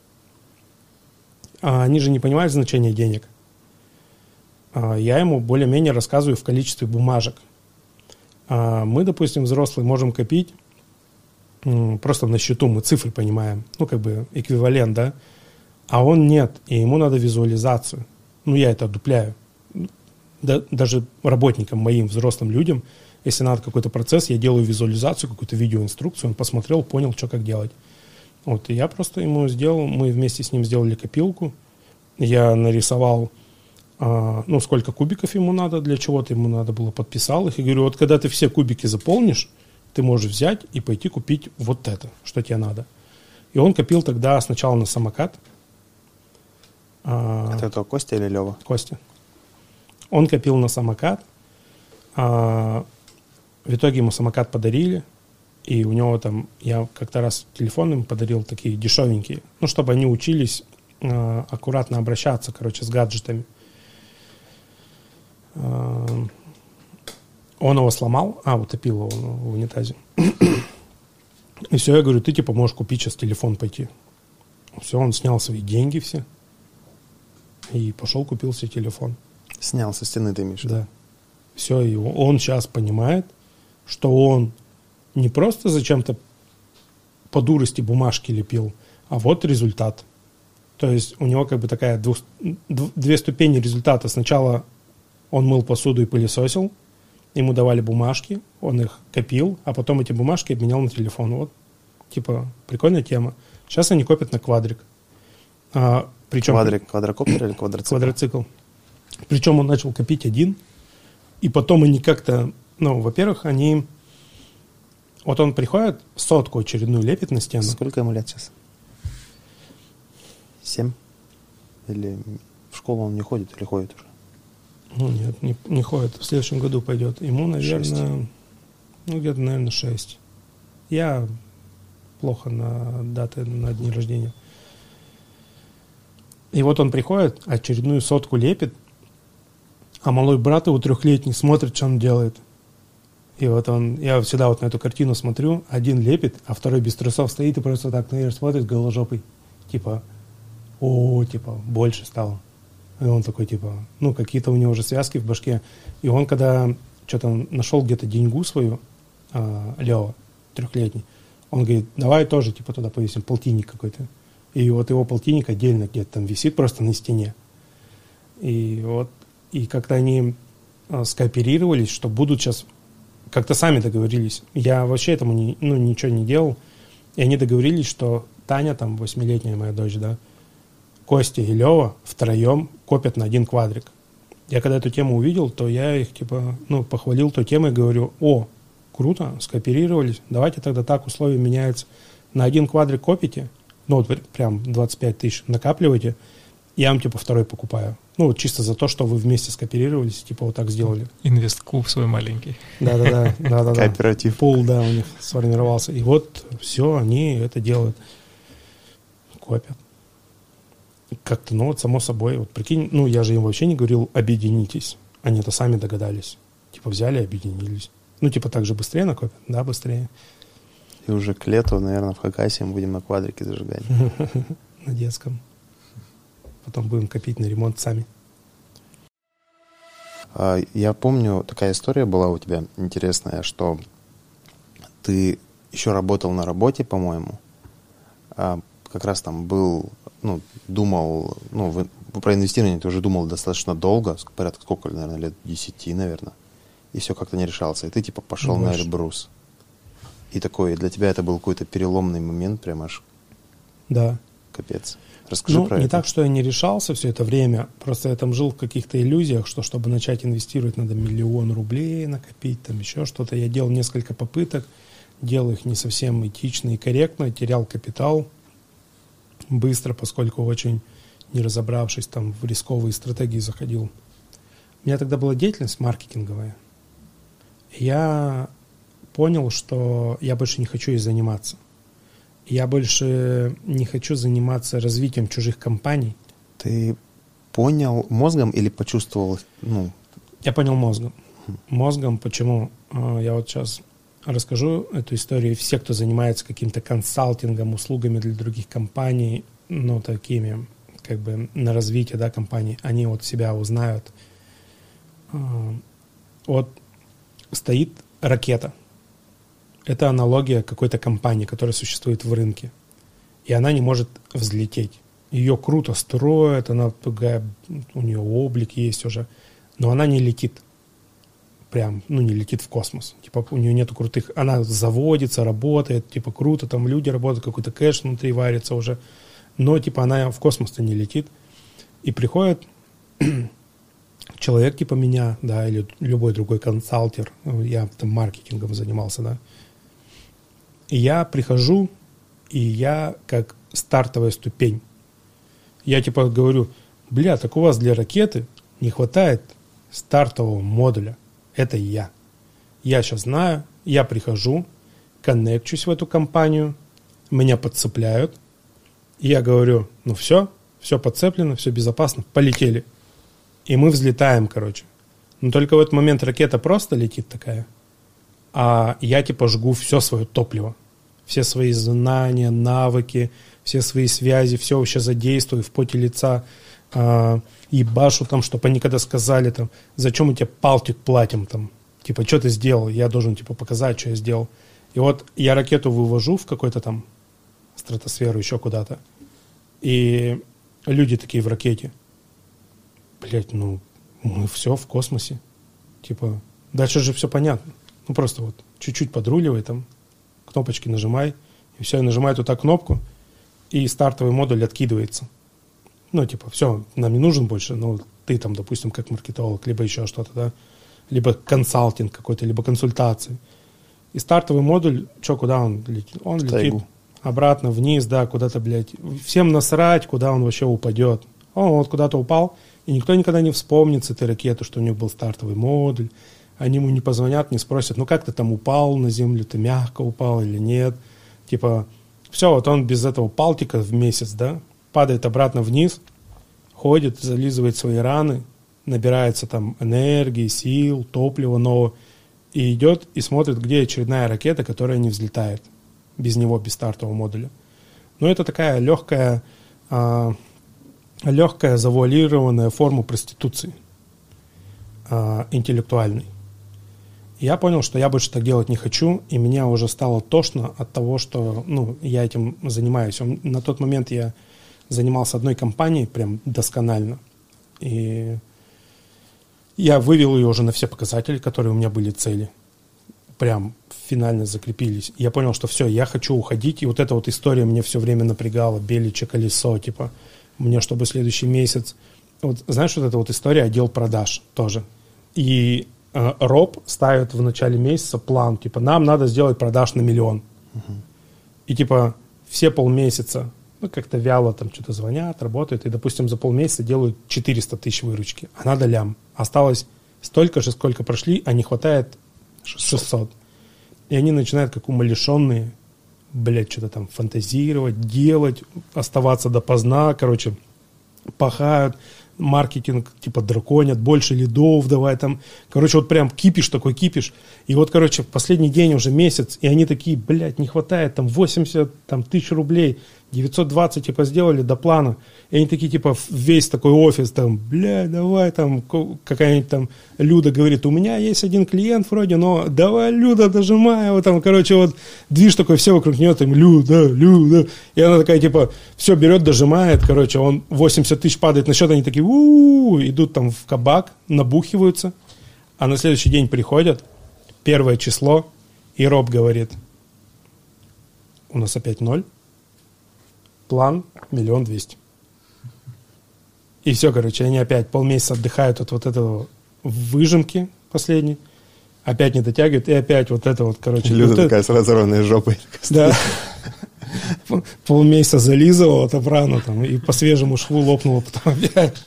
А они же не понимают значения денег. Я ему более-менее рассказываю в количестве бумажек. Мы, допустим, взрослые, можем копить просто на счету, мы цифры понимаем, ну, как бы эквивалент, да, а он нет, и ему надо визуализацию. Ну, я это одупляю. Даже работникам моим, взрослым людям, если надо какой-то процесс, я делаю визуализацию, какую-то видеоинструкцию, он посмотрел, понял, что как делать. Вот, и я просто ему сделал, мы вместе с ним сделали копилку, я нарисовал, ну, сколько кубиков ему надо, для чего-то ему надо было, подписал их, и говорю, вот когда ты все кубики заполнишь, ты можешь взять и пойти купить вот это, что тебе надо. И он копил тогда сначала на самокат. Это Костя или Лева? Костя. Он копил на самокат. В итоге ему самокат подарили. И у него там, я как-то раз телефон им подарил такие дешевенькие. Ну, чтобы они учились аккуратно обращаться, короче, с гаджетами. Он его сломал, утопил его в унитазе. И все, я говорю, ты типа можешь купить сейчас телефон пойти. Все, он снял свои деньги все. И пошел, купил себе телефон. Снял со стены, ты имеешь? Да. Все, и он сейчас понимает, что он не просто зачем-то по дурости бумажки лепил, а вот результат. То есть у него как бы такая 2 ступени результата. Сначала он мыл посуду и пылесосил, ему давали бумажки, он их копил, а потом эти бумажки обменял на телефон. Вот, типа, прикольная тема. Сейчас они копят на квадрик. Причем, квадрокоптер или квадроцикл? Квадроцикл. Причем он начал копить один, и потом они как-то, ну, во-первых, они... Вот он приходит, 100 очередную лепит на стену. Сколько ему лет сейчас? 7? Или в школу он не ходит или ходит уже? Ну, нет, не ходит. В следующем году пойдет. Ему, наверное, 6. Где-то, наверное, 6. Я плохо на даты, на дни рождения. И вот он приходит, очередную 100 лепит, а малой брат его 3-летний смотрит, что он делает. И вот я всегда вот на эту картину смотрю, один лепит, а второй без трусов стоит и просто так, наверное, смотрит голожопый. Типа, больше стало. И он такой, типа, ну, какие-то у него уже связки в башке. И он, когда что-то нашел где-то деньгу свою, Лева, 3-летний. Он говорит, давай тоже типа туда повесим полтинник какой-то. И вот его полтинник отдельно где-то там висит просто на стене. И вот, и как-то они скооперировались, что будут сейчас, как-то сами договорились. Я вообще этому ничего не делал. И они договорились, что Таня, там 8-летняя моя дочь, да, Костя и Лева втроем копят на один квадрик. Я когда эту тему увидел, то я их типа, похвалил той темой и говорю, круто, скооперировались, давайте тогда так, условия меняются. На один квадрик копите, вот прям 25 тысяч накапливаете, я вам типа второй покупаю. Вот чисто за то, что вы вместе скооперировались, типа вот так сделали. Инвест-клуб свой маленький. Да. Кооператив. Пул, да, у них сформировался. И вот все, они это делают. Копят. Как-то, вот само собой, вот прикинь, я же им вообще не говорил, объединитесь. Они-то сами догадались. Типа взяли, объединились. Типа так же быстрее накопят? Да, быстрее. И уже к лету, наверное, в Хакасии мы будем на квадрике зажигать. На детском. Потом будем копить на ремонт сами. Я помню, такая история была у тебя интересная, что ты еще работал на работе, по-моему. Как раз там был, думал, про инвестирование ты уже думал достаточно долго, порядка сколько, наверное, лет 10, наверное. И все как-то не решался. И ты типа пошел на Эльбрус. И такой, для тебя это был какой-то переломный момент, прям аж. Да. Капец. Расскажи про это. Не так, что я не решался все это время, просто я там жил в каких-то иллюзиях, что чтобы начать инвестировать, надо 1 000 000 рублей накопить, там еще что-то. Я делал несколько попыток, делал их не совсем этично и корректно, терял капитал быстро, поскольку очень, не разобравшись, там в рисковые стратегии заходил. У меня тогда была деятельность маркетинговая. Я понял, что я больше не хочу ей заниматься. Я больше не хочу заниматься развитием чужих компаний. Ты понял мозгом или почувствовал? Я понял мозгом. Мозгом, почему? Я вот сейчас расскажу эту историю. Все, кто занимается каким-то консалтингом, услугами для других компаний, такими, как бы на развитие, да, компаний, они вот себя узнают. Вот стоит ракета. Это аналогия какой-то компании, которая существует в рынке. И она не может взлететь. Ее круто строят, она такая, у нее облик есть уже, но она не летит. Прям, не летит в космос. Типа у нее нету крутых... Она заводится, работает, типа круто, там люди работают, какой-то кэш внутри варится уже. Но типа она в космос-то не летит. И приходит человек типа меня, да, или любой другой консалтер. Я там маркетингом занимался, да. И я прихожу, и я как стартовая ступень. Я типа говорю, так у вас для ракеты не хватает стартового модуля. Это я. Я сейчас знаю, я прихожу, коннекчусь в эту компанию, меня подцепляют, и я говорю, все подцеплено, все безопасно, полетели. И мы взлетаем, Но только в этот момент ракета просто летит такая, а я типа жгу все свое топливо, все свои знания, навыки, все свои связи, все вообще задействую в поте лица, ебашу там, чтобы они когда сказали там, зачем мы тебе палтик платим там, типа, что ты сделал, я должен типа показать, что я сделал. И вот я ракету вывожу в какой-то там стратосферу, еще куда-то, и люди такие в ракете, мы все в космосе, типа, дальше же все понятно, просто вот чуть-чуть подруливай там, кнопочки нажимай, и все, я нажимаю туда кнопку, и стартовый модуль откидывается. Все, нам не нужен больше, ты там, допустим, как маркетолог, либо еще что-то, да, либо консалтинг какой-то, либо консультации. И стартовый модуль, куда он летит? Он летит обратно вниз, да, куда-то, всем насрать, куда он вообще упадет. Он вот куда-то упал, и никто никогда не вспомнит с этой ракеты, что у них был стартовый модуль. Они ему не позвонят, не спросят, как ты там упал на землю, ты мягко упал или нет. Типа, все, вот он без этого палтика в месяц, да, падает обратно вниз, ходит, зализывает свои раны, набирается там энергии, сил, топлива нового, и идет и смотрит, где очередная ракета, которая не взлетает без него, без стартового модуля. Это такая легкая завуалированная форма проституции интеллектуальной. Я понял, что я больше так делать не хочу, и меня уже стало тошно от того, что, ну, я этим занимаюсь. На тот момент я занимался одной компанией прям досконально, и я вывел ее уже на все показатели, которые у меня были цели. Прям финально закрепились. Я понял, что все, я хочу уходить, и вот эта вот история мне все время напрягала, беличье колесо, типа, мне чтобы следующий месяц... Вот знаешь, вот эта вот история, отдел продаж тоже. И Роб ставит в начале месяца план, типа, нам надо сделать продаж на 1 000 000. И типа все полмесяца, ну, как-то вяло там что-то звонят, работают, и, допустим, за полмесяца делают 400 000 выручки, а надо лям. Осталось столько же, сколько прошли, а не хватает 600. И они начинают, как умалишенные, блядь, что-то там фантазировать, делать, оставаться допоздна, короче, пахают, маркетинг, типа, драконят, больше лидов давай там. Короче, вот прям кипиш такой, кипиш. И вот, короче, в последний день уже месяц, и они такие, блядь, не хватает, там, 80 там, 1000 рублей, 920, типа, сделали до плана. И они такие, типа, весь такой офис, там, блядь, давай, там, какая-нибудь там Люда говорит, у меня есть один клиент вроде, но давай, Люда, дожимай его, там, короче, вот, движ такой, все вокруг нее, там, Люда. И она такая, типа, все берет, дожимает, короче, он 80 000 падает на счет, они такие, идут там в кабак, набухиваются, а на следующий день приходят, 1 число, и Роб говорит, у нас опять 0, план 1 200 000. И все, короче, они опять полмесяца отдыхают от вот этого выжимки последней, опять не дотягивают, и опять вот это вот, короче. Люда вот такая с разорванной жопой. Да. Полмесяца зализывала там рану, там, и по свежему шву лопнула потом опять.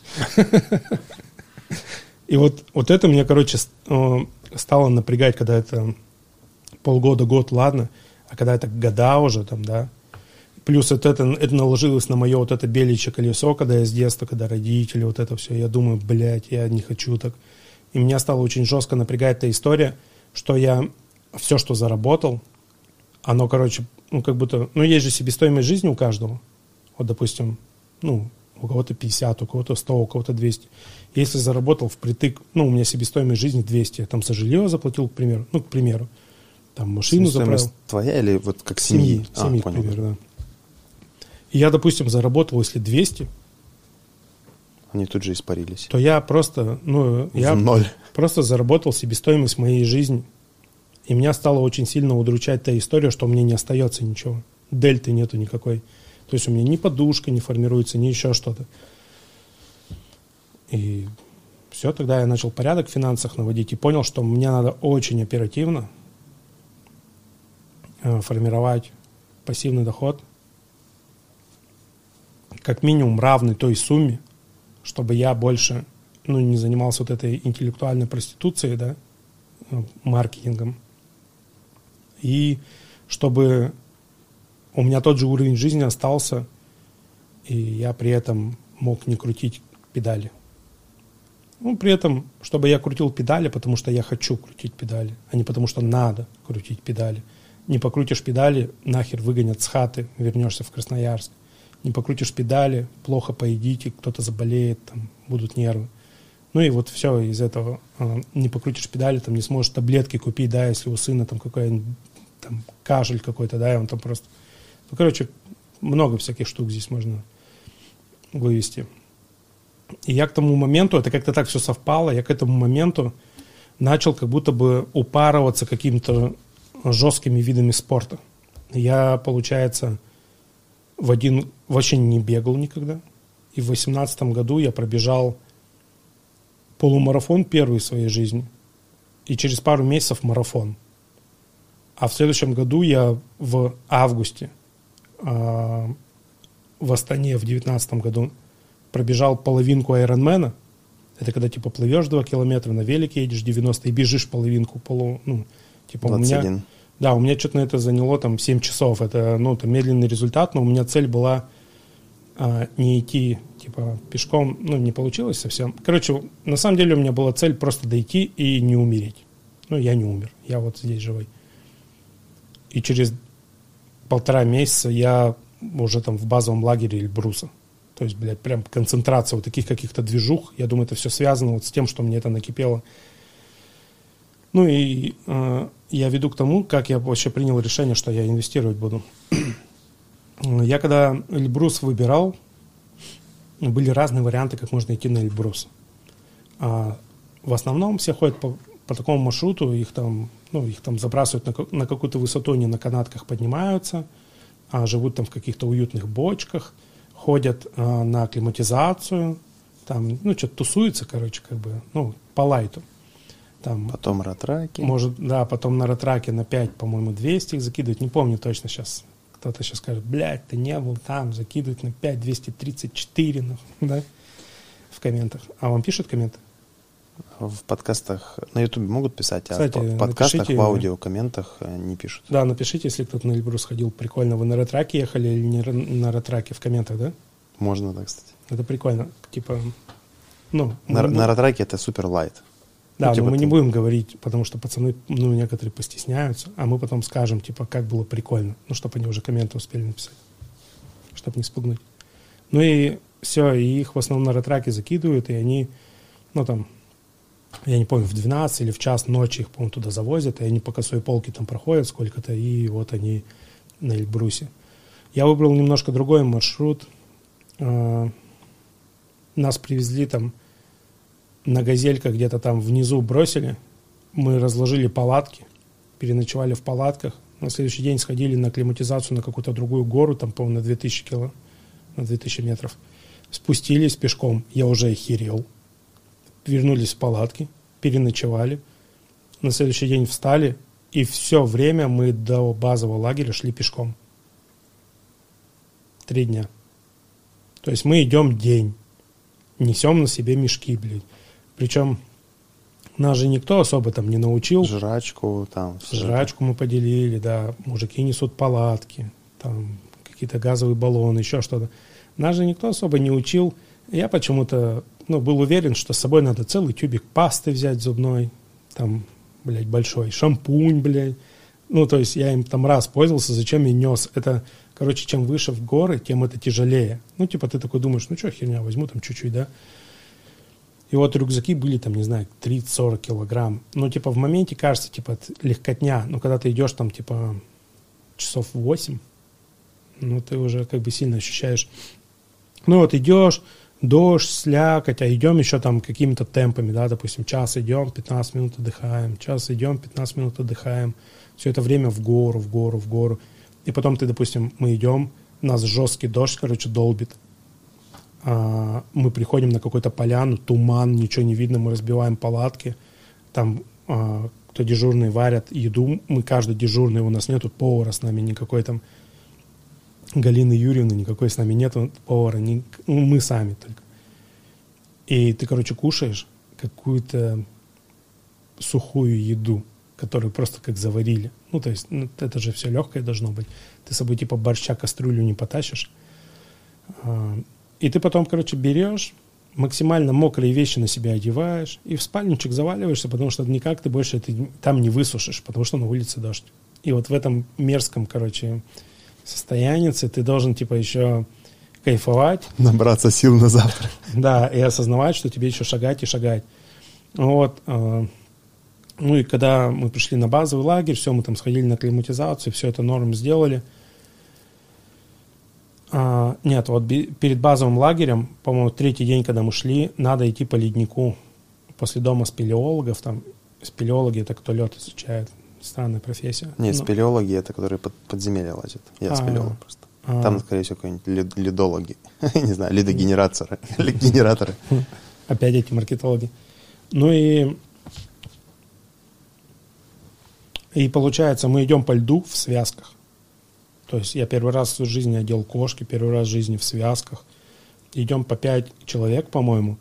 И вот это меня, короче, стало напрягать, когда это полгода, год, ладно, а когда это года уже там, да. Плюс это наложилось на мое вот это беличье колесо, когда я с детства, когда родители, вот это все. Я думаю, блядь, я не хочу так. И меня стало очень жестко напрягать эта история, что я все, что заработал, оно, короче, ну, как будто... Ну, есть же себестоимость жизни у каждого. Вот, допустим, ну, у кого-то 50, у кого-то 100, у кого-то 200. Если заработал впритык, ну, у меня себестоимость жизни 200, я там за жилье заплатил, к примеру, там машину заправил. Твоя или вот как семьи? Семьи, к примеру, да. И я, допустим, заработал, если 200, они тут же испарились. То я просто, просто заработал себестоимость моей жизни. И меня стало очень сильно удручать та история, что у меня не остается ничего. Дельты нету никакой. То есть у меня ни подушка не формируется, ни еще что-то. И все, тогда я начал порядок в финансах наводить и понял, что мне надо очень оперативно формировать пассивный доход, как минимум равный той сумме, чтобы я больше, ну, не занимался вот этой интеллектуальной проституцией, да, маркетингом. И чтобы у меня тот же уровень жизни остался, и я при этом мог не крутить педали. Ну, при этом, чтобы я крутил педали, потому что я хочу крутить педали, а не потому что надо крутить педали. Не покрутишь педали, нахер выгонят с хаты, вернешься в Красноярск. Не покрутишь педали, плохо поедите, кто-то заболеет, там, будут нервы. Ну и вот все из этого. Не покрутишь педали, там, не сможешь таблетки купить, да, если у сына там какой-нибудь там кашель какой-то, да, и он там просто... Ну, короче, много всяких штук здесь можно вывести. И я к тому моменту, это как-то так все совпало, я к этому моменту начал как будто бы упарываться какими-то жесткими видами спорта. Я, получается, вообще не бегал никогда. И в 2018 году я пробежал полумарафон первый в своей жизни. И через пару месяцев марафон. А в следующем году я в августе в Астане в 2019 году пробежал половинку Айронмена. Это когда типа плывешь 2 километра, на велике едешь 90 и бежишь половинку. Типа 21. У меня что-то на это заняло там 7 часов. Это, это медленный результат, но у меня цель была не идти типа пешком, не получилось совсем. Короче, на самом деле у меня была цель просто дойти и не умереть. Я не умер, я вот здесь живой. И через 1,5 месяца я уже там в базовом лагере Эльбруса. То есть, прям концентрация вот таких каких-то движух. Я думаю, это все связано вот с тем, что мне это накипело. Ну и я веду к тому, как я вообще принял решение, что я инвестировать буду. Я когда Эльбрус выбирал, были разные варианты, как можно идти на Эльбрус. В основном все ходят по такому маршруту, их там забрасывают на какую-то высоту, они на канатках поднимаются, живут там в каких-то уютных бочках, ходят на акклиматизацию, там, что-то тусуются, короче, по лайту. Там, потом ратраки. Потом на ратраке на 5, по-моему, 200 их закидывают, не помню точно сейчас. Кто-то сейчас скажет, блядь, ты не был там, закидывают на 5, 234, да, в комментах. А вам пишут комменты? В подкастах на Ютубе могут писать, кстати, в подкастах, в аудио, комментах не пишут. Да, напишите, если кто-то на Эльбрус ходил. Прикольно. Вы на ратраке ехали или не на ратраке в комментах, да? Можно, да, кстати. Это прикольно. Типа, на ратраке это супер лайт. Да, но мы не будем говорить, потому что пацаны, некоторые постесняются, а мы потом скажем, типа, как было прикольно. Чтобы они уже комменты успели написать, чтобы не спугнуть. Ну и все, и их в основном на ратраке закидывают, и они, я не помню, в 12 или в час ночи их, по-моему, туда завозят, и они по косой полке там проходят сколько-то, и вот они на Эльбрусе. Я выбрал немножко другой маршрут. Нас привезли там на газельках, где-то там внизу бросили. Мы разложили палатки, переночевали в палатках. На следующий день сходили на акклиматизацию на какую-то другую гору, там, по-моему, на 2000 метров. Спустились пешком, я уже охерел. Вернулись в палатки, переночевали. На следующий день встали, и все время мы до базового лагеря шли пешком. 3 дня. То есть мы идем день, несем на себе мешки, блядь. Причем нас же никто особо там не научил. Жрачку там. Жрачку мы поделили, да. Мужики несут палатки, там какие-то газовые баллоны, еще что-то. Нас же никто особо не учил. Я почему-то, был уверен, что с собой надо целый тюбик пасты взять зубной, там, блядь, большой, шампунь, блядь. То есть я им там раз пользовался, зачем я нес. Это, чем выше в горы, тем это тяжелее. Ты такой думаешь, что херня, возьму там чуть-чуть, да. И вот рюкзаки были там, не знаю, 30-40 килограмм. В моменте кажется, легкотня. Но когда ты идешь там, часов 8, ты уже сильно ощущаешь. Идешь, дождь, слякоть, а идем еще там какими-то темпами, да, допустим, час идем, 15 минут отдыхаем, час идем, 15 минут отдыхаем. Все это время в гору. И потом допустим, мы идем, нас жесткий дождь, долбит. Мы приходим на какую-то поляну, туман, ничего не видно, мы разбиваем палатки, там кто дежурный варят еду, мы каждый дежурный, у нас нету повара с нами, никакой там Галины Юрьевны, никакой с нами нету повара, мы сами только. И ты, кушаешь какую-то сухую еду, которую просто как заварили. То есть, это же все легкое должно быть. Ты с собой борща, кастрюлю не потащишь. И ты потом, берешь, максимально мокрые вещи на себя одеваешь и в спальничек заваливаешься, потому что никак ты больше там не высушишь, потому что на улице дождь. И вот в этом мерзком, состоянии ты должен, еще кайфовать. Набраться сил на завтра. Да, и осознавать, что тебе еще шагать и шагать. И когда мы пришли на базовый лагерь, все, мы там сходили на акклиматизацию, все это норм сделали. Нет, перед базовым лагерем, по-моему, 3-й день, когда мы шли, надо идти по леднику после дома спелеологов. Там спелеологи — это кто лед изучает. Странная профессия. Нет, спелеологи — это которые под подземелья лазят. Я спелеолог просто. Там, скорее всего, какие-нибудь ледологи. Не знаю, ледогенераторы. Опять эти маркетологи. И получается, мы идем по льду в связках. То есть я первый раз в жизни одел кошки, первый раз в жизни в связках. Идем по 5 человек, по-моему.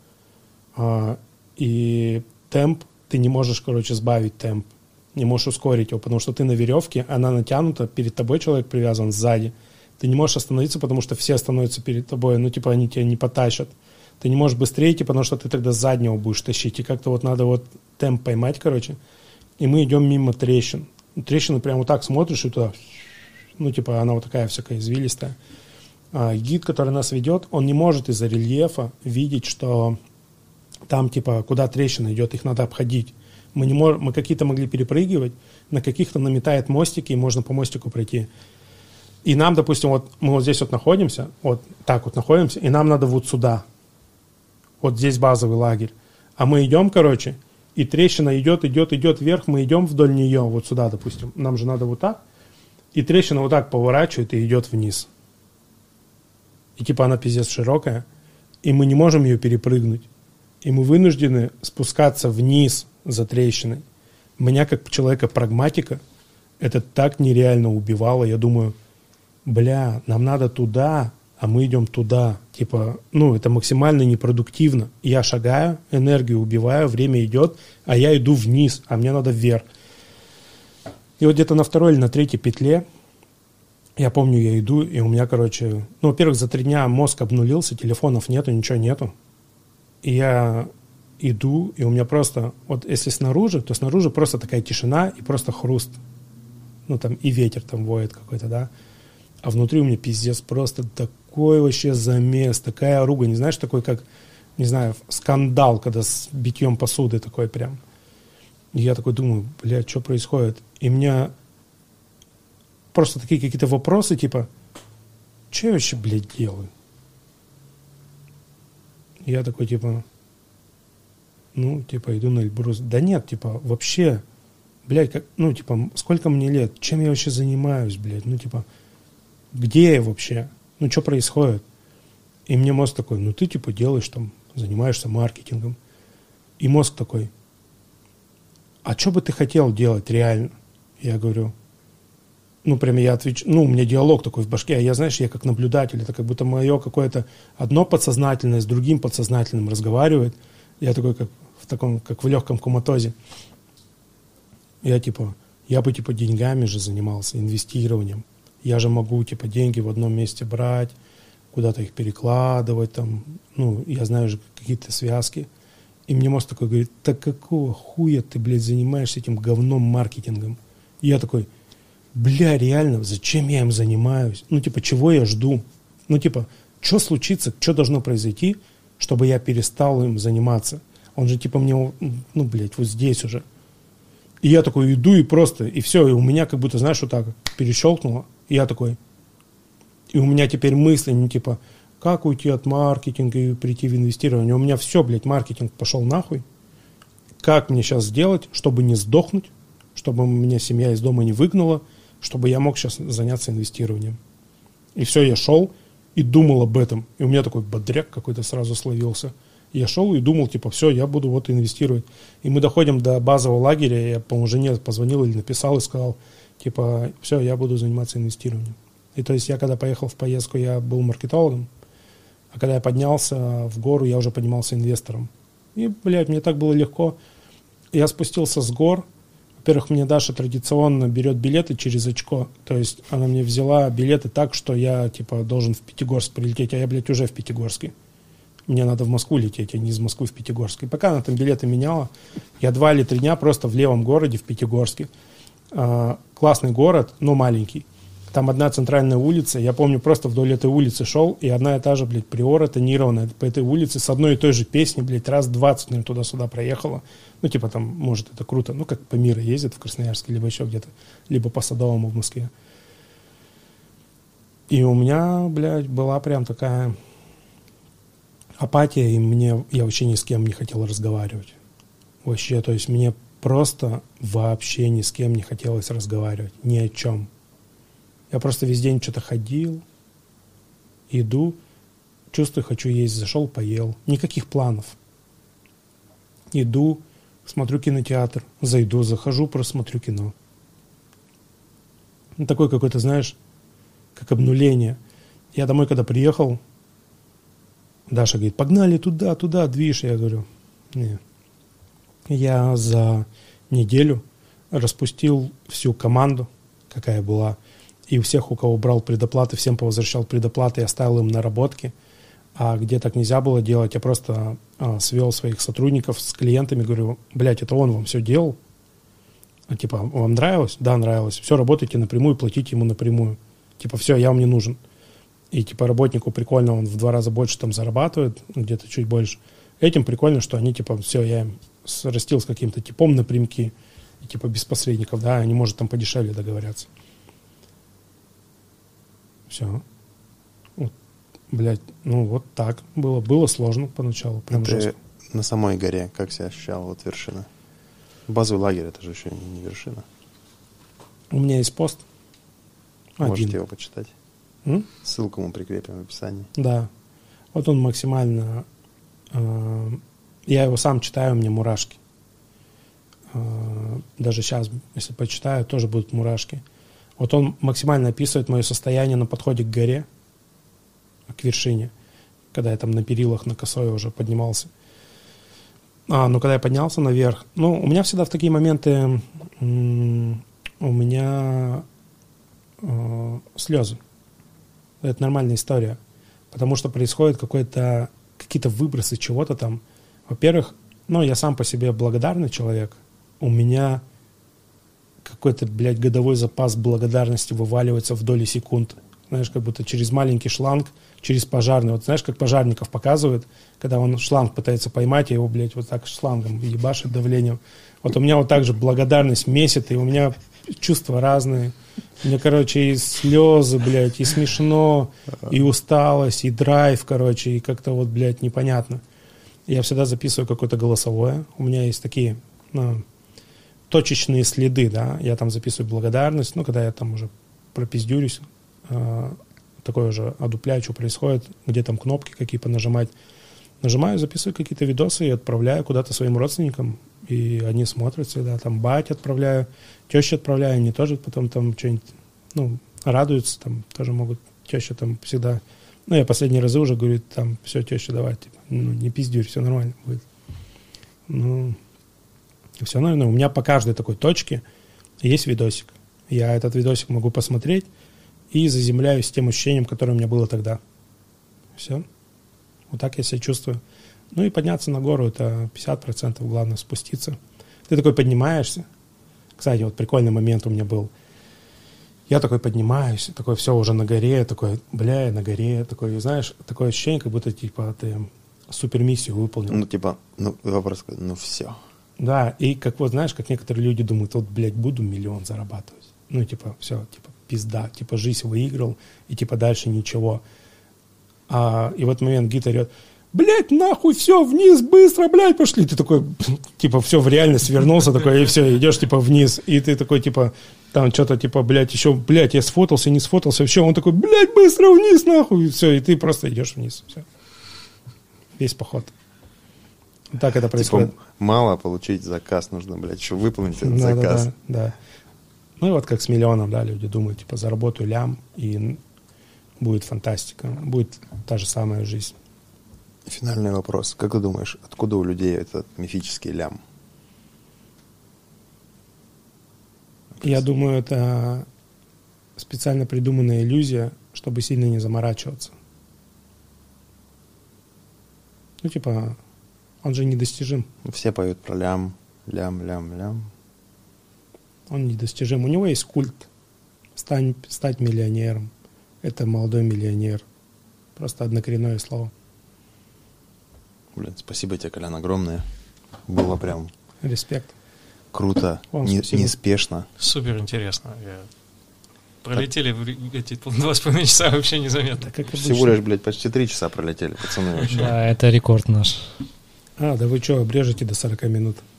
И темп, ты не можешь, сбавить темп. Не можешь ускорить его, потому что ты на веревке, она натянута, перед тобой человек привязан сзади. Ты не можешь остановиться, потому что все становятся перед тобой, они тебя не потащат. Ты не можешь быстрее идти, потому что ты тогда с заднего будешь тащить. И как-то надо темп поймать, И мы идем мимо трещин. Трещины прямо так смотришь, и туда... она такая всякая извилистая. Гид, который нас ведет, он не может из-за рельефа видеть, что там, куда трещина идет, их надо обходить. Мы какие-то могли перепрыгивать, на каких-то наметает мостики, и можно по мостику пройти. И нам, допустим, вот мы вот здесь вот находимся, вот так вот находимся, и нам надо вот сюда. Вот здесь базовый лагерь. А мы идем, короче, и трещина идет вверх, мы идем вдоль нее, вот сюда, допустим. Нам же надо вот так. И трещина вот так поворачивает и идет вниз. И типа она пиздец широкая, и мы не можем ее перепрыгнуть. И мы вынуждены спускаться вниз за трещиной. Меня, как человека-прагматика, это так нереально убивало. Я думаю, бля, нам надо туда, а мы идем туда. Типа, ну, это максимально непродуктивно. Я шагаю, энергию убиваю, время идет, а я иду вниз, а мне надо вверх. И вот где-то на второй или на третьей петле, я помню, я иду, и у меня, короче, ну, во-первых, за 3 дня мозг обнулился, телефонов нету, ничего нету. И я иду, и у меня просто, вот если снаружи, то снаружи просто такая тишина и просто хруст. Ну, там и ветер там воет какой-то, да. А внутри у меня пиздец просто такой вообще замес, такая ругань, не знаешь, такой как, не знаю, скандал, когда с битьем посуды такой прям. И я такой думаю, блядь, что происходит? И у меня просто такие какие-то вопросы, типа, что я вообще, блядь, делаю? И я такой, типа, ну, типа, иду на Эльбрус. Да нет, типа, вообще, блядь, как, ну, типа, сколько мне лет? Чем я вообще занимаюсь, блядь? Ну, типа, где я вообще? Ну, что происходит? И мне мозг такой, ну, ты, типа, делаешь там, занимаешься маркетингом. И мозг такой, а что бы ты хотел делать реально? Я говорю, ну, прям я отвечаю, ну, у меня диалог такой в башке, а я, знаешь, я как наблюдатель, это как будто мое какое-то одно подсознательное с другим подсознательным разговаривает. Я такой, как в таком, как в легком коматозе. Я, типа, я бы, типа, деньгами же занимался, инвестированием. Я же могу, типа, деньги в одном месте брать, куда-то их перекладывать, там, ну, я знаю же какие-то связки. И мне мозг такой говорит, так какого хуя ты, блядь, занимаешься этим говном маркетингом? И я такой, бля, реально, зачем я им занимаюсь? Ну, типа, чего я жду? Ну, типа, что случится, что должно произойти, чтобы я перестал им заниматься? Он же, типа, мне, ну, блядь, вот здесь уже. И я такой иду и просто, и все, и у меня как будто, знаешь, вот так перещелкнуло. И я такой, и у меня теперь мысли, не типа, как уйти от маркетинга и прийти в инвестирование? У меня все, блядь, маркетинг пошел нахуй. Как мне сейчас сделать, чтобы не сдохнуть, чтобы меня семья из дома не выгнала, чтобы я мог сейчас заняться инвестированием? И все, я шел и думал об этом. И у меня такой бодряк какой-то сразу словился. И я шел и думал, типа, все, я буду вот инвестировать. И мы доходим до базового лагеря, я, по-моему, жене позвонил или написал и сказал, типа, все, я буду заниматься инвестированием. И то есть я, когда поехал в поездку, я был маркетологом, а когда я поднялся в гору, я уже поднимался инвестором. И, блядь, мне так было легко. Я спустился с гор. Во-первых, мне Даша традиционно берет билеты через очко. То есть она мне взяла билеты так, что я, типа, должен в Пятигорск прилететь, а я, блядь, уже в Пятигорске. Мне надо в Москву лететь, а не из Москвы в Пятигорск. И пока она там билеты меняла, я 2 или 3 дня просто в левом городе, в Пятигорске. Классный город, но маленький. Там одна центральная улица. Я помню, просто вдоль этой улицы шел, и одна и та же, блядь, приора тонированная по этой улице с одной и той же песней, блядь, раз 20, наверное, туда-сюда проехала. Ну, типа там, может, это круто. Ну, как по миру ездят в Красноярске, либо еще где-то, либо по Садовому в Москве. И у меня, блядь, была прям такая апатия, и я вообще ни с кем не хотел разговаривать. Вообще, то есть мне просто вообще ни с кем не хотелось разговаривать. Ни о чем. Я просто весь день что-то ходил, иду, чувствую, хочу есть, зашел, поел. Никаких планов. Иду, смотрю кинотеатр, зайду, захожу, просто смотрю кино. Ну, такое какое-то, знаешь, как обнуление. Я домой, когда приехал, Даша говорит, погнали туда, движ. Я говорю, нет. Я за неделю распустил всю команду, какая была, и у всех, у кого брал предоплаты, всем повозвращал предоплаты и оставил им наработки. А где так нельзя было делать, я просто свел своих сотрудников с клиентами, говорю, блядь, это он вам все делал? Типа, вам нравилось? Да, нравилось. Все, работайте напрямую, платите ему напрямую. Типа, все, я вам не нужен. И типа работнику прикольно, он в 2 раза больше там зарабатывает, где-то чуть больше. Этим прикольно, что они типа, все, я им срастил с каким-то типом напрямки, и типа без посредников, да, они, может, там подешевле договорятся. Все. Вот, блядь, ну вот так было. Было сложно поначалу, прям жестко. На самой горе как себя ощущал, вот вершина? Базовый лагерь, это же еще не вершина. У меня есть пост. Можете его почитать. М? Ссылку мы прикрепим в описании. Да. Вот он максимально... я его сам читаю, у меня мурашки. Даже сейчас, если почитаю, тоже будут мурашки. Вот он максимально описывает мое состояние на подходе к горе, к вершине, когда я там на перилах, на косой уже поднимался. Но когда я поднялся наверх, у меня всегда в такие моменты у меня слезы. Это нормальная история. Потому что происходит какие-то выбросы чего-то там. Во-первых, я сам по себе благодарный человек. У меня какой-то, блядь, годовой запас благодарности вываливается в доли секунд. Знаешь, как будто через маленький шланг, через пожарный. Вот знаешь, как пожарников показывают, когда он шланг пытается поймать, и его, блядь, вот так шлангом ебашит давлением. Вот у меня вот так же благодарность месяц, и у меня чувства разные. У меня, короче, и слезы, блядь, и смешно, и усталость, и драйв, короче, и как-то вот, блядь, непонятно. Я всегда записываю какое-то голосовое. У меня есть такие точечные следы, да. Я там записываю благодарность, когда я там уже пропиздюрюсь, такое уже одупляю, что происходит, где там кнопки какие понажимать. Нажимаю, записываю какие-то видосы и отправляю куда-то своим родственникам. И они смотрят всегда, там бать отправляю, тещу отправляю, они тоже потом там что-нибудь, радуются, там тоже могут, теща там всегда, я последние разы уже говорю, там, все, теща, давай, типа, не пиздюрь, все нормально будет. Все нормально. У меня по каждой такой точке есть видосик. Я этот видосик могу посмотреть и заземляюсь тем ощущением, которое у меня было тогда. Все. Вот так я себя чувствую. И подняться на гору — это 50%, главное спуститься. Ты такой поднимаешься. Кстати, вот прикольный момент у меня был. Я такой поднимаюсь, такой все уже на горе, такой, на горе, такой, знаешь, такое ощущение, как будто, типа, ты супермиссию выполнил. Вопрос, все. Да, и как вот, знаешь, как некоторые люди думают, вот, блядь, буду миллион зарабатывать. Все, пизда, жизнь выиграл, и, дальше ничего. И в этот момент гид орет: блядь, нахуй, все, вниз, быстро, блядь, пошли. Ты такой, все в реальность вернулся, такой, и все, идешь, вниз. И ты такой, там что-то, блядь, еще, блядь, я сфотался, не сфотался, все. Он такой, блядь, быстро вниз, нахуй. И все, и ты просто идешь вниз. Все. Весь поход. Так это происходит. Мало получить заказ, нужно, блядь, еще выполнить этот заказ. Да. И вот как с миллионом, да, люди думают, заработаю лям, и будет фантастика, будет та же самая жизнь. Финальный вопрос. Как ты думаешь, откуда у людей этот мифический лям? Я думаю, это специально придуманная иллюзия, чтобы сильно не заморачиваться. Он же недостижим. Все поют про лям, лям. Он недостижим. У него есть культ. Стать миллионером. Это молодой миллионер. Просто однокоренное слово. Блин, спасибо тебе, Колян, огромное. Было прям... Респект. Круто, неспешно. Супер интересно. Пролетели эти 2,5 часа вообще незаметно. Всего лишь, блядь, почти 3 часа пролетели, пацаны. Вообще. Да, это рекорд наш. Да вы что, обрежете до 40 минут?